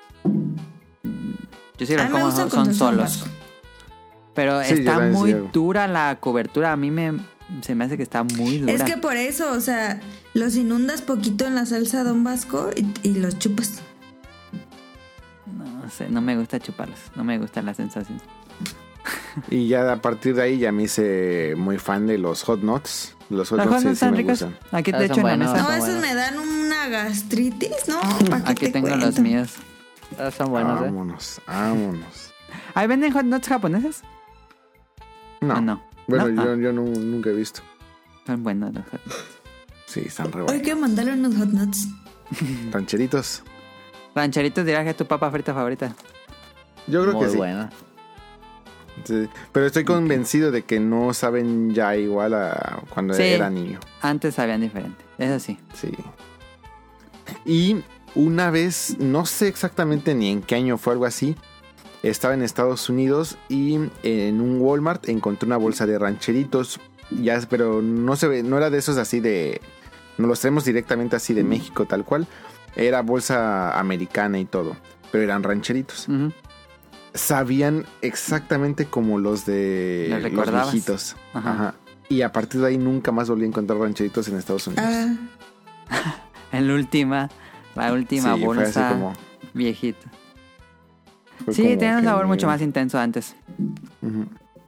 Yo sí A los mí me como gustan son, con son salsa Don solos. Vasco. Pero Sí, yo está también muy sí hago. dura la cobertura. A mí me se me hace que está muy dura. Es que por eso, o sea, los inundas poquito en la salsa Don Vasco y, y los chupas. No sé, no me gusta chuparlos. No me gusta la sensación. Y ya a partir de ahí ya me hice muy fan de los hot nuts. Los hot Los nuts hot sí, nuts sí están me ricos. gustan. Aquí Ah, te son echo en la buenos. mesa. No, está esos bueno. me dan una gastritis, ¿no? ¿Para qué Aquí te tengo cuento? los míos. Ah, son buenos, ¿eh? Vámonos, vámonos. ¿Ahí venden hot nuts japoneses? No, ¿O no? bueno, ¿No? yo, Ah, yo no- nunca he visto. son buenos los hot nuts. Sí, están re Hay buenos. que mandarle unos hot nuts. Rancheritos. Rancheritos dirás que es tu papa frita favorita. Yo creo Muy que sí. buena. Sí. Pero estoy convencido de que no saben ya igual a cuando Sí. era niño. Antes sabían diferente. Eso sí. Sí. Y una vez, no sé exactamente ni en qué año fue, algo así, estaba en Estados Unidos y en un Walmart encontré una bolsa de rancheritos. Ya, pero no se ve, no era de esos así de, no los traemos directamente así de México tal cual. Era bolsa americana y todo, pero eran rancheritos. Ujú. Sabían exactamente como los de ¿Los los recordabas? viejitos. Ajá. Ajá. Y a partir de ahí nunca más volví a encontrar rancheritos en Estados Unidos. Ah, En la última, la última Sí, fue así bolsa como- viejita. Fue Sí, como tenía un que- sabor mucho más intenso antes. Ujú.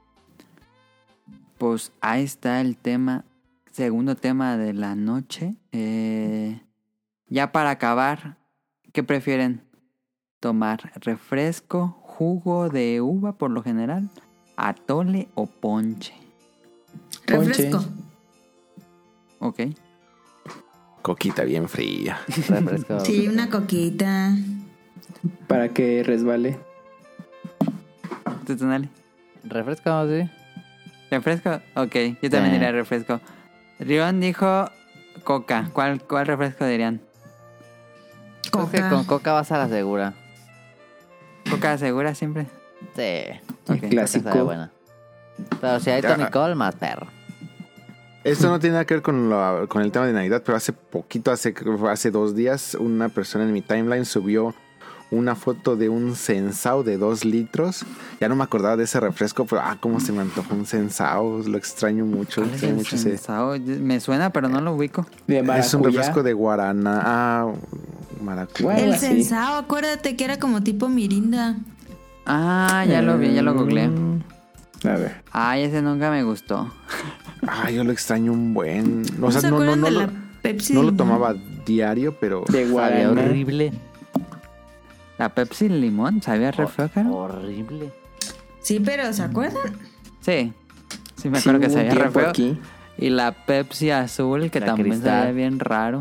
Pues ahí está el tema, segundo tema de la noche. Eh, ya para acabar, ¿qué prefieren? ¿Tomar refresco, jugo de uva por lo general, atole o ponche? refresco. Ok. Coquita bien fría. Refresco. Sí, una coquita. Para que resbale. ¿Tú, Tonali? Refresco, sí. ¿Refresco? Ok, yo también Sí. diría refresco. Rion dijo coca. ¿Cuál, cuál refresco dirían? Es que Coca. con coca vas a la segura. ¿Coca segura siempre? Sí. El Ok. Coca clásico. sabe buena. Pero si hay Ya. tonicol, más perro. Esto no tiene nada que ver con, lo- con el tema de Navidad, pero hace poquito, hace, hace dos días, una persona en mi timeline subió una foto de un Sensao de dos litros. Ya no me acordaba de ese refresco, pero ah, cómo se me antojó un Sensao. Lo extraño mucho. ¿Cuál es extraño el mucho ese- sensao? Me suena, pero no lo ubico. De Es un maracuyá. refresco de guaraná. Ah, maracuyá. Bueno, El así. sensao, acuérdate que era como tipo mirinda. Ah, ya lo vi, ya lo googleé. Mm, A ver. Ay, ese nunca me gustó. Ah, yo lo extraño un buen. O ¿No sea, se no, no, acuerdan no, de lo, la Pepsi? no lo limón? tomaba diario, pero De Sabía guaraná. horrible. ¿La Pepsi limón? ¿Sabía re feo, cara? Horrible. Sí, pero ¿se acuerdan? Sí. Sí, me Sí, acuerdo que hubo un sabía re tiempo feo. aquí. Y la Pepsi azul, que La también Cristal. sabía bien raro.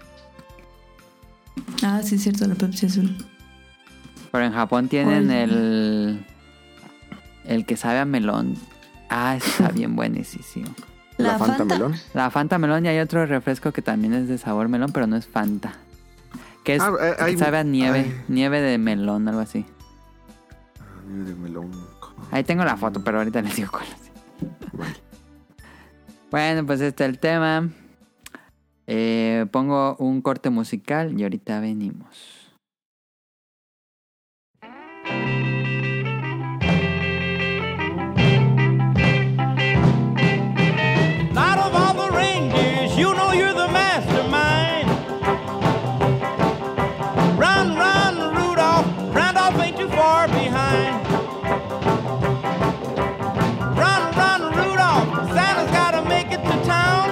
Ah, sí, es cierto, la Pepsi azul. Pero en Japón tienen Oye. el... El que sabe a melón. Ah, está bien buenísimo. la, La Fanta, Fanta. melón. La Fanta melón, y hay otro refresco que también es de sabor melón, pero no es Fanta. Que es, Ah, eh, que hay- sabe a nieve. ay. Nieve de melón, algo así. De melón. Ahí tengo la foto, pero ahorita les digo cuál es. Bueno, pues este es el tema. Eh, pongo un corte musical y ahorita venimos. Out of all the reindeers, you know you're the mastermind. Run, run, Rudolph. Randolph ain't too far behind. Run, run, Rudolph. Santa's gotta make it to town.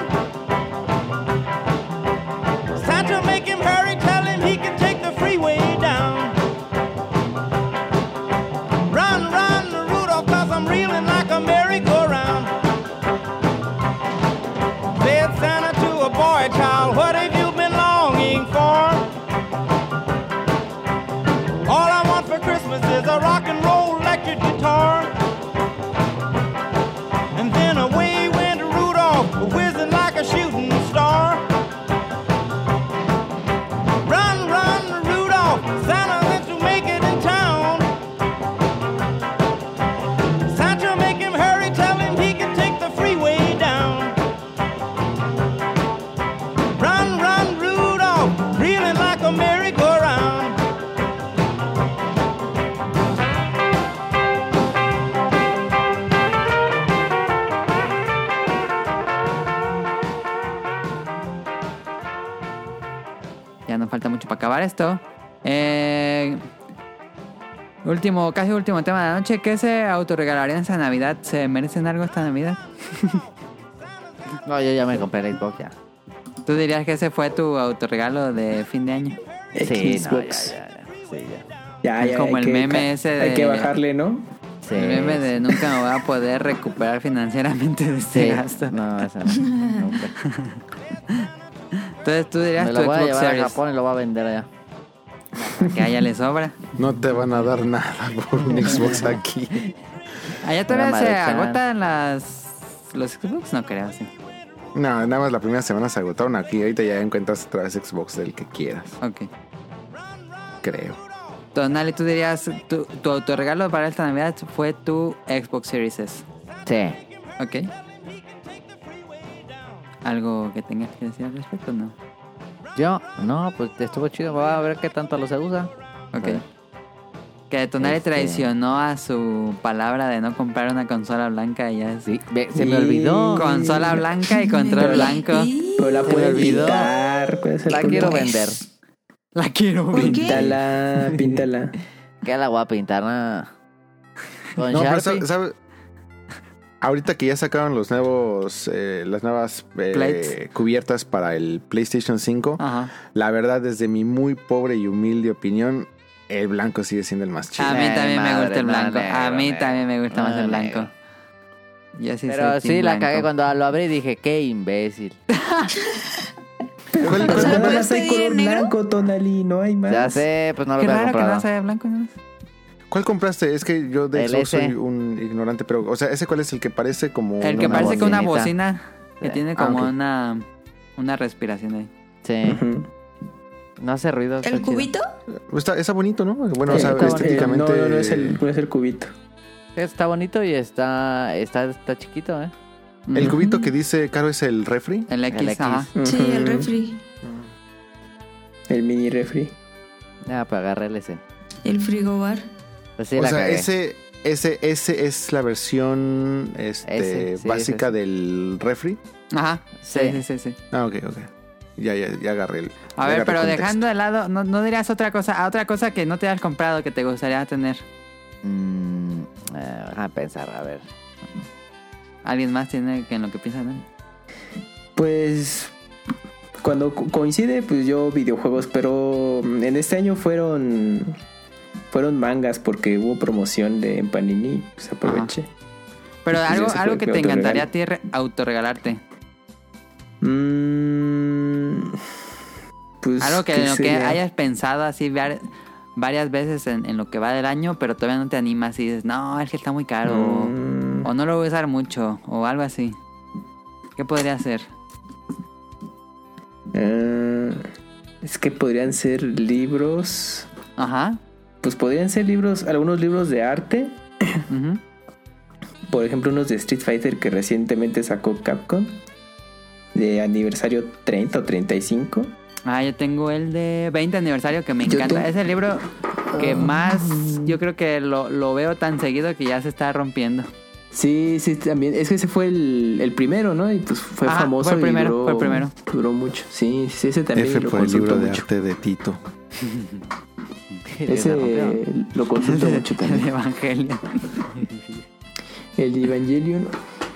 Santa, make him hurry. Tell him he can take the freeway down. Run, run, Rudolph, 'cause I'm reeling like a merry-go-round. Said Santa to a boy child, what have you been longing for? All I want for Christmas is a rock and roll electric guitar. And then away went Rudolph, whizzing like a shooting star. Run, run, Rudolph, Santa wants to make it in town. Santa, make him hurry, tell him he can take the freeway down. Run, run, Rudolph, reeling like a merry-go-round. Ya nos falta mucho para acabar esto. Eh, último, casi último tema de la noche. ¿Qué se autorregalarían esta Navidad? ¿Se merecen algo esta Navidad? No, yo ya me compré el Xbox ya. ¿Tú dirías que ese fue tu autorregalo de fin de año? Sí, no, ya, Xbox. ya, ya. Sí, ya. Ya, Es ya, como hay el que meme ca- ese Hay de- que bajarle, ¿no? Sí, El meme de sí. nunca me voy a poder recuperar financieramente de este Sí. gasto. No, eso no. Nunca. Entonces tú dirías Me tu lo voy a Xbox llevar a Series. Japón y lo voy a vender allá. Que a ella le sobra. No te van a dar nada por un Xbox aquí. Allá todavía Una se Maruchan. agotan las... Los Xbox, no creo, sí. No, nada más la primera semana se agotaron aquí. Ahorita ya encuentras otra vez Xbox del que quieras, Ok. creo. Tonali, tú dirías, tu, tu autorregalo para esta Navidad fue tu Xbox Series S. Sí. Ok. ¿Algo que tengas que decir al respecto? No. Yo, no, pues estuvo chido. Voy a ver qué tanto lo se usa. Ok. Pues, Que Tonali Este- traicionó a su palabra de no comprar una consola blanca y ya es... sí, ve- se Y- me olvidó. Consola blanca y control blanco. Pero la Se me pueden olvidó. pintar. ¿Cuál es el La problema? quiero vender. La quiero ¿Por ver. qué? Píntala, píntala. ¿Qué la voy a pintar? Nada. Con No, pero Sharpie. ¿sabes? ¿sabe? Ahorita que ya sacaron los nuevos, eh, las nuevas eh, Plates. cubiertas para el PlayStation cinco, Ajá. la verdad, desde mi muy pobre y humilde opinión, el blanco sigue siendo el más chido. A mí Eh, también me madre, gusta el no, blanco. negro, A mí negro. también me gusta No, más el blanco. negro. Yo sí Pero soy sí, team la blanco. cagué cuando lo abrí y dije, qué imbécil. Pero ¿Cuál- ¿cuál, cuál nada más compraste hay ahí color en negro? blanco, Tonali, no hay más. Ya sé, pues no lo Qué había raro que no comprado. sea blanco, ¿no? ¿Cuál compraste? Es que yo de El Xbox soy S. un ignorante, pero, o sea, ¿ese cuál es el que parece como El que una parece con una bocinita. bocina. Que Sí. tiene Ah, como ok. una... Una respiración ahí. Sí, Ujú. no hace ruido. está ¿El chido. cubito? Está, está bonito, ¿no? Bueno, o Sí, sea, está bonito. estéticamente... No, no, no es el, no es el cubito. Está bonito y está, está, está chiquito, ¿eh? El Ujú. cubito que dice Caro es el refri. El X, El X. ajá. Sí, Ujú. el refri. El mini refri. Ya, para agarrarle ese. El frigobar. Pues sí, o la sea, cagué. ese, ese, ese es la versión este, Ese, sí, básica ese, sí. del refri. Ajá. Sí, Sí. sí, sí, sí. Ah, ok, ok. Ya, ya, ya agarré el. A ya ver, agarré pero contexto. dejando de lado, ¿no, no dirías otra cosa? A otra cosa que no te hayas comprado que te gustaría tener. Mm, eh, déjame pensar, a ver. ¿Alguien más tiene que en lo que piensa, no? Pues cuando co- coincide, pues yo videojuegos, pero en este año fueron fueron mangas porque hubo promoción de en Panini, pues aproveché. Pero Pues algo, ese fue algo el que mi te encantaría a autorregalo. ti re- autorregalarte. Mm, pues Algo que, ¿qué en lo que sería? hayas pensado así var- varias veces en, en lo que va del año, pero todavía no te animas y dices, no, es que está muy caro. o- Mm, O no lo voy a usar mucho, o algo así. ¿Qué podría ser? ah, es que podrían ser libros, Ajá. pues podrían ser libros, algunos libros de arte, Ujú. por ejemplo unos de Street Fighter que recientemente sacó Capcom de aniversario treinta o treinta y cinco. Ah, yo tengo el de veinte aniversario que me Yo encanta. tengo- Es el libro que Ah. más yo creo que lo, lo veo tan seguido que ya se está rompiendo. Sí, sí, también. Es que ese fue el, el primero, ¿no? Y pues fue Ajá, famoso. fue el primero, y duró, fue el primero. Duró mucho. Sí, sí, ese también F lo por el consulto libro de mucho. arte de Tito. Se Ese rompió. lo consulto mucho El también. Evangelio. El Evangelion.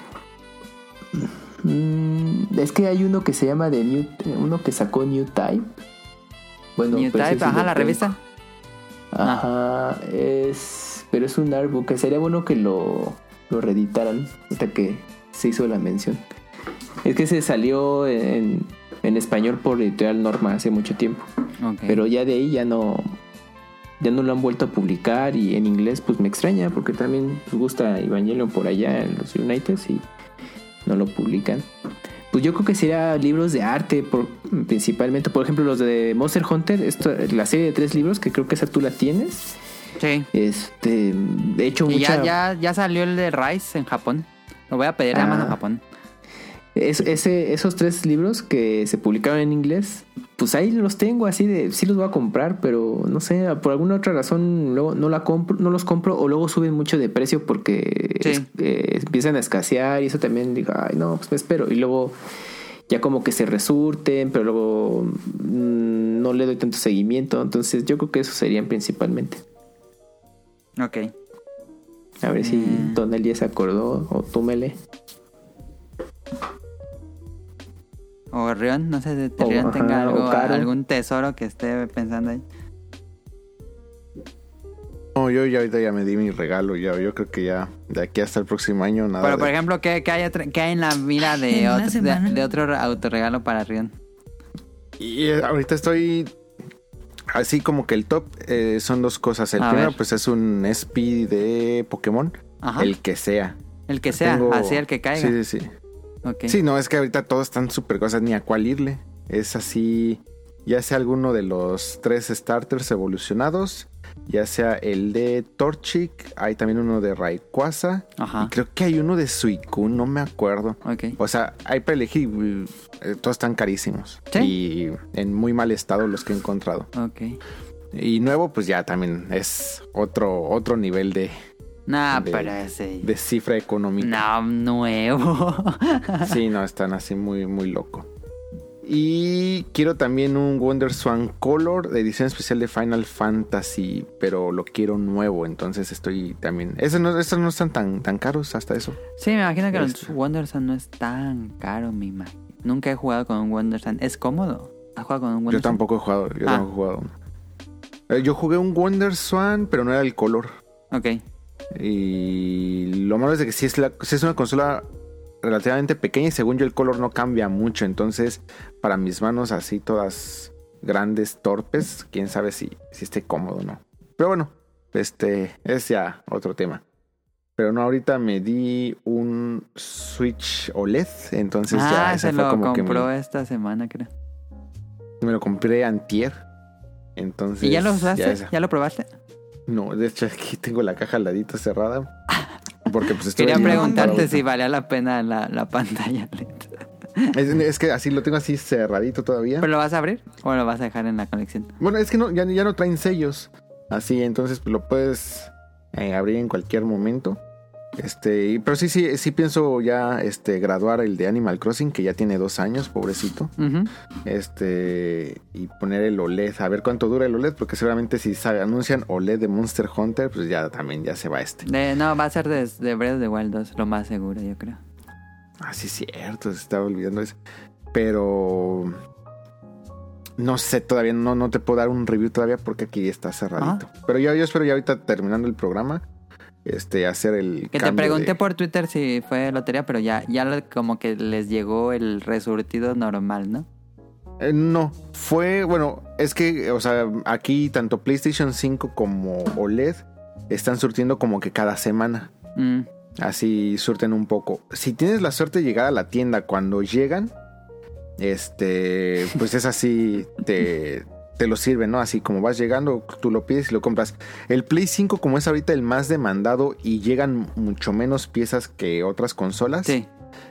Mm, es que hay uno que se llama de New, uno que sacó New Type. Bueno, New pues ese Type, sí ajá, lo la tengo. revista. Ajá, es, pero es un artbook que sería bueno que lo, lo reeditaran hasta que se hizo la mención. Es que se salió en, en español por Editorial Norma hace mucho tiempo, Ok. pero ya de ahí ya no ya no lo han vuelto a publicar, y en inglés pues me extraña porque también les gusta Evangelion por allá en los Uniteds y no lo publican. Pues yo creo que sería libros de arte, por, principalmente, por ejemplo los de Monster Hunter, esto, la serie de tres libros que creo que esa tú la tienes. Sí. Este, de hecho Y mucha, ya, ya, ya salió el de Rise en Japón. Lo voy a pedir a Ah. mano en Japón. es- ese, esos tres libros que se publicaron en inglés, pues ahí los tengo así de, sí los voy a comprar, pero no sé, por alguna otra razón luego no la compro, no los compro, o luego suben mucho de precio porque Sí. es- eh, empiezan a escasear, y eso también digo, ay no, pues me espero, y luego ya como que se resurten, pero luego mm, no le doy tanto seguimiento, entonces yo creo que esos serían principalmente. Ok. A ver si Mm. Tonel ya se acordó, o tú Mele. O Rion, no sé si O, Rion ajá, tenga algo, o Caro. algún tesoro que esté pensando ahí. No, yo ya ahorita ya me di mi regalo. Ya, yo creo que ya de aquí hasta el próximo año nada. Pero, de- por ejemplo, ¿qué, qué hay, otra- qué hay en la mira de, En una otro, de, semana. de otro autorregalo para Rion? Y eh, ahorita estoy así como que el top eh, son dos cosas. El A primero ver. pues es un S P de Pokémon, Ajá. el que sea. El que sea, Tengo- así el que caiga. Sí, sí, sí. Ok. Sí, no, es que ahorita todos están súper cosas, ni a cuál irle. Es así, ya sea alguno de los tres starters evolucionados, ya sea el de Torchic, hay también uno de Rayquaza, Ajá. y creo que hay uno de Suicune, no me acuerdo. Ok. O sea, hay para elegir, eh, todos están carísimos. ¿Sí? Y en muy mal estado los que he encontrado. Ok. Y nuevo, pues ya también es otro, otro nivel de, Nah, de- pero ese... de cifra económica. No, nuevo. Sí, no, están así muy, muy loco. Y quiero también un WonderSwan Color de edición especial de Final Fantasy, pero lo quiero nuevo, entonces estoy también... Esos no, esos no están tan, tan caros hasta eso. Sí, me imagino que el Este. Wondersun no es tan caro, mi imagino. Nunca he jugado con un Wondersun. ¿Es cómodo? ¿Has jugado con un Wondersun? Yo tampoco he jugado, yo Ah. tampoco he jugado uno. Eh, Yo jugué un WonderSwan, pero no era el color. Ok. Y lo malo es de que si es, la, si es una consola relativamente pequeña y según yo el color no cambia mucho. Entonces, para mis manos así todas grandes, torpes, quién sabe si, si esté cómodo o no. Pero bueno, este es ya otro tema. Pero no, ahorita me di un Switch O L E D. Entonces ya Ah, ese se fue lo como que compró mi- esta semana, creo. me lo compré antier. Entonces, ¿Y ya lo usaste? ya ¿Ya, esa- lo probaste? No, de hecho aquí tengo la caja al ladito cerrada. Porque pues estuve Quería viendo preguntarte para- si valía la pena la, la pantalla L E D. Es, es que así lo tengo así cerradito todavía. ¿Pero lo vas a abrir o lo vas a dejar en la colección? Bueno, es que no, ya, ya no traen sellos. Así, entonces pues, lo puedes eh, abrir en cualquier momento. Este, y- pero sí, sí, sí pienso ya este, graduar el de Animal Crossing, que ya tiene dos años, pobrecito. Ujú. Este, y poner el O L E D, a ver cuánto dura el O L E D, porque seguramente si sa- anuncian O L E D de Monster Hunter, pues ya también ya se va este. De- no, va a ser de, de Breath of the Wild dos, lo más seguro, yo creo. Ah, sí, cierto, se estaba olvidando eso. Pero no sé, todavía no, no te puedo dar un review todavía porque aquí está cerradito. Pero yo, yo espero ya ahorita terminando el programa, este, hacer el Que te cambio pregunté de- por Twitter si fue lotería, pero ya, ya lo- como que les llegó el resurtido normal, ¿no? Eh, no, fue, bueno, es que, o sea, aquí tanto PlayStation cinco como O L E D están surtiendo como que cada semana. Mm. Así surten un poco. Si tienes la suerte de llegar a la tienda cuando llegan, este, pues es así, te, te lo sirven, ¿no? Así como vas llegando, tú lo pides y lo compras. El Play cinco, como es ahorita el más demandado y llegan mucho menos piezas que otras consolas, Sí.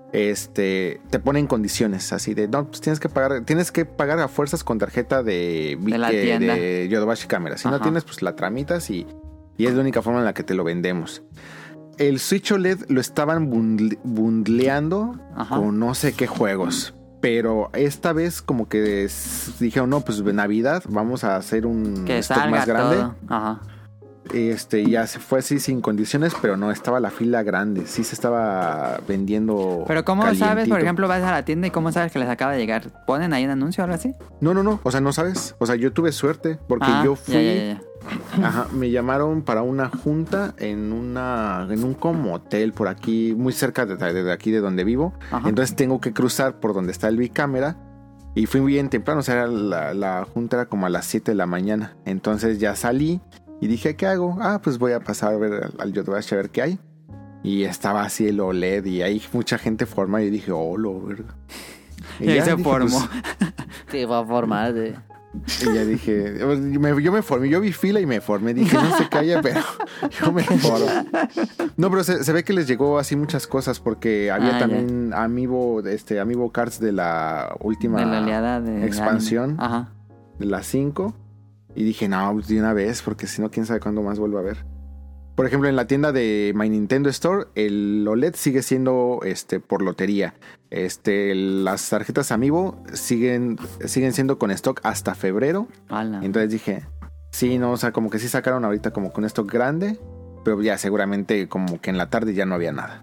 este, te ponen condiciones así de, no, pues tienes que pagar, tienes que pagar a fuerzas con tarjeta de, De la de- tienda. de Yodobashi Camera. Si no Ajá. tienes, pues la tramitas y, y es la única forma en la que te lo vendemos. El Switch O L E D lo estaban bundle- bundleando Ajá. con no sé qué juegos. Pero esta vez como que s- dijeron, no, pues de Navidad vamos a hacer un Que stock salga más grande. todo. Ajá. Este, ya se fue así sin condiciones, pero no, estaba la fila grande. Sí se estaba vendiendo. Pero ¿cómo sabes, calientito. por ejemplo, vas a la tienda y cómo sabes que les acaba de llegar? ¿Ponen ahí un anuncio o algo así? No, no, no. O sea, no sabes. O sea, yo tuve suerte porque Ah, yo fui. ya, ya, ya. Ajá, me llamaron para una junta en una en un como hotel por aquí, muy cerca de, de aquí de donde vivo. Ajá. Entonces tengo que cruzar por donde está el bicámara. Y fui bien temprano, o sea, la, la junta era como a las siete de la mañana. Entonces ya salí y dije, ¿qué hago? Ah, pues voy a pasar a ver al, al Yodobashi a ver qué hay. Y estaba así el O L E D y hay mucha gente formada y dije, oh, lo verga. Y ahí ya se dije, formó. pues, Sí, va a formar. de- y ya dije, yo me, yo me formé, yo vi fila y me formé. Dije, no se calla, pero yo me formo. No, pero se, se ve que les llegó así muchas cosas porque había Ah, también Amiibo, este, Amiibo Cards de la última De la oleada de expansión, anime. Ajá. de las cinco. Y dije, no, pues de una vez, porque si no, quién sabe cuándo más vuelvo a ver. Por ejemplo, en la tienda de My Nintendo Store, el O L E D sigue siendo este, por lotería. Este, las tarjetas Amiibo siguen, siguen siendo con stock hasta febrero. Ala. Entonces dije, sí, no, o sea, como que sí sacaron ahorita como con stock grande, pero ya seguramente como que en la tarde ya no había nada.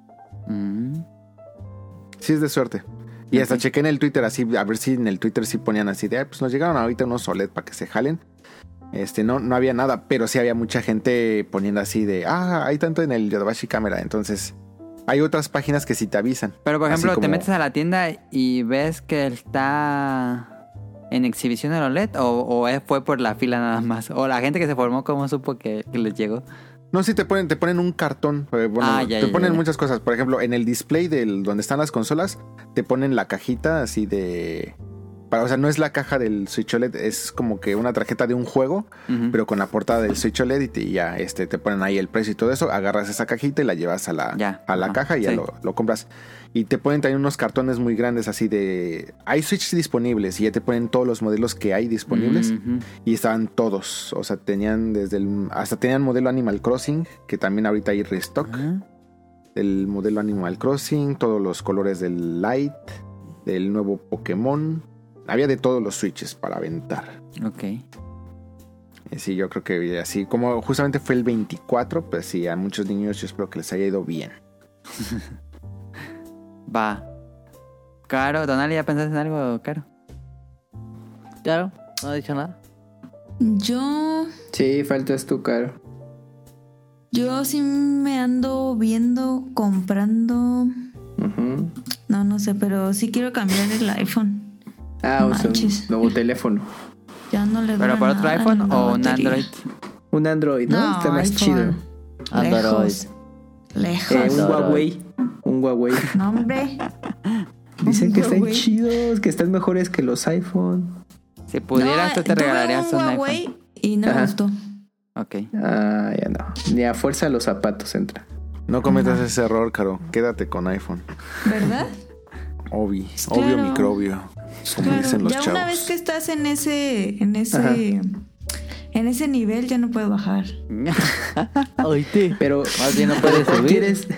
Mm. Sí es de suerte. Y hasta Ok. chequé en el Twitter así, a ver si en el Twitter sí ponían así de, "Ay, pues nos llegaron ahorita unos O L E D para que se jalen." Este, no, no había nada, pero sí había mucha gente poniendo así de, ah, hay tanto en el Yodobashi Camera. Entonces, hay otras páginas que sí te avisan. Pero por Así ejemplo, te como- metes a la tienda y ves que está en exhibición el O L E D o, o fue por la fila nada más? O la gente que se formó, ¿cómo supo que, que les llegó? No, sí te ponen, te ponen un cartón. eh, Bueno, Ah, ya, te ya, ponen ya. muchas cosas. Por ejemplo, en el display del donde están las consolas, te ponen la cajita así de. Para, o sea, no es la caja del Switch O L E D, es como que una tarjeta de un juego, Ujú. pero con la portada del Switch O L E D y, te- y ya este, te ponen ahí el precio y todo eso. Agarras esa cajita y la llevas a la, Ya, a la ajá, caja y ya sí. lo, lo compras. Y te ponen también unos cartones muy grandes así de. Hay Switch disponibles y ya te ponen todos los modelos que hay disponibles. Ujú. Y estaban todos, o sea, tenían desde el, hasta tenían modelo Animal Crossing, que también ahorita hay restock. Ah, Del modelo Animal Crossing, todos los colores del Light, del nuevo Pokémon. Había de todos los Switches para aventar. ok. Y sí, yo creo que así, como justamente fue el veinticuatro, pues sí, a muchos niños yo espero que les haya ido bien. Va. Caro, Donali, ¿ya pensaste en algo, Caro? Claro, no he dicho nada. Yo, Sí, faltas tú, Caro. yo sí me ando viendo, comprando. Ujú. No, no sé, pero sí quiero cambiar el iPhone. Ah, o sea, Manches. un nuevo teléfono. Ya no le ¿Pero dura para otro nada iPhone la o un batería. Android? Un Android, ¿no? Está más iPhone. chido. Android. Lejos. Lejos. Eh, un Android. Huawei. Un Huawei. No, hombre. Dicen que están Huawei. chidos, que están mejores que los iPhone. Si pudieras, No, tú te tuve regalarías un, un iPhone. Huawei y no me Ajá. gustó. Ok. Ah, ya no. Ni a fuerza los zapatos entra. No cometas ese error, Caro. Quédate con iPhone. ¿Verdad? Obi, Claro. obvio microbio. Como Claro, dicen los ya chavos. una vez que estás en ese, en Ajá. ese, en ese nivel ya no puedes bajar. Oíste. Pero Más bien no puedes subir. ¿Quieres?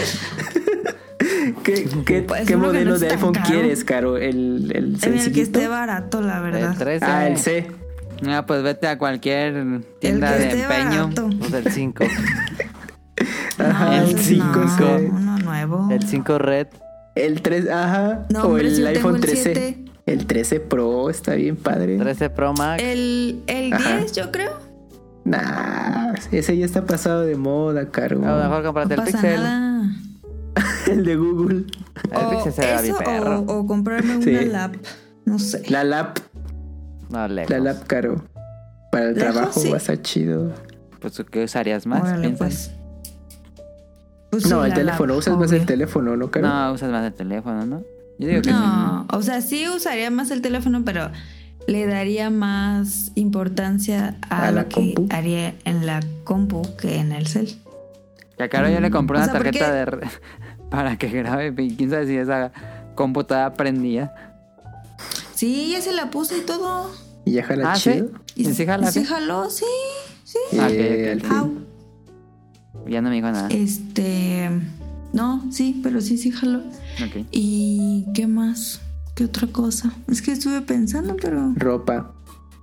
¿Qué, qué, Pues qué uno que modelo no es de tan iPhone caro. quieres, Caro? ¿El, el En el que sencillito? esté barato, la verdad. El trece. Ah, el C. Ah, pues vete a cualquier tienda el que de esté empeño. barato. Pues el cinco. Ajá, No, el ese cinco no, C. uno nuevo. El cinco Red. El tres, ajá. No, o hombre, el si yo tengo iPhone el trece. siete. El trece Pro está bien padre. trece Pro Max. El, el Ajá. diez, yo creo. Nah, ese ya está pasado de moda, Caro. A lo mejor No comprate el pasa Pixel. nada. El de Google. El Pixel se ve bien eso, perro. o, o comprarme Sí. una lap. No sé. La lap, No, lejos. la lap, Caro. Para el Lejos, trabajo sí. va a estar chido. Pues ¿qué usarías más? Órale, piensas? pues. Pues No, sí, el la teléfono. lap, Usas más el obvio. teléfono, ¿no, Caro? No, usas más el teléfono, ¿no? Yo digo que No, o sea, sí usaría más el teléfono, pero le daría más importancia a, ¿A la lo que compu? haría en la compu que en el cel. sí. Que a Caro yo le compré O una sea, ¿por tarjeta qué? de re- para que grabe. Y quién sabe si esa computadora prendía. Sí, ya se la puse y todo. Y ya jala Ah, ¿sí? chido. Y ¿Y sí jala sí bien? jaló, sí, sí. Ah, ok, Eh, ok, al ok. fin. Ya no me dijo nada. Este, no, sí, pero sí, sí jaló. Ok. ¿Y qué más? ¿Qué otra cosa? Es que estuve pensando, pero Ropa,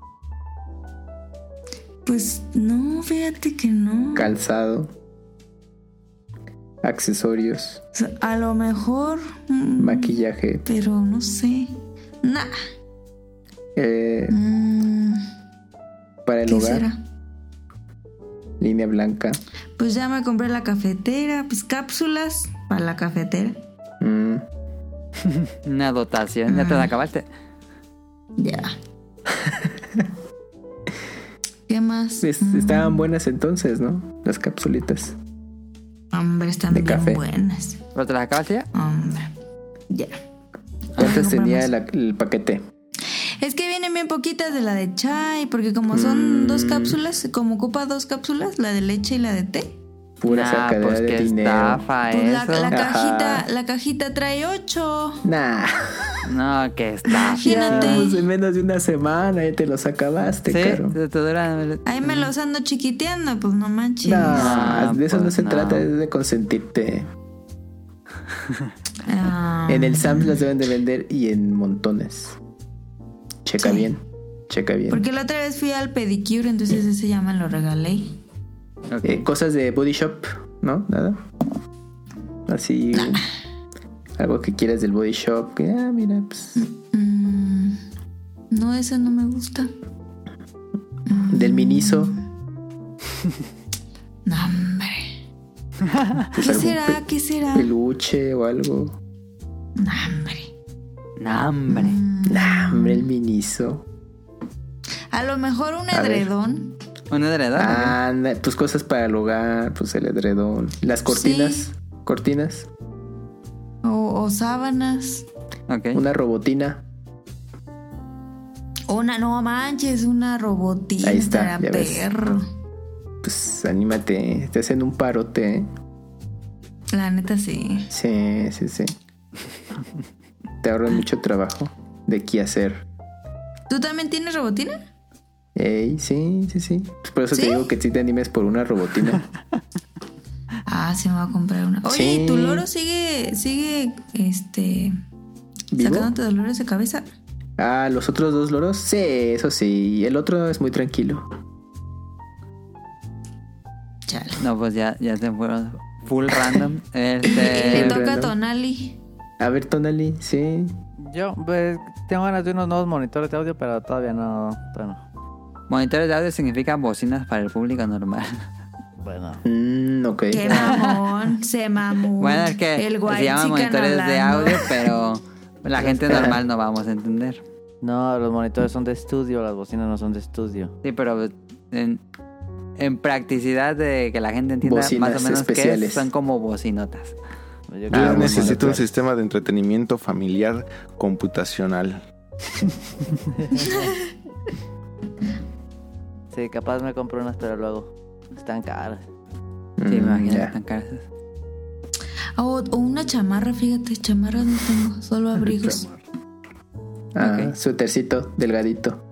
pues no, fíjate que no. calzado, accesorios, O sea, a lo mejor, mm, maquillaje, pero no sé. Nah. eh, Mm, para el ¿Qué hogar, será? línea blanca. Pues ya me compré la cafetera, pues cápsulas para la cafetera. Mm, Una dotación. ¿Ya te la acabaste? Ya. ¿Qué más? es- Mm, estaban buenas entonces, ¿no? Las capsulitas. Hombre, están de bien café. buenas. ¿Pero te las acabaste ya? Hombre. Ya. ¿Cuántas Ah, tenía compramos. la- el paquete? Es que vienen bien poquitas de la de chai, porque como son Mm. dos cápsulas, como ocupa dos cápsulas, la de leche y la de té. Pura Nah, sacadera pues de qué dinero. estafa Pues la, eso. la Ajá. cajita, la cajita trae ocho. Nah. No, qué estafa. Imagínate. Ya, pues en menos de una semana ya te los acabaste, Sí, Caro. te, te dura... Ahí me los ando chiquiteando, pues no manches. No, No, de eso no pues se no. trata, es de consentirte. Ah, En el Sam's las deben de vender y en montones. Checa Sí. bien, checa bien. Porque la otra vez fui al pedicure, entonces ese ya me lo regalé. Ok. Eh, cosas de Body Shop, ¿no? Nada. Así. Algo que quieras del Body Shop. Que, ah, mira, pues. Mm, no, ese no me gusta. Mm, Del Miniso. No, hombre. Pues ¿Qué algún será? pe- ¿Qué será? peluche o algo. No, hombre. No, hombre. Mm, Nah, hombre, el Miniso. A lo mejor un A ver. edredón. ¿Un edredón? Ah, anda, pues cosas para el hogar, pues el edredón. Las cortinas. Sí. Cortinas. O, o sábanas. Ok. Una robotina. Una, no manches, una robotina. Ahí está, estaría ya ves. perro. Pues anímate, te hacen un parote. ¿eh? La neta sí. Sí, sí, sí. Te ahorran mucho trabajo de qué hacer. ¿Tú también tienes robotina? Ey, sí, sí, sí. Pues por eso ¿Sí? te digo que sí te animes por una robotina. Ah, sí me voy a comprar una. Oye, Sí. ¿y tu loro sigue, sigue, este, ¿Vivo? sacándote dolores de cabeza? Ah, los otros dos loros, sí, eso sí. El otro es muy tranquilo. Chale. No, pues ya, ya se fueron full random. Le Este. toca a random. Tonali. A ver, Tonali, sí. Yo, pues, tengo ganas de unos nuevos monitores de audio, pero todavía no. Todavía no. Monitores de audio significan bocinas para el público normal. Bueno. Mm, ok. Qué mamón, se mamó. Bueno, es que El se white llaman chicken monitores de hablando. audio, pero la gente normal no vamos a entender. No, los monitores son de estudio, las bocinas no son de estudio. Sí, pero en, en practicidad de que la gente entienda Bocinas más o menos qué especiales. es, son como bocinotas. Yo Yo Ah, necesito bueno, un sistema de entretenimiento familiar computacional. Sí, capaz me compro unas, pero luego están caras. Sí, me Mm, imagino que ya. están caras. O, o una chamarra, fíjate, chamarras no tengo, solo abrigos. Ah, Ok. suétercito, delgadito.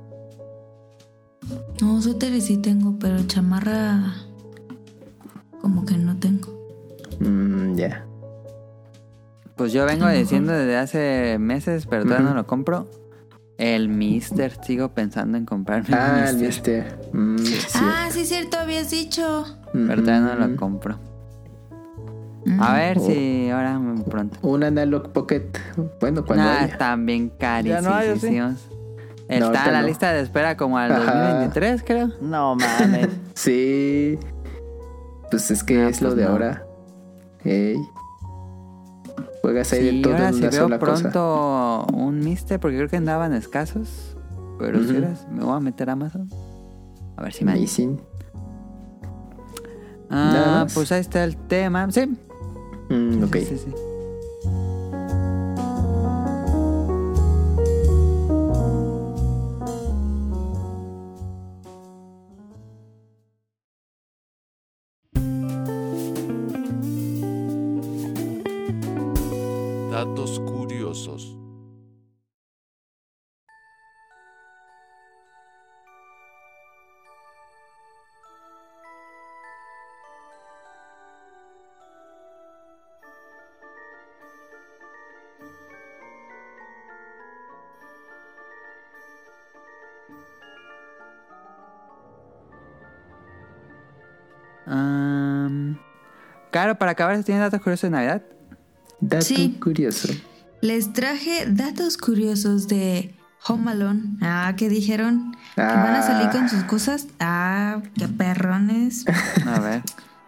No, suéteres sí tengo, pero chamarra como que no tengo. Mm, ya. Pues yo vengo A lo diciendo desde hace meses, pero todavía Ujú. no lo compro. El Mister, sigo pensando en comprarme Ah, el el Mister, Mister. Mm, sí. Ah, sí, cierto, habías dicho. pero todavía no Mm. lo compro. Mm. A ver Oh. si ahora me- pronto. Un Analog Pocket. Bueno, cuando Nah, haya. están bien Ya no hay, ¿o sí? carísimos. Está ahorita en la no. lista de espera como al Ajá. dos mil veintitrés, creo. No mames. Sí. Pues es que Ah, es lo pues de no. ahora. Ey. Juegas ahí Sí, de todo ahora en si una veo sola cosa. pronto un Mister, porque creo que andaban escasos. Pero si Ujú. eras, me voy a meter a Amazon. A ver si me... Amazing. Nada Ah, más. pues ahí está el tema. Sí. Mm, ok. Sí, sí. Datos curiosos. Am, Claro, para acabar, ¿tienen datos curiosos de Navidad? Dato Sí. curioso. Les traje datos curiosos de Home Alone. Ah, ¿qué dijeron? ¿Que van a salir con sus cosas? Ah, qué perrones. A ver.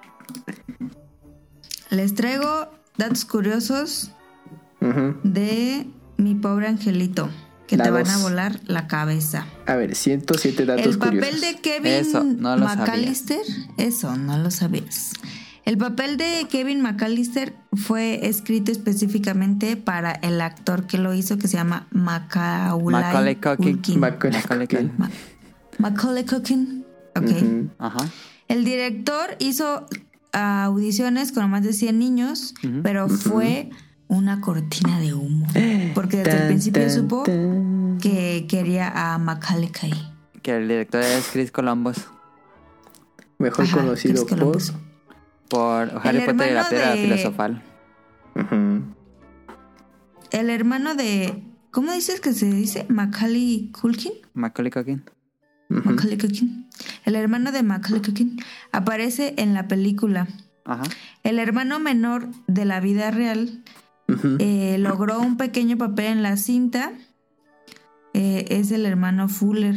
Les traigo datos curiosos Ujú. de Mi Pobre Angelito, que La te van dos. a volar la cabeza. A ver, ciento siete datos El papel curiosos. de Kevin Eso, no lo sabía. McAllister, eso, no lo sabías. El papel de Kevin McAllister fue escrito específicamente para el actor que lo hizo, que se llama Macaulay Macaulay Culkin. Culkin. Macaulay Macaulay Culkin. Culkin. Ma- Macaulay Culkin. Ok. Ujú. Ajá. El director hizo ah, audiciones con más de cien niños, Ujú. pero fue una cortina de humo. Porque desde el Tan, principio tan, supo tan. que quería a Macaulay Culkin. Que el director es Chris Columbus. Mejor Ajá, conocido Chris por. Columbus. Por Harry Potter y la hermano piedra de- filosofal. Ujú. El hermano de... ¿Cómo dices que se dice? Macaulay Culkin. Macaulay Culkin. Ujú. Macaulay Culkin. El hermano de Macaulay Culkin aparece en la película. Ajá. El hermano menor de la vida real Ujú. eh, logró un pequeño papel en la cinta. Eh, es el hermano Fuller.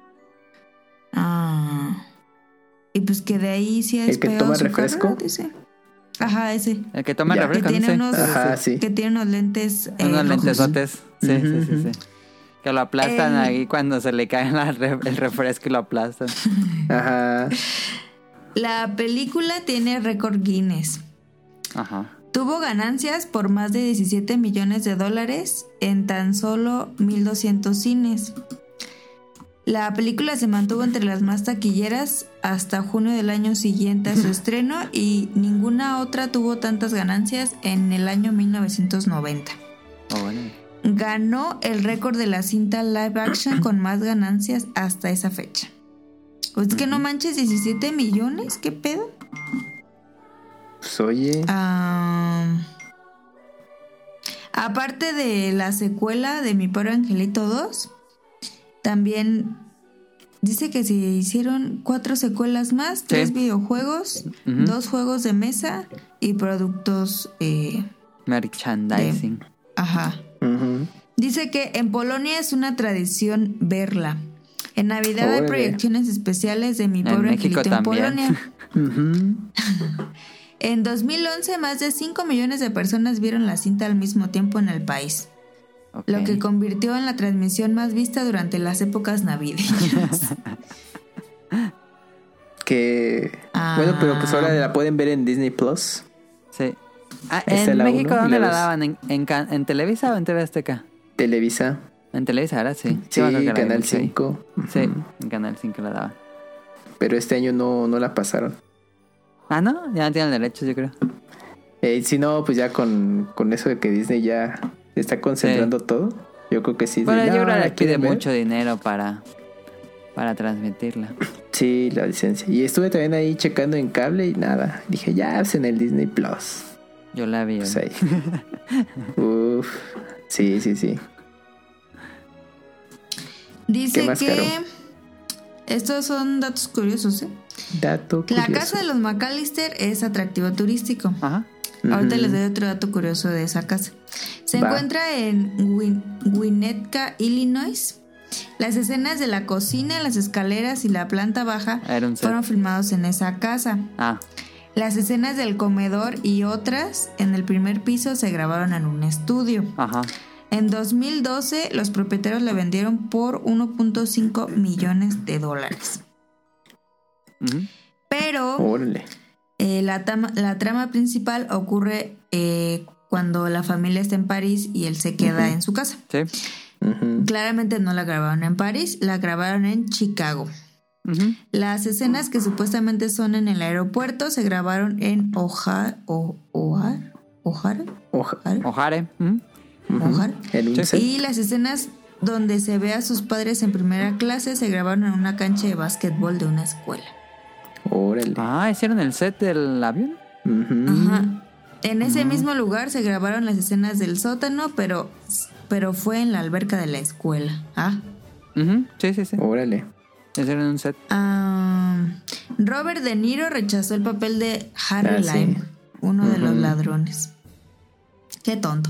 Ah. Y pues que de ahí sí ha ¿El que despegado toma su refresco? carrera, dice. Ajá, ese. El que toma Ya. Que refresco, ¿no? tiene Sí. unos, Ajá, sí. que tiene unos lentes eh, Unos rojos. lentesotes. Sí, Ujú, sí, sí, ujú. sí. Que lo aplastan El- ahí cuando se le cae la re- el refresco y lo aplastan. Ajá. La película tiene récord Guinness. Ajá. Tuvo ganancias por más de diecisiete millones de dólares en tan solo mil doscientos cines. La película se mantuvo entre las más taquilleras hasta junio del año siguiente a su estreno y ninguna otra tuvo tantas ganancias en el año mil novecientos noventa. Oh, bueno. Ganó el récord de la cinta live action con más ganancias hasta esa fecha. Pues es que no manches, diecisiete millones, ¿qué pedo? Pues oye. Ah, aparte de la secuela de Mi Pobre Angelito dos, también dice que se hicieron cuatro secuelas más, tres videojuegos, Ujú. dos juegos de mesa y productos. Eh, Merchandising. ajá. Ujú. Dice que en Polonia es una tradición verla. En Navidad hay Órale. proyecciones especiales de Mi En Pobre México Angelito en también. Polonia. Ujú. En dos mil once, más de cinco millones de personas vieron la cinta al mismo tiempo en el país, Ok. lo que convirtió en la transmisión más vista durante las épocas navideñas. Que. Ah. Bueno, pero pues ahora la pueden ver en Disney Plus. Sí. Ah, Esta ¿En la México uno y dónde la la dos. daban? ¿En, en, Ca- en Televisa o en T V Azteca? Televisa. En Televisa, ¿verdad? Sí. Sí, me acuerdo que la vi Canal mucho ahí. cinco. Sí, Ujú. en Canal cinco la daban. Pero este año no, no la pasaron. Ah, ¿no? Ya no tienen derechos, yo creo. Eh, si no, pues ya con, con eso de que Disney ya está concentrando todo, yo creo que sí. de, Bueno, yo "No, creo que ¿la le pide quieren ver?". mucho dinero para, para transmitirla. Sí, la licencia. Y estuve también ahí checando en cable y nada. Dije, ya, pues en el Disney Plus. Yo la vi. Pues ¿eh? ahí. Uf. Sí, sí, sí. Dice ¿Qué más, que Caro? estos son datos curiosos, ¿eh? Dato La curioso. casa de los McAllister es atractivo turístico. Ajá. Ahorita Ujú. les doy otro dato curioso de esa casa. Se Va. encuentra en Win- Winnetka, Illinois. Las escenas de la cocina, las escaleras y la planta baja Era un set. fueron filmados en esa casa. Ah, Las escenas del comedor y otras en el primer piso se grabaron en un estudio. ajá. En dos mil doce, los propietarios la vendieron por uno punto cinco millones de dólares. Ujú. Pero Órale. eh, la, tama- la trama principal ocurre eh, cuando la familia está en París y él se queda en su casa. Sí. Ujú. Claramente no la grabaron en París, la grabaron en Chicago. Ujú. Las escenas que supuestamente son en el aeropuerto se grabaron en O'Hare. O- O'Hare. ¿O'Hare? Oja- ¿O'Hare? Ojare. Ujú. Ujú. O'Hare. En un Sí. set. Y las escenas donde se ve a sus padres en primera clase se grabaron en una cancha de básquetbol de una escuela. Órale. Ah, ¿hicieron el set del avión? Ujú. Ajá. En ese mismo lugar se grabaron las escenas del sótano, pero, pero fue en la alberca de la escuela. Ah. Ujú. Sí, sí, sí. Órale. Hicieron un set. Ah, Robert De Niro rechazó el papel de Harry Ah, sí. Lime, uno de los Ujú. ladrones. Qué tonto.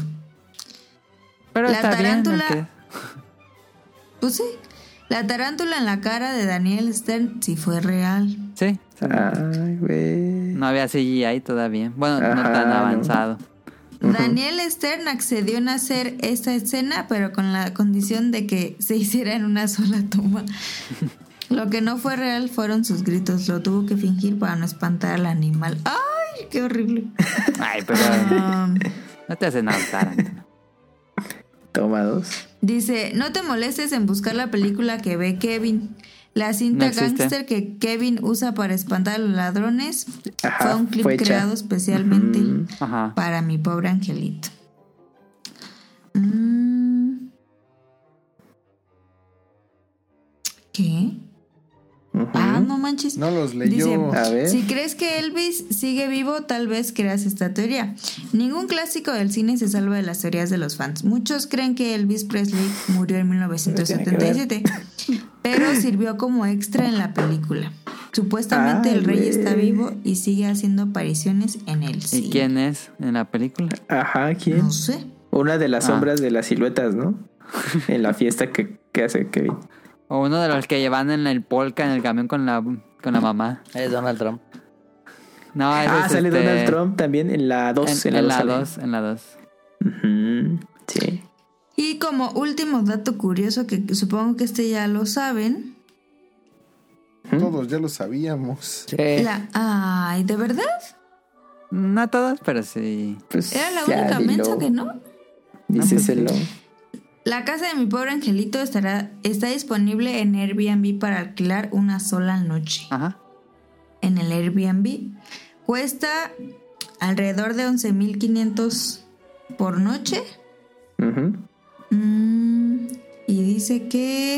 Pero La está bien. tarántula- porque- Pues sí, la tarántula en la cara de Daniel Stern sí fue real. Sí. Ay, güey. No había C G I todavía. Bueno, no Ajá, tan no. avanzado. Daniel Stern accedió en hacer esta escena, pero con la condición de que se hiciera en una sola toma. Lo que no fue real fueron sus gritos. Lo tuvo que fingir para no espantar al animal. ¡Ay, qué horrible! Ay, pero Ah, no te hacen notar. Toma dos. dice, no te molestes en buscar la película que ve Kevin. La cinta No existe. gangster que Kevin usa para espantar a los ladrones Ajá, fue un clip fue hecha. creado especialmente Ujú. Ajá. para Mi Pobre Angelito. Mm. ¿Qué? Ujú. Ah, no manches. No los leyó. Dice, A ver. si crees que Elvis sigue vivo, tal vez creas esta teoría. Ningún clásico del cine se salva de las teorías de los fans. Muchos creen que Elvis Presley murió en mil novecientos setenta y siete, pero sirvió como extra en la película. Supuestamente Ay, el rey güey. está vivo y sigue haciendo apariciones en el cine. ¿Y quién es en la película? Ajá, ¿quién? No sé. Una de las Ah. sombras de las siluetas, ¿no? En la fiesta que, que hace Kevin. O uno de los que llevan en el polka en el camión con la con la mamá. Es Donald Trump. No, ese Ah, es sale este, Donald Trump también en la dos. En, En, en la la dos. dos, en la dos. Ujú, sí. Y como último dato curioso, que supongo que este ya lo saben. Todos ya lo sabíamos. Sí. La, ay, ¿de verdad? No todos, pero sí. Pues Era la ya, única dilo. mensa que no. Díceselo. La casa de mi pobre angelito estará está disponible en Airbnb para alquilar una sola noche. Ajá. En el Airbnb cuesta alrededor de once mil quinientos por noche. Ujú. Mm, y dice que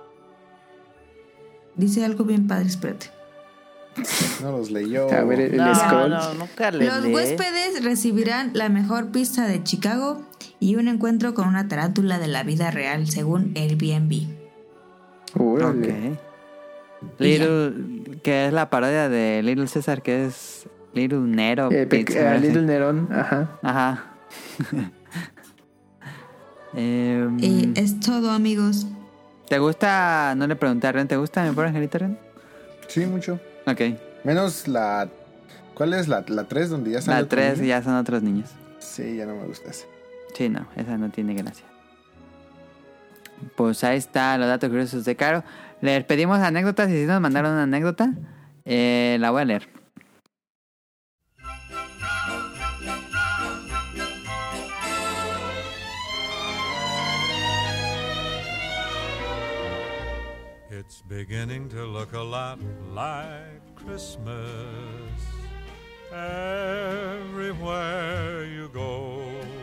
dice algo bien padre, espérate. No los leyó. A ver, el No, scroll. no, nunca le Los lee. huéspedes recibirán la mejor pista de Chicago y un encuentro con una tarántula de la vida real, según Airbnb. Órale. Ok. Little, que es la parodia de Little César, que es Little Nero. Eh, pe- Pizza, eh, algo así. Little Nerón, ajá. Ajá. Em, Y es todo, amigos. ¿Te gusta? No le pregunté a Ren, ¿te gusta mi pobre angelito, Ren? Sí, mucho. Ok. Menos la... ¿Cuál es la la tres donde ya sale La otro tres niño? ya son otros niños. Sí, ya no me gusta ese. Sí, no, esa no tiene gracia. Pues ahí está los datos curiosos de Caro. Les pedimos anécdotas y si nos mandaron una anécdota, eh, la voy a leer. It's beginning to look a lot like Christmas everywhere you go.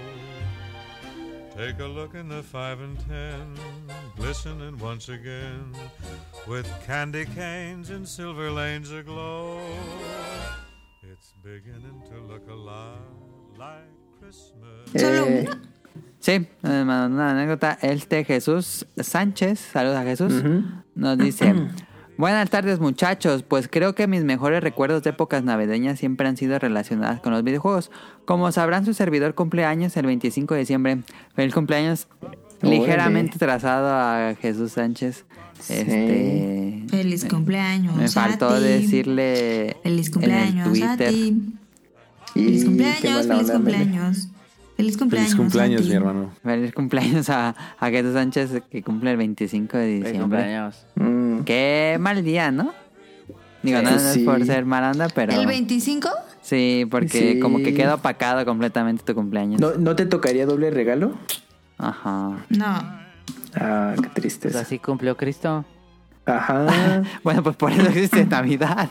Take a look in the five and ten, glistening once again, with candy canes and silver lanes aglow. It's beginning to look a lot like Christmas. ¿Solo Eh, una? Sí, nos mandó una anécdota. Este Jesús Sánchez, saludos a Jesús, Ujú. nos dice: buenas tardes, muchachos. Pues creo que mis mejores recuerdos de épocas navideñas siempre han sido relacionadas con los videojuegos. Como sabrán, su servidor cumple años el veinticinco de diciembre. Feliz cumpleaños. Órale. Ligeramente trazado a Jesús Sánchez. Sí. Este Feliz cumpleaños. me a faltó ti. decirle Feliz en el cumpleaños a Twitter. ti. Y Feliz qué cumpleaños, mala feliz onda, Mele. cumpleaños. Feliz cumpleaños. Feliz cumpleaños, a ti. mi hermano. Feliz cumpleaños a, a Jesús Sánchez, que cumple el veinticinco de Feliz diciembre. cumpleaños. Mm, Qué mal día, ¿no? Digo, Sí. no, no Sí. es por ser mala onda, pero... ¿El veinticinco? Sí, porque Sí. como que queda opacado completamente tu cumpleaños. ¿No, ¿No te tocaría doble regalo? Ajá. No. Ah, qué Pues tristeza. así cumplió Cristo. Ajá. Bueno, pues por eso existe Navidad.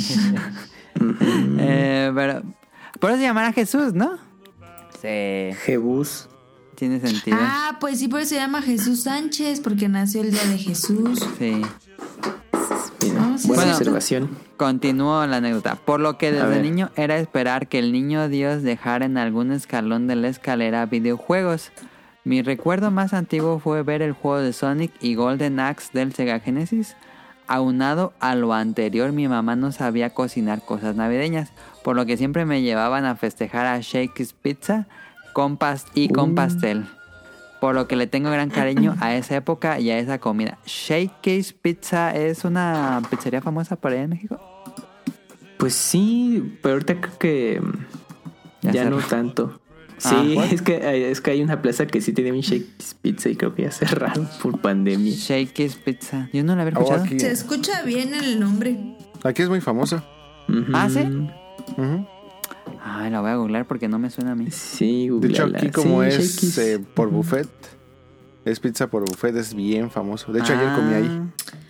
eh, pero... Por eso se llamará Jesús, ¿no? Sí. Jebus. Tiene sentido. Ah, pues sí, por eso se llama Jesús Sánchez, porque nació el día de Jesús. Sí. Mira, Ah, sí, buena Bueno. observación. Continúo la anécdota. Por lo que A desde ver. niño era esperar que el niño Dios dejara en algún escalón de la escalera videojuegos. Mi recuerdo más antiguo fue ver el juego de Sonic y Golden Axe del Sega Genesis. Aunado a lo anterior, mi mamá no sabía cocinar cosas navideñas, por lo que siempre me llevaban a festejar a Shakey's Pizza con pas- y con Uh. pastel. Por lo que le tengo gran cariño a esa época y a esa comida. Shakey's Pizza es una pizzería famosa por allá en México. Pues sí, pero ahorita creo que mm, Ya ya, cerró. no tanto. Ah, Sí, ¿cuál? es que, hay- es que hay una plaza que sí tiene un Shakey's Pizza y creo que ya cerraron por pandemia. Shakey's Pizza. Yo no la había Oh, escuchado. aquí, Se escucha bien el nombre. aquí es muy famosa. Ujú. ¿Ah, sí? Ujú. Ay, la voy a googlear porque no me suena a mí. Sí, De hecho, googleala. aquí como Sí, es Shakey's. eh, por buffet, es pizza por buffet, es bien famoso. De hecho, ayer comí ahí.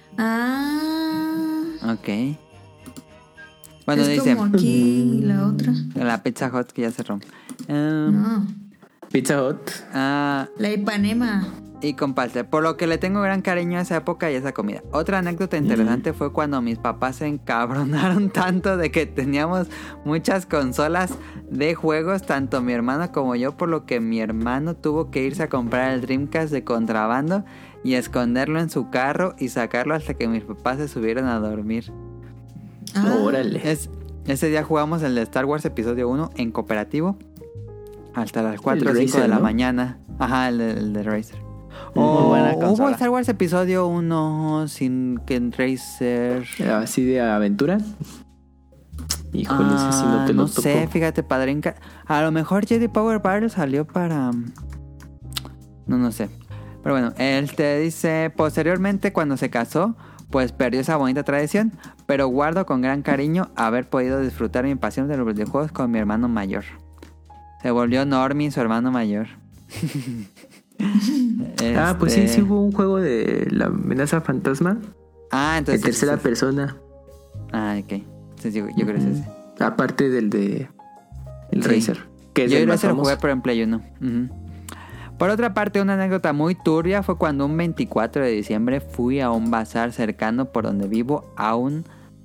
Ah. Ok. Bueno, es dice como aquí la otra. la Pizza Hut que ya cerró. Um, No. Pizza Hut. ah, La Ipanema. y con pastel. Por lo que le tengo gran cariño a esa época y a esa comida. Otra anécdota interesante fue cuando mis papás se encabronaron tanto de que teníamos muchas consolas de juegos, tanto mi hermano como yo, por lo que mi hermano tuvo que irse a comprar el Dreamcast de contrabando y esconderlo en su carro y sacarlo hasta que mis papás se subieron a dormir. Ah. Órale. Es, ese día jugamos el de Star Wars Episodio uno en cooperativo hasta las cuatro o El cinco Razer, de la ¿no? mañana. Ajá, el de, el de Razer. Muy O buena hubo consola. Star Wars Episodio uno sin que Razer. Así de aventura. Híjole, ese sí no te lo no sé, topo. fíjate, padrinca. A lo mejor Jedi Power Battle salió para. No, no sé. Pero bueno, él te dice, posteriormente cuando se casó, pues perdió esa bonita tradición, pero guardo con gran cariño haber podido disfrutar mi pasión de los videojuegos con mi hermano mayor. Se volvió Normie, su hermano mayor. este... Ah, pues sí, sí hubo un juego de la amenaza fantasma. Ah, entonces... De tercera sí. persona. Ah, ok. Entonces yo, yo creo que es ese. Aparte del de... El Sí. Razer. Que es Yo el iba a más hacer famoso. jugar pero en Play uno. Uh-huh. Por otra parte, una anécdota muy turbia fue cuando un veinticuatro de diciembre fui a un bazar cercano por donde vivo a un...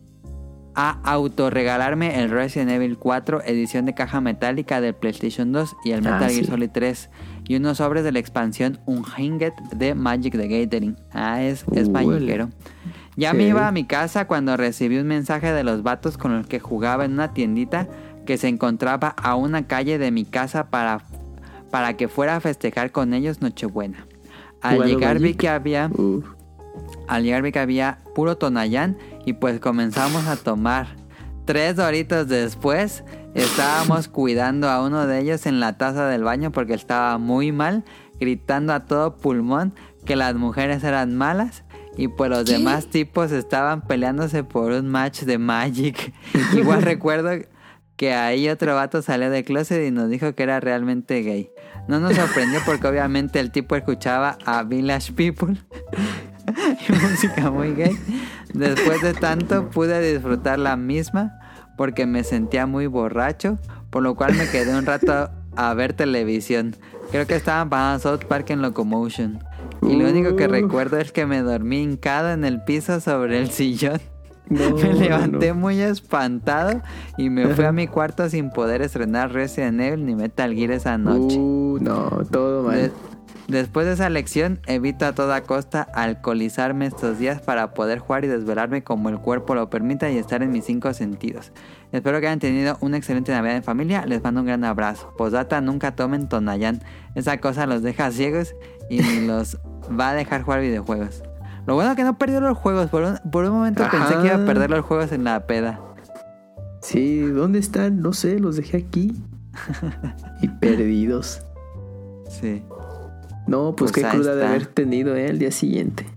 a autorregalarme el Resident Evil cuatro edición de caja metálica del PlayStation dos y el Metal Ah, Gear sí. Solid tres y unos sobres de la expansión Unhinged de Magic the Gathering. Ah, es, es Uy. magiquero. Ya Sí. me iba a mi casa cuando recibí un mensaje de los vatos con los que jugaba en una tiendita que se encontraba a una calle de mi casa para, para que fuera a festejar con ellos Nochebuena. Al ¿Jugando llegar vi Magic? que había... Uf. Al llegar vi que había puro Tonayán y pues comenzamos a tomar. Tres horitos después estábamos cuidando a uno de ellos en la taza del baño porque estaba muy mal, gritando a todo pulmón que las mujeres eran malas y pues los ¿Qué? demás tipos estaban peleándose por un match de Magic. Igual recuerdo que ahí otro vato salió del closet y nos dijo que era realmente gay. No nos sorprendió porque obviamente el tipo escuchaba a Village People y música muy gay. Después de tanto pude disfrutar la misma porque me sentía muy borracho, por lo cual me quedé un rato a ver televisión. Creo que estaban pasando South Park en Locomotion. Y lo único que Uh. recuerdo es que me dormí hincado en el piso sobre el sillón. No, Me levanté no. muy espantado y me fui a mi cuarto sin poder estrenar Resident Evil ni Metal Gear esa noche. Uh, no, todo mal. De- después de esa lección, evito a toda costa alcoholizarme estos días para poder jugar y desvelarme como el cuerpo lo permita y estar en mis cinco sentidos. Espero que hayan tenido una excelente Navidad en familia. Les mando un gran abrazo. Postdata, nunca tomen Tonayán. Esa cosa los deja ciegos y ni los va a dejar jugar videojuegos. Lo bueno es que no perdió los juegos. Por un, por un momento Ajá. pensé que iba a perder los juegos en la peda. Sí, ¿dónde están? No sé, los dejé aquí. Y perdidos. Sí. No, pues, Pues qué ahí cruda de está. haber tenido eh, el día siguiente.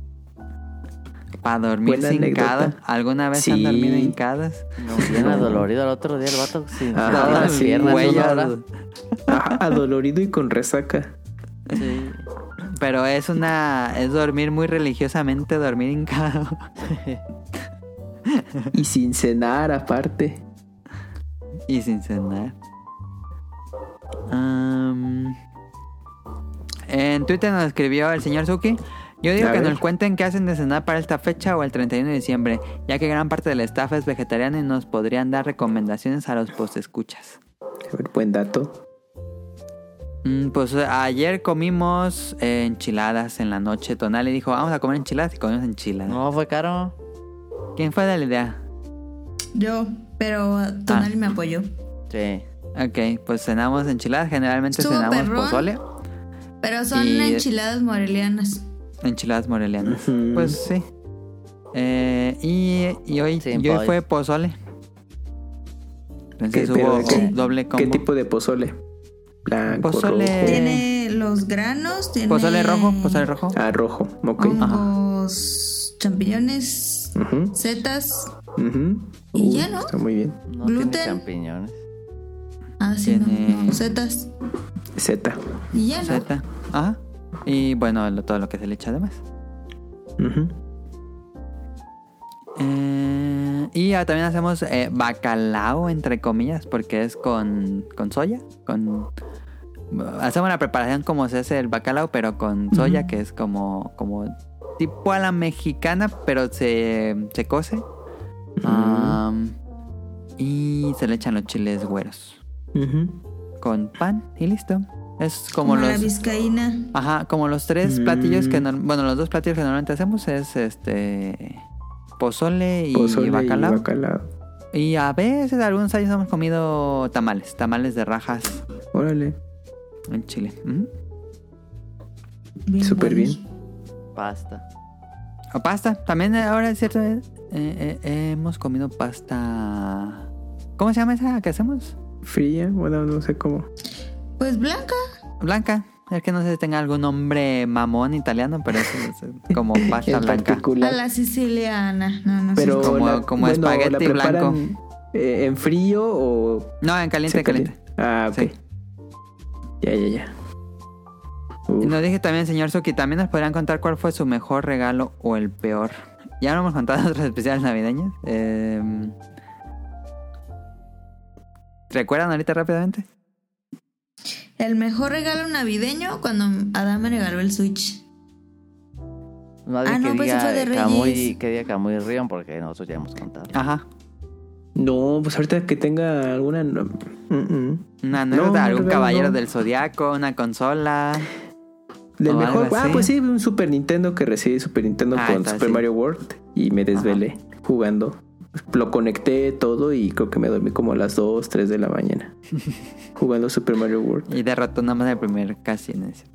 Para dormir Buena hincado. anécdota. ¿Alguna vez Sí. han dormido hincadas? No, bien adolorido el otro día el vato sin Ah, sentir las sí, piernas güey, una hora. Ajá, adolorido y con resaca. Sí. Pero es una... Es dormir muy religiosamente, dormir hincado. Y sin cenar aparte. Y sin cenar. Am, en Twitter nos escribió el señor Suki. Yo digo A que ver. nos cuenten qué hacen de cenar para esta fecha o el treinta y uno de diciembre, ya que gran parte del staff es vegetariano y nos podrían dar recomendaciones a los postescuchas. A ver, buen dato. Mm, pues eh, ayer comimos eh, enchiladas en la noche. Tonali dijo, vamos a comer enchiladas y comimos enchiladas. No, fue caro. ¿Quién fue de la idea? Yo, pero Tonali Ah. me apoyó. Sí. Ok, pues cenamos enchiladas. Generalmente Estuvo cenamos perrón. pozole. Pero son Y- enchiladas morelianas. Enchiladas morelianas. Ujú. Pues sí. Eh, y, y hoy, Sin y hoy pollo. fue pozole. Entonces ¿Qué- pero hubo de qué- doble combo. ¿Qué tipo de pozole? Blanco, Pozole- rojo. Tiene los granos, tiene... Pozole rojo, pozole rojo. Ah, rojo, ok. Hongos, champiñones, Ujú, setas. ujú. ¿Y Uh, ya, no? Está muy bien. No Gluten. tiene champiñones. Ah, sí, Tiene- no, no, setas. Z. Y ya, ¿no? Zeta. Ajá. Y bueno, lo- todo lo que se le echa además. Ujú. Eh, y ah, también hacemos eh, bacalao, entre comillas, porque es con, con soya. Con, hacemos la preparación como se hace el bacalao, pero con soya, Ujú. que es como, como tipo a la mexicana, pero se, se cose. Am, y se le echan los chiles güeros. Ujú. Con pan y listo. Es como, Como la los... vizcaína. Ajá, como los tres Mm. platillos que... norm- Bueno, los dos platillos que normalmente hacemos es este... Pozole y Pozole bacalao. y bacalao. Y a veces, algunos años hemos comido tamales. Tamales de rajas Órale. en Chile. Ujú. Bien Súper buenos. bien. Pasta. O pasta. También eh, ahora es cierto... eh, eh, eh, hemos comido pasta... ¿Cómo se llama esa que hacemos? Fría, bueno, no sé cómo. Pues blanca. Blanca. Es que no sé si tenga algún nombre mamón italiano, pero es, es como pasta En blanca. particular. A la siciliana. No, no Pero sé. Como- la- como bueno, espagueti ¿la preparan, blanco. eh, en frío o No, en caliente, se caliente. Ah, ok. Sí. Ya, ya, ya. Uf. Y nos dije también, señor Suki, también nos podrían contar cuál fue su mejor regalo o el peor. Ya no hemos contado en otros especiales navideños. Eh, ¿Recuerdan ahorita rápidamente? El mejor regalo navideño cuando Adam me regaló el Switch. Más Ah, bien no, que pues diga fue de Reyes. Camuy, que diga Camuy Rion, porque nosotros ya hemos contado. Ajá. No, pues ahorita que tenga alguna... no, mm, mm. Una anécdota, No, algún regalo caballero no. del Zodiaco, una consola. Del O mejor... algo Ah, así. pues sí, un Super Nintendo que recibí Super Nintendo Ah, con está, Super sí. Mario World y me desvelé jugando. Lo conecté todo y creo que me dormí como a las dos, tres de la mañana jugando Super Mario World. Y derrotó nada más el primer casi en ese.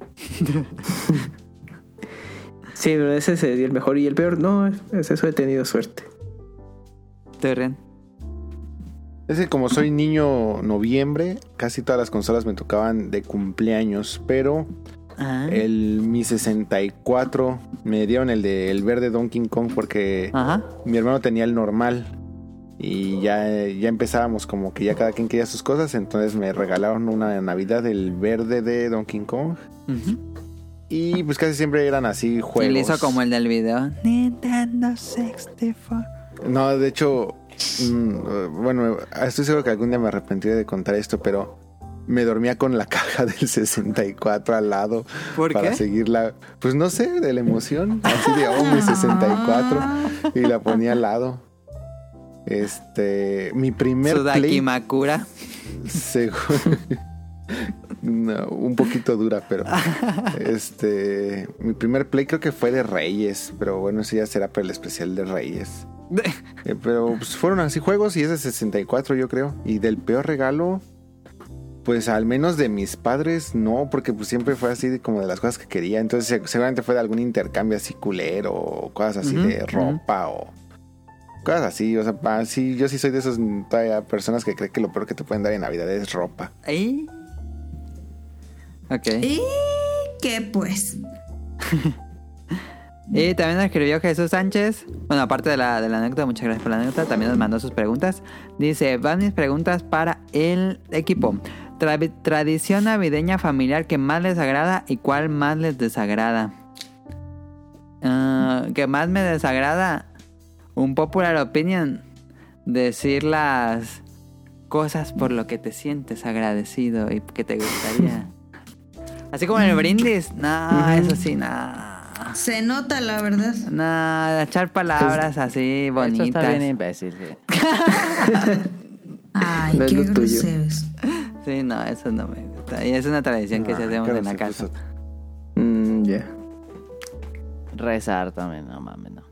Sí, pero ese sería el mejor. Y el peor, no, es eso, he tenido suerte. ¿Te ríen? Es que como soy niño noviembre, casi todas las consolas me tocaban de cumpleaños, pero Ah. el Mi sesenta y cuatro me dieron el de el verde Donkey Kong porque Ajá. mi hermano tenía el normal y ya, ya empezábamos como que ya cada quien quería sus cosas, entonces me regalaron una Navidad el verde de Donkey Kong Ujú. y pues casi siempre eran así juegos. Y le hizo como el del video. Nintendo sesenta y cuatro. No, de hecho, mm, bueno, estoy seguro que algún día me arrepentiré de contar esto, pero me dormía con la caja del sesenta y cuatro al lado. ¿Por para qué? seguirla, pues no sé, de la emoción, así de, oh, mi sesenta y cuatro, y la ponía al lado. Este, mi primer Sudaki Play, Makura. seguro, no, un poquito dura, pero este, mi primer Play creo que fue de Reyes, pero bueno, eso ya será para el especial de Reyes. Eh, pero pues, fueron así juegos y es de sesenta y cuatro yo creo. Y del peor regalo, pues al menos de mis padres no, porque pues siempre fue así de, como de las cosas que quería. Entonces se- seguramente fue de algún intercambio así culero o cosas así Ujú, de ropa o cosas así. O sea, pa- sí, yo sí soy de esas todavía personas que creen que lo peor que te pueden dar en Navidad es ropa. Ahí. Ok. ¿Y qué pues? Y también nos escribió Jesús Sánchez. Bueno, aparte de la, de la anécdota, muchas gracias por la anécdota. También nos mandó sus preguntas. Dice, van mis preguntas para el equipo. Tra- tradición navideña familiar que más les agrada y cuál más les desagrada. Ah, que más me desagrada. Un popular opinion. Decir las cosas por lo que te sientes agradecido y que te gustaría. Así como en el brindis. No, eso sí, no. Se nota, la verdad. No, echar palabras así Esto bonitas. está bien imbécil. Sí. Ay, No es qué lo tuyo. groseros. Sí, no, eso no me gusta. Y es una tradición que Ah, se hacemos claro, en la se casa. puso- Mm, ya. Rezar también, no mames, no.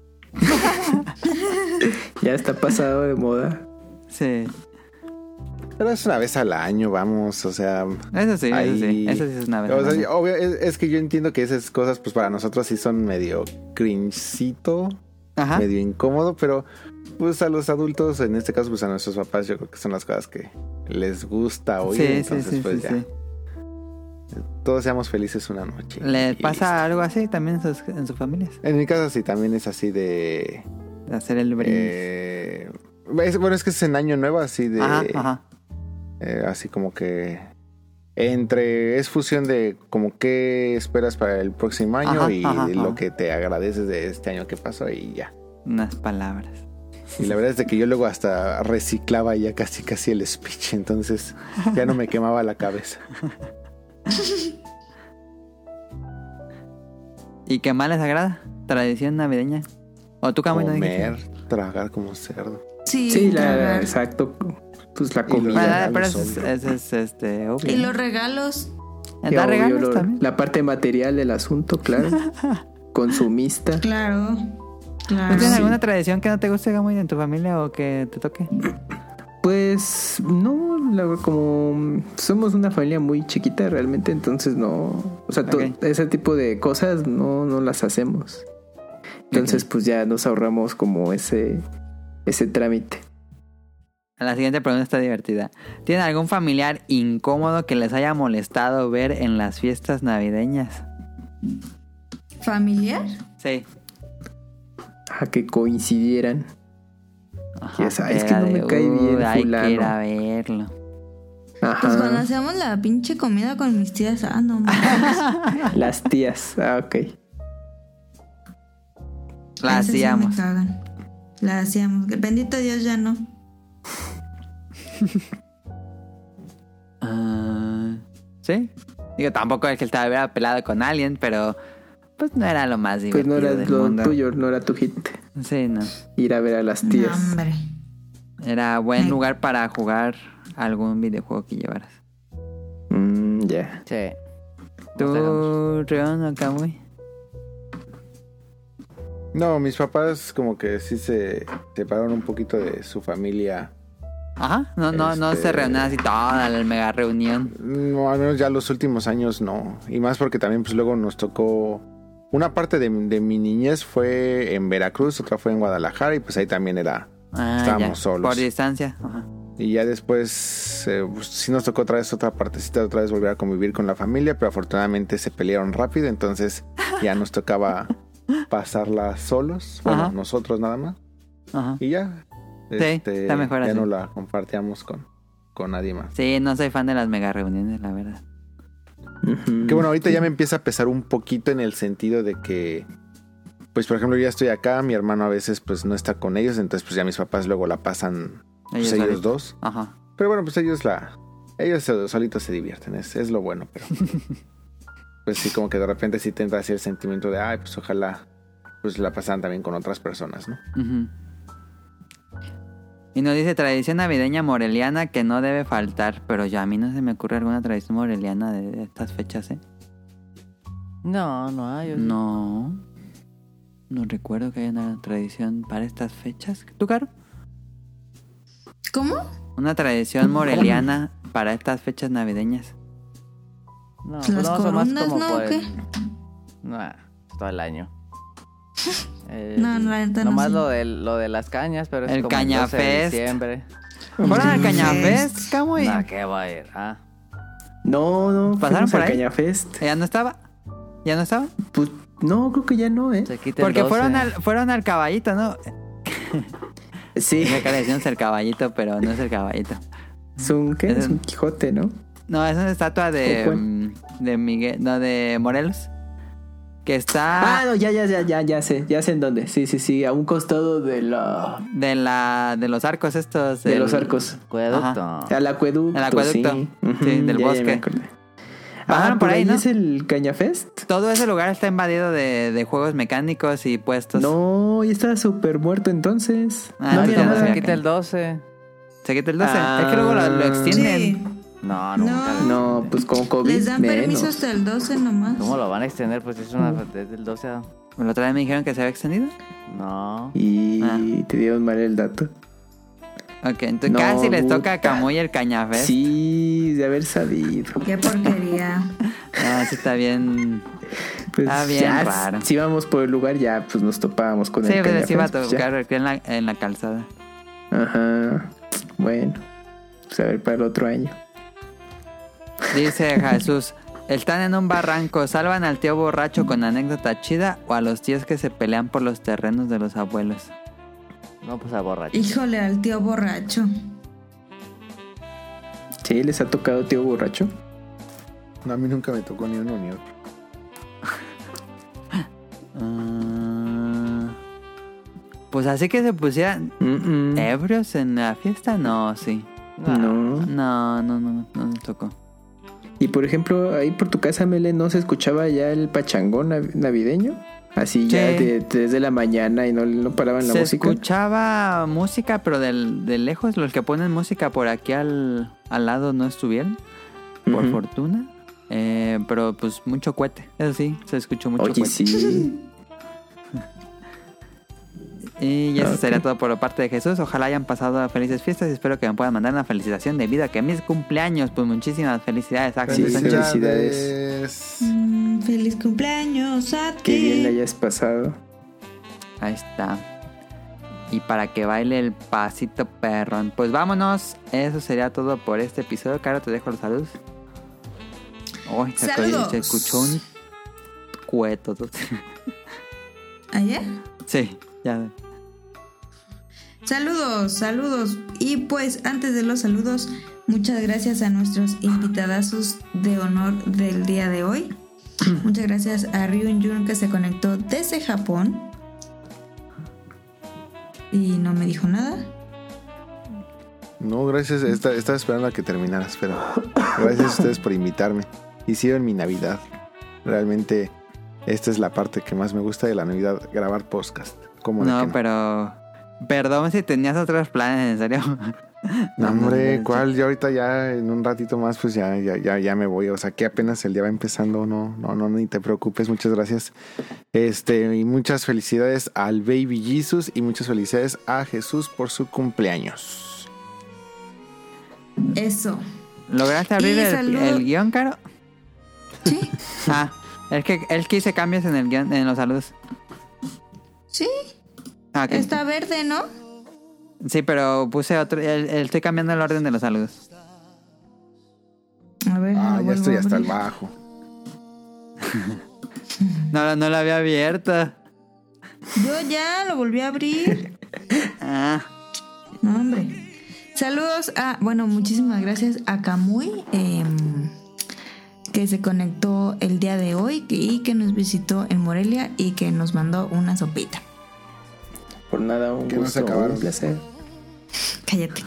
Ya está pasado de moda. Sí. Pero es una vez al año, vamos, o sea... Eso sí, ahí- eso sí. Eso sí es una vez. O sea, al año. obvio, es, es que yo entiendo que esas cosas, pues para nosotros sí son medio cringecito, Ajá. medio incómodo, pero pues a los adultos, en este caso, pues a nuestros papás, yo creo que son las cosas que les gusta oír. Sí, sí, entonces, sí, pues sí, ya. sí. Todos seamos felices una noche. ¿Le Y pasa algo así también en sus, en sus familias? listo. En mi casa sí también es así de... Hacer el brindis. eh, es- bueno, es que es en Año Nuevo, así de... Ajá, ajá. eh, así como que... Entre... Es fusión de como qué esperas para el próximo año Ajá, y ajá, lo ajá. que te agradeces de este año que pasó y ya. Unas palabras. Y la verdad es de que yo luego hasta reciclaba ya casi casi el speech, entonces ya no me quemaba la cabeza. ¿Y qué más les agrada? ¿Tradición navideña? ¿O tú, Camuy, no dijiste? Comer, tragar como cerdo. Sí, Sí, la, tragar. exacto. Pues la Y los comida. Ah, regalos, pero eso es, obvio. eso es, este, obvio. Y los regalos. Que ¿Da obvio, regalos lo- también? La parte material del asunto, claro. Consumista. Claro. ¿No Claro. tienes Sí. alguna tradición que no te guste, Camuy, en tu familia o que te toque? Pues no, la- como somos una familia muy chiquita realmente, entonces no, o sea, to- Ok. ese tipo de cosas no, no las hacemos. Entonces Ok. pues ya nos ahorramos como ese ese trámite. La siguiente pregunta está divertida. ¿Tienen algún familiar incómodo que les haya molestado ver en las fiestas navideñas? ¿Familiar? Sí. A que coincidieran. Ajá, Ya sabes, es que no me de, cae bien "Uy, hay fulano". que ir a verlo. Ajá. Pues cuando hacíamos la pinche comida con mis tías, ah, no mames. Las tías. Ah, ok. La Esas sí hacíamos. me cagan. La hacíamos. Bendito Dios, ya no. Ah, ¿sí? Digo, tampoco es que estaba hubiera pelado con alguien, pero pues no era lo más Pues divertido no era del lo mundo. tuyo, no era tu hit. Sí, no. Ir a ver a las No, tías. hombre. Era buen Ay. lugar para jugar algún videojuego que llevaras. Mm, ya. Sí. ¿Tú, Rion o Kamui? No, mis papás como que sí se separaron un poquito de su familia. Ajá, no, no, no Este- se reunían así toda la mega reunión. No, al menos ya los últimos años no. Y más porque también pues luego nos tocó... Una parte de, de mi niñez fue en Veracruz, otra fue en Guadalajara y pues ahí también era... Ah, Estábamos ya, solos. por distancia. Ajá. Y ya después eh, pues, sí nos tocó otra vez otra partecita, otra vez volver a convivir con la familia, pero afortunadamente se pelearon rápido, entonces ya nos tocaba pasarla solos, bueno, Ajá. nosotros nada más. Ajá. Y ya, Sí, este, está mejor ya así. no la compartíamos con, con nadie más. Sí, no soy fan de las mega reuniones, la verdad. Ujú. Que bueno, ahorita ya me empieza a pesar un poquito en el sentido de que, pues por ejemplo, yo ya estoy acá, mi hermano a veces pues no está con ellos, entonces pues ya mis papás luego la pasan pues, Ellos ellos, solitos. dos. Ajá. Pero bueno, pues ellos la, ellos se- solitos se divierten, es, es lo bueno, pero pues sí, como que de repente sí te entra así el sentimiento de, ay, pues ojalá pues la pasaran también con otras personas, ¿no? Ujú. Y nos dice tradición navideña moreliana que no debe faltar, pero ya a mí no se me ocurre alguna tradición moreliana de, de estas fechas, ¿eh? No, no hay. yo- No. No recuerdo que haya una tradición para estas fechas. ¿Tú, Caro? ¿Cómo? Una tradición moreliana para estas fechas navideñas. No, ¿Las pues no, son más corundas, como no, por o qué? el... Nah, todo el año. El- No, la neta no Nomás sé. lo de, lo de las cañas, pero es El como el doce de Cañafest. diciembre. ¿Fueron al Mm. Cañafest, Camuy? No, ¿qué va a ir? Ah, No, no. ¿Pasaron fuimos por al ahí? Cañafest. ¿Ya no estaba? ¿Ya no estaba? Pues no, creo que ya no, ¿eh? se quita el Porque doce. fueron al, fueron al caballito, ¿no? Sí. Me acá le decimos el caballito, pero no es el caballito. Es un, ¿qué? Es un Quijote, ¿no? No, es una estatua de, ¿O cuál? mm, de Miguel, no, de Morelos. Que está Ah, no, ya, ya, ya, ya, ya sé. Ya sé en dónde. Sí, sí, sí. A un costado de la... de la de los arcos estos. De del- los arcos. Acueducto. Al acueducto. El acueducto. Sí, Sí, del ya, ya me bosque. acordé. Pasaron Ah, por por ahí, ahí ¿no? es el Cañafest. Todo ese lugar está invadido de, de juegos mecánicos y puestos. No, ya estaba súper muerto entonces. Ah, no entonces había no nada. sabía Se quita el doce. Se quita el doce. Ah. Es que luego lo, lo extienden. Sí. No, nunca. No. No, pues con COVID Les dan menos. permiso hasta el doce nomás. ¿Cómo lo van a extender? Pues es una desde el doce a... ¿La otra vez me dijeron que se había extendido? No. Y Ah. te dieron mal el dato. Ok, entonces No, casi les puta. toca a Camuy el Cañafest. Sí, de haber sabido. Qué porquería. Ah, sí está bien. Pues Está bien ya, raro. si íbamos por el lugar, ya pues nos topábamos con Sí, el pues sí iba a Cañafest, pues, ya. tocar aquí en la, en la calzada. Ajá. Bueno, pues a ver para el otro año. Dice Jesús, están en un barranco, ¿salvan al tío borracho con anécdota chida o a los tíos que se pelean por los terrenos de los abuelos? No, pues a borracho. Híjole, al tío borracho. Sí, les ha tocado tío borracho. No, a mí nunca me tocó ni uno ni otro. Ah, pues así que se pusieran Mm-mm. ebrios en la fiesta, no, sí. No. No, no, no, no nos tocó. Y por ejemplo, ahí por tu casa, Mele, ¿no se escuchaba ya el pachangón nav- navideño? Así ya Sí. de tres de la mañana y no, no paraban la Se música. escuchaba música, pero del- de lejos. Los que ponen música por aquí al, al lado no estuvieron, por Ujú. fortuna. Eh, pero pues mucho cohete. Eso sí, se escuchó mucho Oye, cohete. sí. Y eso Ok. sería todo por parte de Jesús. Ojalá hayan pasado felices fiestas y espero que me puedan mandar una felicitación debido a que mis cumpleaños. Pues muchísimas felicidades, Axel Sí, Sánchez. felicidades. Mm, feliz cumpleaños a ti. Qué bien la hayas pasado. Ahí está. y para que baile el pasito perrón. Pues vámonos, eso sería todo por este episodio. Caro, te dejo los saludos. Oh, se, ¡Saludos! Se escuchó un cueto. ¿Ayer? Sí, ya. Saludos, saludos. Y pues antes de los saludos, muchas gracias a nuestros invitadazos de honor del día de hoy. Muchas gracias a Ryun Jun, que se conectó desde Japón y no me dijo nada. No, gracias. Está, estaba esperando a que terminaras, pero gracias a ustedes por invitarme. Hicieron mi Navidad. Realmente esta es la parte que más me gusta de la Navidad, grabar podcast. ¿Cómo de No, que no? pero... Perdón si tenías otros planes, en serio. No, hombre, ¿cuál? Yo ahorita ya en un ratito más pues ya, ya, ya, ya me voy. O sea que apenas el día va empezando. No, no, no, ni te preocupes. Muchas gracias. Este, y muchas felicidades al Baby Jesus y muchas felicidades a Jesús por su cumpleaños. Eso. ¿Lograste abrir Y el, salud- el guión, Caro? Sí. Ah, es que él que hice cambios en el guión, en los saludos. Sí. Ah, ok. Está verde, ¿no? Sí, pero puse otro. el- el- estoy cambiando el orden de los saludos. A ver. Ah, lo ya vuelvo estoy a hasta abrir. abajo. No, no lo había abierto. Yo ya lo volví a abrir. Ah, No, hombre. Saludos a, bueno, muchísimas gracias a Kamui, eh, que se conectó el día de hoy que, y que nos visitó en Morelia y que nos mandó una sopita. Por nada, un Que no se gusto, acabaron. un placer. Cállate.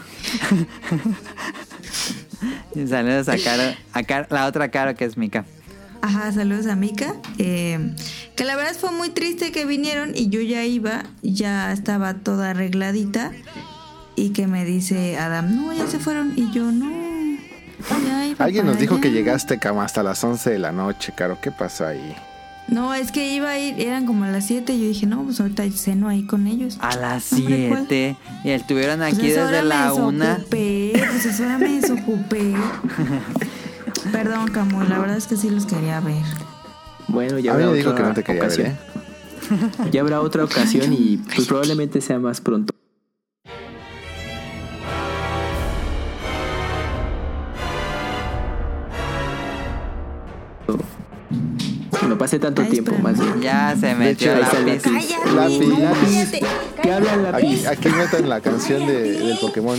y saludos a Caro, a Caro, la otra Caro que es Mika. Ajá, saludos a Mika. Eh, que la verdad fue muy triste que vinieron y yo ya iba, ya estaba toda arregladita. Y que me dice Adam, no, ya se fueron. Y yo, no. Ya iba Alguien nos para dijo allá. que llegaste cama hasta las once de la noche, Caro. ¿Qué pasó ahí? No, es que iba a ir, eran como a las siete. Y yo dije, no, pues ahorita ceno ahí con ellos. A las Hombre, ¿cuál? siete. Y estuvieron Pues aquí esa desde hora la me una. desocupé, pues esa hora me desocupé. Perdón, Camu, la verdad es que sí los quería ver. Bueno, ya A mí habrá me dijo otra que no te quería ver, ocasión. ¿eh? Ya habrá otra ocasión y pues probablemente sea más pronto. No pase tanto Ay, tiempo, espérame. más bien. Ya se metió hecho, el ahí está el lápiz. lápiz. Cállate, Lápiz, no, lápiz. cállate. ¿Qué habla el Aquí, lápiz? aquí metan la canción de, del Pokémon.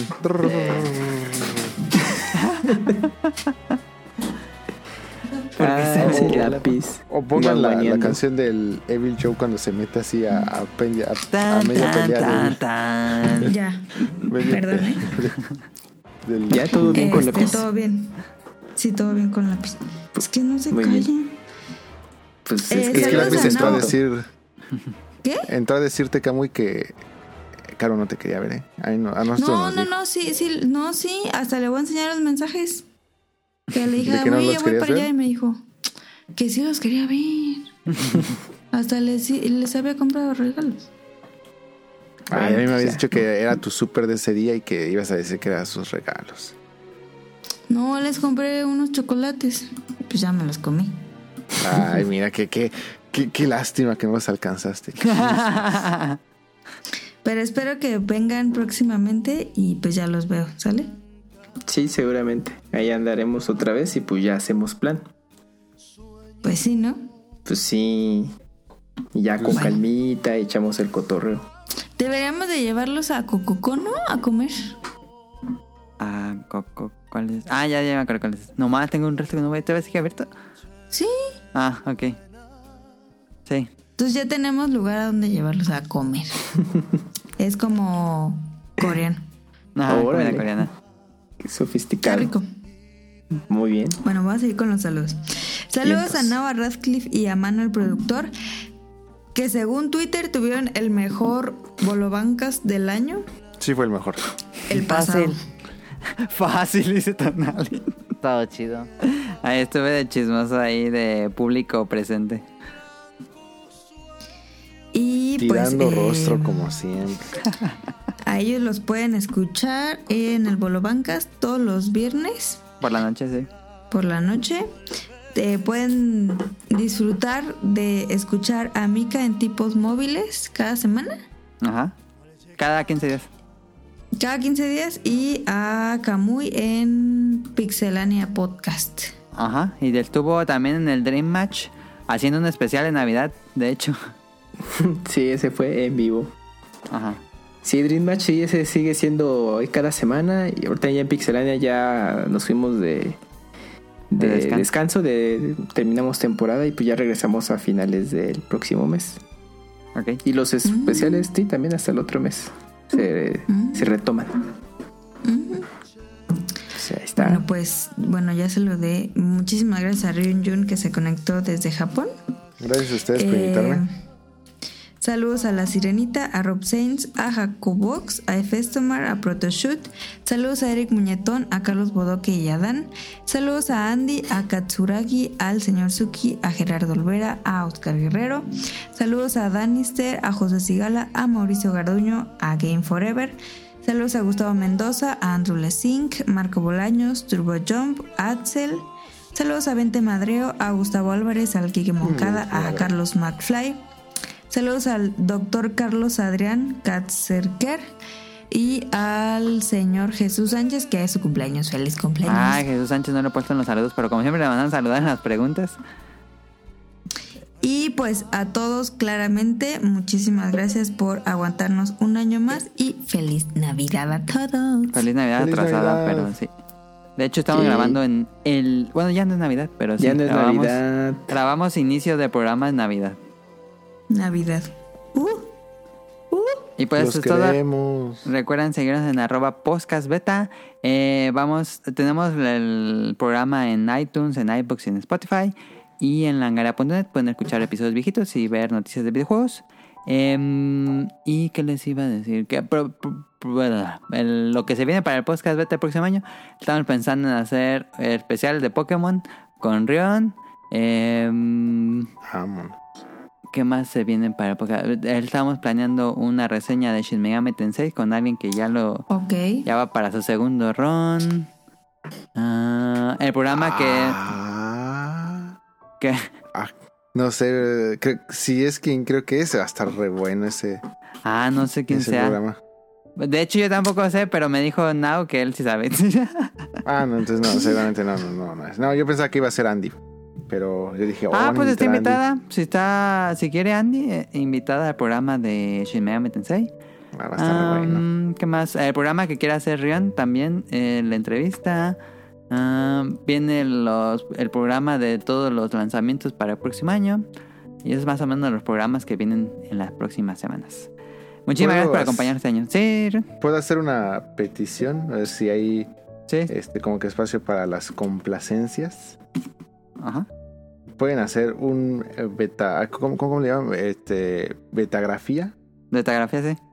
Ah, ese o- lápiz. O pongan la, la Guaguaneando. canción del Evil Joe cuando se mete así a, a, pe- a- a Tan, media tan, pelea tan, del- tan. Ya, media perdón, ¿eh? del- Ya todo bien con Este, lápiz. todo bien. Sí, todo bien con lápiz. Es que no se Muy callan. bien. Pues Eh, es Es que que saludos Lápiz a entró a Nao. decir, ¿Qué? entró a decirte, Camuy, que Caro no te quería ver, ¿eh? Ay, no, a nosotros No, nos no, dijo. no, sí, sí, no, sí. Hasta le voy a enseñar los mensajes. Que le dije, ¿De que no oye, los ya voy querías para allá. ver? Y me dijo que sí los quería ver. Hasta les, les había comprado regalos. Ay, a mí me habías Ya. dicho que era tu súper de ese día y que ibas a decir que eran sus regalos. No, les compré unos chocolates. Pues ya me los comí. Ay, mira, qué, qué, qué, qué lástima que no los alcanzaste. Pero espero que vengan próximamente y pues ya los veo, ¿sale? Sí, seguramente. Ahí andaremos otra vez y pues ya hacemos plan. Pues sí, ¿no? Pues sí. Y ya con Bueno. calmita echamos el cotorreo. Deberíamos de llevarlos a Cococo, ¿no? A comer. Ah, Coco, ¿cuál es? Ah, ya, ya me acuerdo cuál es. Nomás tengo un resto que no voy. ¿Te ves que abierto? Sí. Ah, ok. Sí. Entonces ya tenemos lugar a donde llevarlos a comer. Es como coreano. Ajá, Órale. comida coreana. Qué Qué sofisticado. rico. Muy bien. Bueno, vamos a seguir con los saludos. Saludos Vientos. a Nava Radcliffe y a Manuel Productor, que según Twitter tuvieron el mejor Bolobancas del año, Sí fue el mejor. el pasado. Fácil. Fácil, dice Tonali. Estaba chido. Ahí estuve de chismoso ahí de público presente. Y Tirando pues, eh, rostro como siempre. a ellos los pueden escuchar en el Bolobancas todos los viernes Por la noche, sí. por la noche. Te pueden disfrutar de escuchar a Mika en tipos móviles cada semana. Ajá. cada quince días. Cada quince días y a Kamui en Pixelania Podcast. Ajá, y estuvo también en el Dream Match haciendo un especial de Navidad, de hecho. Sí, ese fue en vivo. Ajá. Sí, Dream Match sí, ese sigue siendo hoy cada semana. Y ahorita ya en Pixelania ya nos fuimos de, de, de descanso. descanso, de, terminamos temporada y pues ya regresamos a finales del próximo mes. Okay. Y los especiales, mm. sí, también hasta el otro mes se, mm. se retoman. Mm. O sea, ahí está. Bueno, pues, bueno, ya se lo de. Muchísimas gracias a Ryun Jun que se conectó desde Japón. Gracias a ustedes por eh, invitarme. Saludos a La Sirenita, a Rob Sainz, a Jacobox, a Efestomar, a Protoshoot. Saludos a Eric Muñetón, a Carlos Bodoque y a Dan. Saludos a Andy, a Katsuragi, al señor Suki, a Gerardo Olvera, a Oscar Guerrero. Saludos a Danister, a José Sigala, a Mauricio Garduño, a Game Forever. Saludos a Gustavo Mendoza, a Andrew Lesink, Marco Bolaños, Turbo Jump, a Axel. Saludos a Vente Madreo, a Gustavo Álvarez, al Quique Moncada, mm, a Carlos McFly. Saludos al doctor Carlos Adrián Katzerker y al señor Jesús Sánchez, que es su cumpleaños. Feliz cumpleaños. Ay, Jesús Sánchez no lo he puesto en los saludos, pero como siempre le mandan a saludar en las preguntas. Y pues a todos, claramente, muchísimas gracias por aguantarnos un año más y feliz Navidad a todos. Feliz Navidad Feliz atrasada, Navidad. pero sí. De hecho, estamos Sí. grabando en el... Bueno, ya no es Navidad, pero sí. Ya no es grabamos, Navidad. Grabamos inicio de programa en Navidad. Navidad. Uh, uh. Y pues Los es todo. queremos. Recuerden seguirnos en arroba podcastbeta. Eh, vamos, tenemos el programa en iTunes, en iBooks y en Spotify. Y en langaria punto net pueden escuchar episodios viejitos y ver noticias de videojuegos. Eh, ¿Y qué les iba a decir? Que pro, pro, pro, el, lo que se viene para el podcast beta el próximo año. Estamos pensando en hacer especiales de Pokémon con Rion. Eh, Vámonos. ¿Qué más se viene para el podcast? Estamos planeando una reseña de Shin Megami Tensei con alguien que ya lo Ok. ya va para su segundo run. Uh, el programa Ah, que que ah, no sé, creo, si es quien creo que es, va a estar re bueno ese, ah no sé quién ese sea. programa. De hecho yo tampoco sé, pero me dijo Nao que él sí sabe. Ah, no, entonces no, seguramente no, no, no, no es. No, yo pensaba que iba a ser Andy, pero yo dije, oh, Ah, van a pues está invitar a Andy. invitada. Si está, si quiere Andy, eh, invitada al programa de Shin Megami Tensei. Ah, va a estar re bueno. Um, ¿Qué más? El programa que quiere hacer Rion también, eh, la entrevista. Um, viene los, el programa de todos los lanzamientos para el próximo año. Y es más o menos los programas que vienen en las próximas semanas. Muchísimas gracias por ¿Puedo acompañarnos este año. Sí, Rion. ¿Puedo hacer una petición? A ver si hay Sí. este, como que espacio para las complacencias. Ajá. Pueden hacer un eh, beta, ¿cómo, cómo le llaman? Este, betagrafía. Detografía, sí.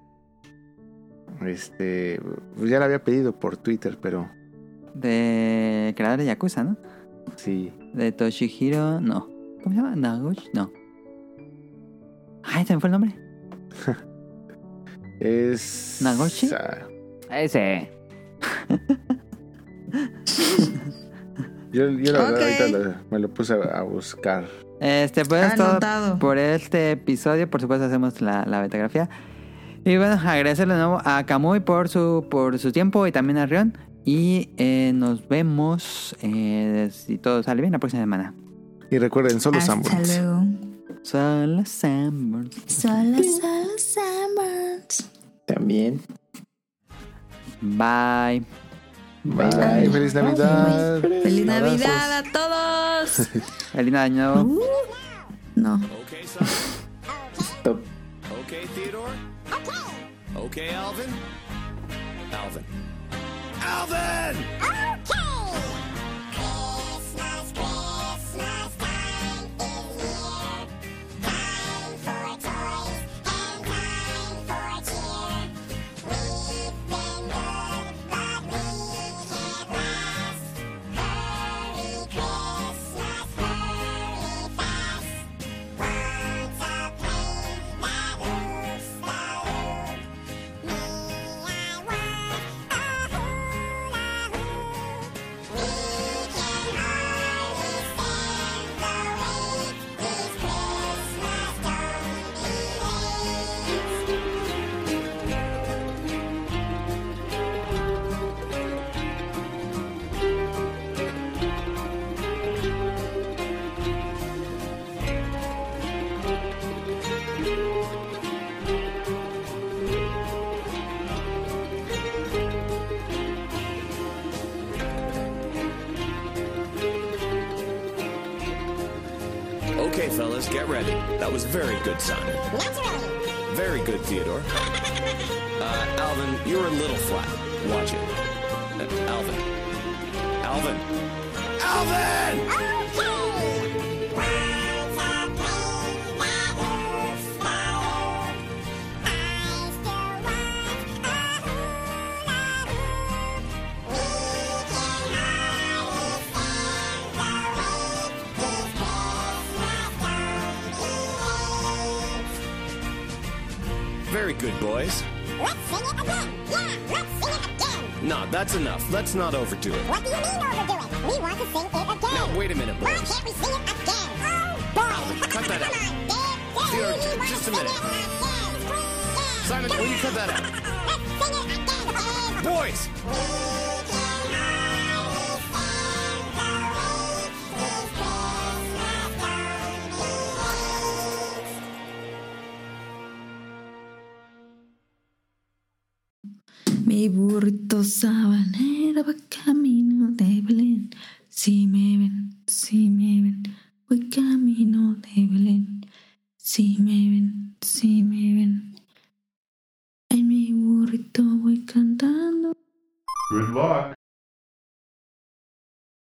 Este, pues ya la había pedido por Twitter, pero De creador de Yakuza, ¿no? sí. De Toshihiro, no. ¿Cómo se llama? Nagoshi, no. Ay, ¿se me fue el nombre? Es ¿Nagoshi? ah, Ese. yo, yo la verdad Ok. ahorita lo- me lo puse a, a buscar. Este, pues es todo Anotado. por este episodio. Por supuesto hacemos la, la betografía. Y bueno, agradecerle de nuevo a Kamui por su, por su tiempo y también a Rion. Y eh, nos vemos, eh, si todo sale bien, la próxima semana. Y recuerden, solo Hasta Sanborns. luego. Solo Sanborns. Solo, solo Sanborns. También. Bye. Bye, feliz Navidad. ¡Feliz Abrazos. Navidad a todos! Feliz año nuevo. Uh, no. Okay, son. Stop. Okay, Theodore. Okay. Okay, Alvin. Alvin. Alvin! Okay, fellas, get ready. That was very good, Simon. Naturally. Very good, Theodore. Uh, Alvin, you're a little flat. Watch it. Uh, Alvin. Alvin. Alvin! Okay. Very good, boys. Let's sing it again. Yeah, let's sing it again. No, that's enough. Let's not overdo it. What do you mean overdo it? We want to sing it again. Now, wait a minute, Why boys. can't we sing it again? Oh, boy. Cut that out. Come on, Dave. Theo, We j- want just to a minute. sing it again. Yeah. Simon, Come will you on. cut that out? Let's sing it again, Dave. Boys! Mi burrito sabanero va camino de Belén. Si me ven, si me ven, voy camino de Belén. Si me ven, si me ven.